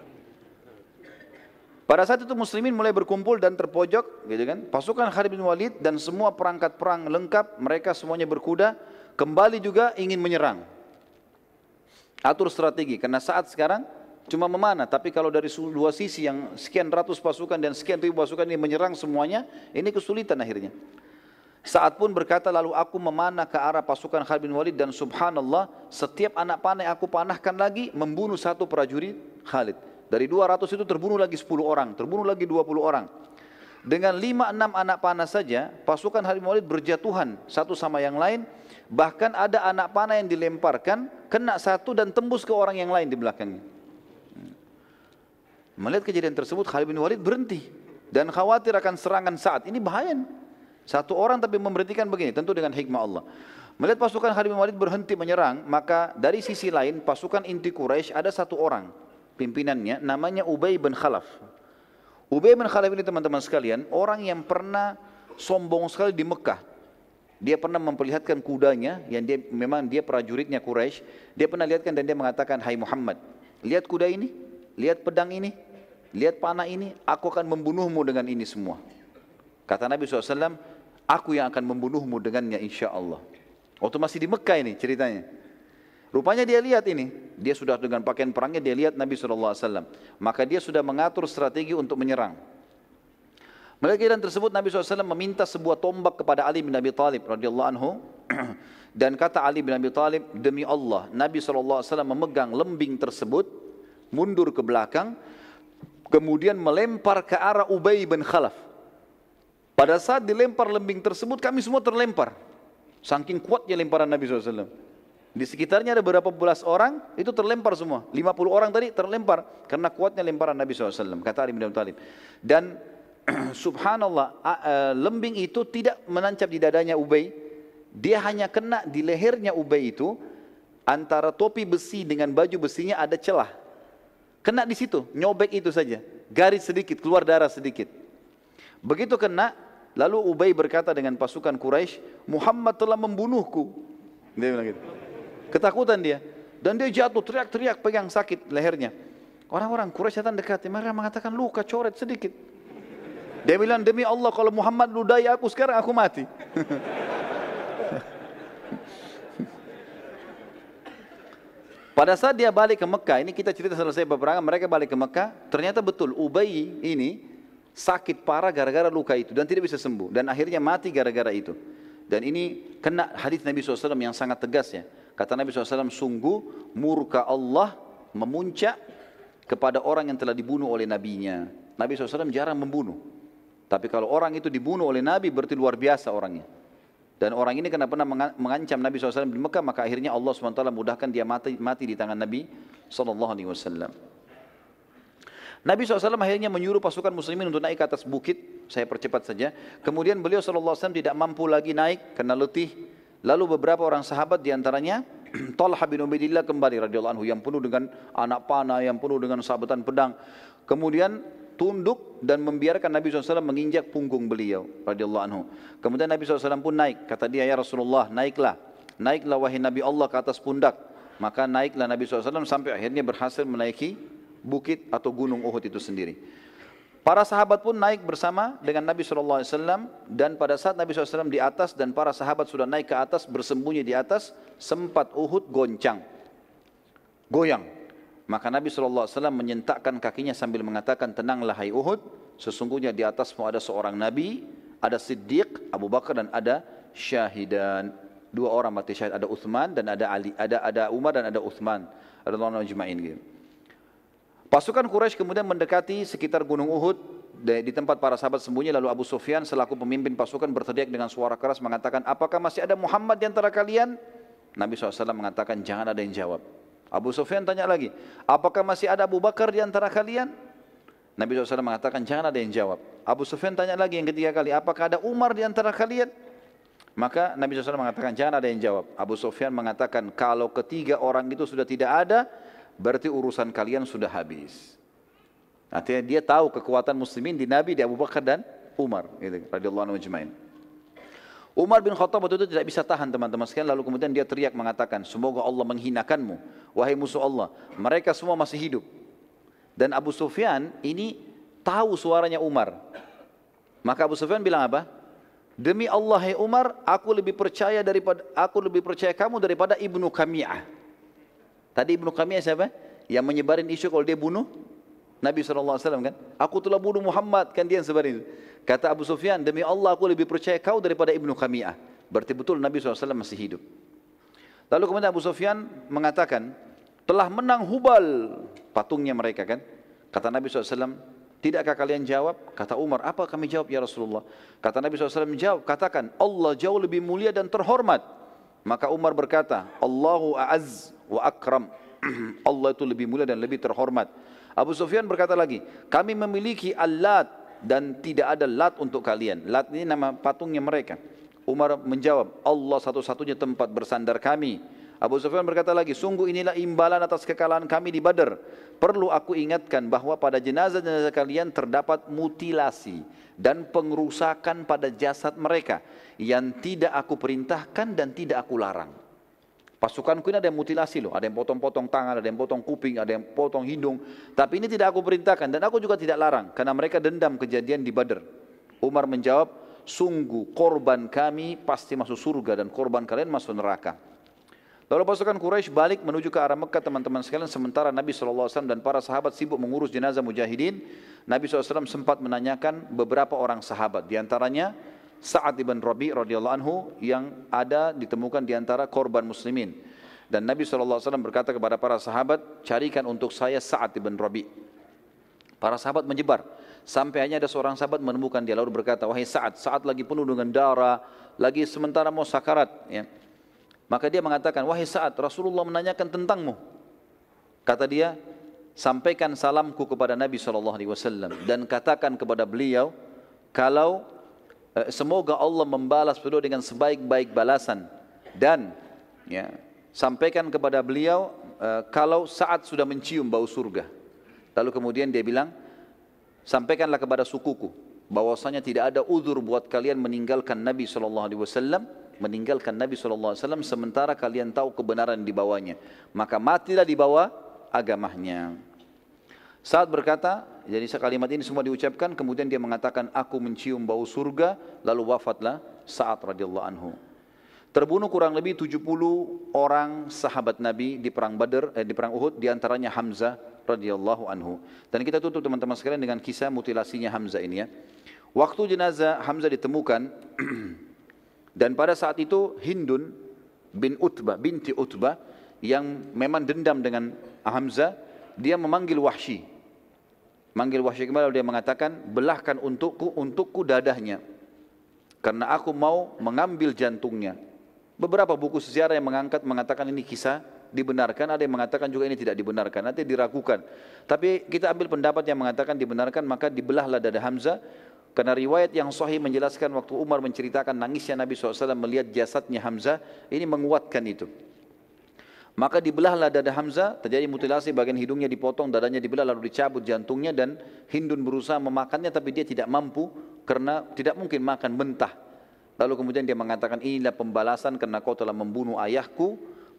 S1: Pada saat itu muslimin mulai berkumpul dan terpojok, gitu kan. Pasukan Khalid bin Walid dan semua perangkat perang lengkap, mereka semuanya berkuda, kembali juga ingin menyerang. Atur strategi, karena saat sekarang cuma memanah, tapi kalau dari dua sisi yang sekian ratus pasukan dan sekian ribu pasukan ini menyerang semuanya, ini kesulitan akhirnya. Sa'ad pun berkata, lalu aku memanah ke arah pasukan Khalid bin Walid dan subhanallah, setiap anak panah yang aku panahkan lagi membunuh satu prajurit Khalid. Dari dua ratus itu terbunuh lagi sepuluh orang, terbunuh lagi dua puluh orang. Dengan lima enam anak panah saja, pasukan Khalid bin Walid berjatuhan satu sama yang lain. Bahkan ada anak panah yang dilemparkan, kena satu dan tembus ke orang yang lain di belakangnya. Melihat kejadian tersebut, Khalid bin Walid berhenti dan khawatir akan serangan Sa'ad. Ini bahaya. Satu orang tapi memberhentikan begini, tentu dengan hikmah Allah. Melihat pasukan Khalid bin Walid berhenti menyerang, maka dari sisi lain pasukan inti Quraisy ada satu orang pimpinannya, namanya Ubay bin Khalaf. Ubay bin Khalaf ini teman-teman sekalian, orang yang pernah sombong sekali di Mekah. Dia pernah memperlihatkan kudanya, yang dia memang dia prajuritnya Quraisy. Dia pernah lihatkan dan dia mengatakan, hai Muhammad, lihat kuda ini, lihat pedang ini, lihat panah ini, aku akan membunuhmu dengan ini semua. Kata Nabi shallallahu alaihi wasallam, aku yang akan membunuhmu dengannya insya Allah. Waktu masih di Mekah ini ceritanya. Rupanya dia lihat ini, dia sudah dengan pakaian perangnya, dia lihat Nabi shallallahu alaihi wasallam. Maka dia sudah mengatur strategi untuk menyerang. Melihat kejadian tersebut, Nabi shallallahu alaihi wasallam meminta sebuah tombak kepada Ali bin Abi Thalib radhiyallahu anhu. Dan kata Ali bin Abi Thalib, demi Allah, Nabi shallallahu alaihi wasallam memegang lembing tersebut, mundur ke belakang, kemudian melempar ke arah Ubay bin Khalaf. Pada saat dilempar lembing tersebut, kami semua terlempar. Saking kuatnya lemparan Nabi shallallahu alaihi wasallam. Di sekitarnya ada beberapa belas orang, itu terlempar semua. lima puluh orang tadi terlempar, karena kuatnya lemparan Nabi shallallahu alaihi wasallam, kata Ali bin Abi Thalib. Dan subhanallah, lembing itu tidak menancap di dadanya Ubay. Dia hanya kena di lehernya Ubay itu, antara topi besi dengan baju besinya ada celah. Kena di situ, nyobek itu saja. Garis sedikit, keluar darah sedikit. Begitu kena, lalu Ubay berkata dengan pasukan Quraisy, Muhammad telah membunuhku. Dia bilang gitu. Ketakutan dia. Dan dia jatuh, teriak-teriak, pegang sakit lehernya. Orang-orang Quraisy datang dekat, mereka mengatakan luka, coret sedikit. Dia bilang, demi Allah kalau Muhammad ludahi aku sekarang, aku mati. Pada saat dia balik ke Mekah, ini kita cerita selesai peperangan, mereka balik ke Mekah, ternyata betul Ubay ini sakit parah gara-gara luka itu dan tidak bisa sembuh. Dan akhirnya mati gara-gara itu. Dan ini kena hadis Nabi shallallahu alaihi wasallam yang sangat tegas ya. Kata Nabi shallallahu alaihi wasallam, sungguh murka Allah memuncak kepada orang yang telah dibunuh oleh nabinya. Nabi shallallahu alaihi wasallam jarang membunuh. Tapi kalau orang itu dibunuh oleh Nabi berarti luar biasa orangnya. Dan orang ini karena pernah mengancam Nabi shallallahu alaihi wasallam di Mekah, maka akhirnya Allah subhanahu wa taala mudahkan dia mati, mati di tangan Nabi shallallahu alaihi wasallam. Nabi shallallahu alaihi wasallam akhirnya menyuruh pasukan muslimin untuk naik ke atas bukit. Saya percepat saja. Kemudian beliau shallallahu alaihi wasallam tidak mampu lagi naik karena letih. Lalu beberapa orang sahabat diantaranya Talha bin Ubaidillah kembali radhiyallahu anhu, yang penuh dengan anak panah, yang penuh dengan sabetan pedang. Kemudian tunduk dan membiarkan Nabi shallallahu alaihi wasallam menginjak punggung beliau radhiyallahu anhu. Kemudian Nabi shallallahu alaihi wasallam pun naik. Kata dia, ya Rasulullah, naiklah. Naiklah wahai Nabi Allah ke atas pundak. Maka naiklah Nabi shallallahu alaihi wasallam sampai akhirnya berhasil menaiki bukit atau gunung Uhud itu sendiri. Para sahabat pun naik bersama dengan Nabi shallallahu alaihi wasallam, dan pada saat Nabi shallallahu alaihi wasallam di atas dan para sahabat sudah naik ke atas, bersembunyi di atas, sempat Uhud goncang, goyang. Maka Nabi shallallahu alaihi wasallam menyentakkan kakinya sambil mengatakan, tenanglah hai Uhud, sesungguhnya di atasmu ada seorang Nabi, ada Siddiq, Abu Bakar, dan ada syahidan. Dua orang mati syahid, ada Uthman dan ada Ali, ada ada Umar dan ada Uthman, radhiyallahu anhum ajma'in gitu. Pasukan Quraisy kemudian mendekati sekitar gunung Uhud di tempat para sahabat sembunyi, lalu Abu Sufyan selaku pemimpin pasukan berteriak dengan suara keras mengatakan, apakah masih ada Muhammad di antara kalian? Nabi shallallahu alaihi wasallam mengatakan, jangan ada yang jawab. Abu Sufyan tanya lagi, apakah masih ada Abu Bakar di antara kalian? Nabi shallallahu alaihi wasallam mengatakan, jangan ada yang jawab. Abu Sufyan tanya lagi yang ketiga kali, apakah ada Umar di antara kalian? Maka Nabi shallallahu alaihi wasallam mengatakan, jangan ada yang jawab. Abu Sufyan mengatakan, kalau ketiga orang itu sudah tidak ada, berarti urusan kalian sudah habis. Artinya dia tahu kekuatan muslimin di Nabi, di Abu Bakar dan Umar, gitu, radhiyallahu anhu ajma'in. Umar bin Khattab waktu itu tidak bisa tahan teman-teman sekalian, lalu kemudian dia teriak mengatakan, semoga Allah menghinakanmu, wahai musuh Allah. Mereka semua masih hidup. Dan Abu Sufyan ini tahu suaranya Umar. Maka Abu Sufyan bilang apa? Demi Allah hai Umar, aku lebih percaya daripada aku lebih percaya kamu daripada Ibnu Qami'ah. Tadi Ibnu Qami'ah siapa? Yang menyebarin isu kalau dia bunuh Nabi shallallahu alaihi wasallam kan? Aku telah bunuh Muhammad, kan dia yang sebarin itu. Kata Abu Sufyan, demi Allah aku lebih percaya kau daripada Ibnu Qami'ah. Berarti betul Nabi shallallahu alaihi wasallam masih hidup. Lalu kemudian Abu Sufyan mengatakan, telah menang Hubal, patungnya mereka kan? Kata Nabi shallallahu alaihi wasallam, tidakkah kalian jawab? Kata Umar, apa kami jawab ya Rasulullah? Kata Nabi shallallahu alaihi wasallam, jawab, katakan, Allah jauh lebih mulia dan terhormat. Maka Umar berkata, Allahu a'az wa akram. Allah itu lebih mulia dan lebih terhormat. Abu Sufyan berkata lagi, kami memiliki Al-Lat dan tidak ada Lat untuk kalian. Lat ini nama patungnya mereka. Umar menjawab, Allah satu-satunya tempat bersandar kami. Abu Sufyan berkata lagi, sungguh inilah imbalan atas kekalahan kami di Badar. Perlu aku ingatkan bahwa pada jenazah-jenazah kalian terdapat mutilasi dan pengerusakan pada jasad mereka yang tidak aku perintahkan dan tidak aku larang. Pasukanku ini ada yang mutilasi loh, ada yang potong-potong tangan, ada yang potong kuping, ada yang potong hidung. Tapi ini tidak aku perintahkan dan aku juga tidak larang karena mereka dendam kejadian di Badar. Umar menjawab, sungguh korban kami pasti masuk surga dan korban kalian masuk neraka. Lalu pasukan Quraisy balik menuju ke arah Mekah teman-teman sekalian, sementara Nabi shallallahu alaihi wasallam dan para sahabat sibuk mengurus jenazah mujahidin. Nabi shallallahu alaihi wasallam sempat menanyakan beberapa orang sahabat, diantaranya Sa'ad ibn Rabi' radhiyallahu anhu yang ada ditemukan di antara korban muslimin. Dan Nabi shallallahu alaihi wasallam berkata kepada para sahabat, carikan untuk saya Sa'ad ibn Rabi'. Para sahabat menyebar, sampai hanya ada seorang sahabat menemukan dia, lalu berkata, wahai Sa'ad, Sa'ad lagi penuh dengan darah, lagi sementara mau sakarat. Ya. Maka dia mengatakan, wahai Sa'ad, Rasulullah menanyakan tentangmu. Kata dia, sampaikan salamku kepada Nabi shallallahu alaihi wasallam dan katakan kepada beliau, kalau semoga Allah membalas beliau dengan sebaik-baik balasan, dan ya, sampaikan kepada beliau uh, kalau saat sudah mencium bau surga. Lalu kemudian dia bilang, sampaikanlah kepada sukuku bahwasanya tidak ada uzur buat kalian meninggalkan Nabi shallallahu alaihi wasallam, meninggalkan Nabi shallallahu alaihi wasallam sementara kalian tahu kebenaran di bawahnya, maka matilah di bawah agamanya. Saat berkata, jadi kalimat ini semua diucapkan, kemudian dia mengatakan, aku mencium bau surga, lalu wafatlah Sa'ad radhiyallahu anhu. Terbunuh kurang lebih tujuh puluh orang sahabat Nabi di perang Badar, eh, di perang Uhud, diantaranya Hamzah radhiyallahu anhu. Dan kita tutup teman-teman sekalian dengan kisah mutilasinya Hamzah ini ya. Waktu jenazah Hamzah ditemukan, dan pada saat itu Hindun bin Utbah, binti Utbah, yang memang dendam dengan Hamzah, dia memanggil Wahsy. Manggil Wahsy kembali, dia mengatakan, belahkan untukku, untukku dadahnya, karena aku mau mengambil jantungnya. Beberapa buku sejarah yang mengangkat mengatakan ini kisah dibenarkan, ada yang mengatakan juga ini tidak dibenarkan, nanti diragukan. Tapi kita ambil pendapat yang mengatakan dibenarkan, maka dibelahlah dada Hamzah, karena riwayat yang sahih menjelaskan waktu Umar menceritakan nangisnya Nabi shallallahu alaihi wasallam melihat jasadnya Hamzah, ini menguatkan itu. Maka dibelahlah dada Hamzah, terjadi mutilasi, bagian hidungnya dipotong, dadanya dibelah, lalu dicabut jantungnya, dan Hindun berusaha memakannya tapi dia tidak mampu karena tidak mungkin makan mentah. Lalu kemudian dia mengatakan, inilah pembalasan karena kau telah membunuh ayahku,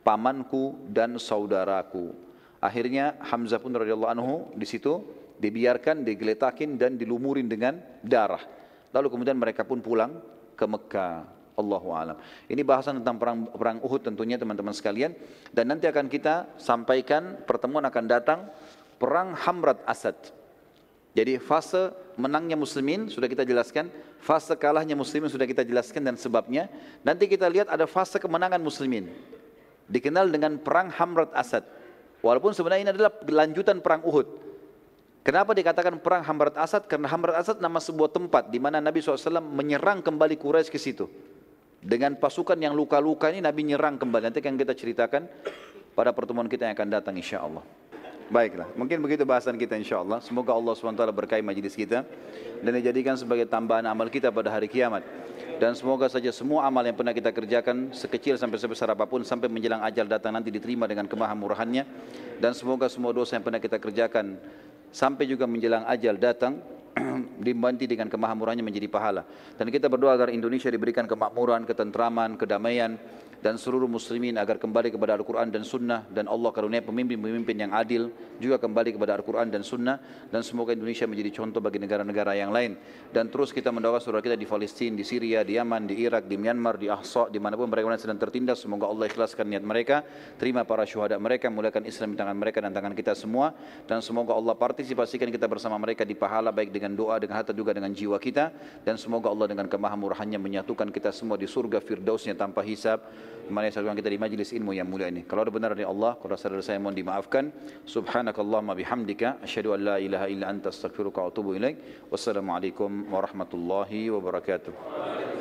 S1: pamanku dan saudaraku. Akhirnya Hamzah pun radhiyallahu anhu di situ dibiarkan, digeletakin dan dilumurin dengan darah. Lalu kemudian mereka pun pulang ke Mekah. Allahu a'lam. Ini bahasan tentang perang perang Uhud tentunya teman-teman sekalian, dan nanti akan kita sampaikan, pertemuan akan datang perang Hamrat Asad. Jadi fase menangnya muslimin sudah kita jelaskan, fase kalahnya muslimin sudah kita jelaskan dan sebabnya. Nanti kita lihat ada fase kemenangan muslimin, dikenal dengan perang Hamrat Asad. Walaupun sebenarnya ini adalah lanjutan perang Uhud. Kenapa dikatakan perang Hamrat Asad? Karena Hamrat Asad nama sebuah tempat di mana Nabi shallallahu alaihi wasallam menyerang kembali Quraisy ke situ. Dengan pasukan yang luka-luka ini Nabi nyerang kembali. Nanti akan kita ceritakan pada pertemuan kita yang akan datang insya Allah. Baiklah, mungkin begitu bahasan kita insya Allah. Semoga Allah subhanahu wa taala berkahi majlis kita dan dijadikan sebagai tambahan amal kita pada hari kiamat. Dan semoga saja semua amal yang pernah kita kerjakan, sekecil sampai sebesar apapun, sampai menjelang ajal datang nanti diterima dengan kemahamurahannya. Dan semoga semua dosa yang pernah kita kerjakan sampai juga menjelang ajal datang dibanti dengan kemahamurahannya menjadi pahala. Dan kita berdoa agar Indonesia diberikan kemakmuran, ketentraman, kedamaian, dan seluruh muslimin agar kembali kepada Al-Quran dan Sunnah, dan Allah karunia pemimpin-pemimpin yang adil juga kembali kepada Al-Quran dan Sunnah, dan semoga Indonesia menjadi contoh bagi negara-negara yang lain. Dan terus kita mendoakan saudara kita di Palestina, di Syria, di Yaman, di Irak, di Myanmar, di Ahsa, dimanapun mereka sedang tertindas, semoga Allah ikhlaskan niat mereka, terima para syuhada mereka, muliakan Islam di tangan mereka dan tangan kita semua, dan semoga Allah partisipasikan kita bersama mereka di pahala, baik dengan doa, dengan harta, juga dengan jiwa kita, dan semoga Allah dengan kemahamurahannya menyatukan kita semua di surga firdausnya tanpa hisab. Mari satukan kita di majlis ilmu yang mulia ini. Kalau ada benar dari Allah, kalau saudara saya mohon dimaafkan. Subhanakallahumma bihamdika asyhadu an la ilaha illa anta astaghfiruka wa atubu ilaik. Wassalamualaikum warahmatullahi wabarakatuh.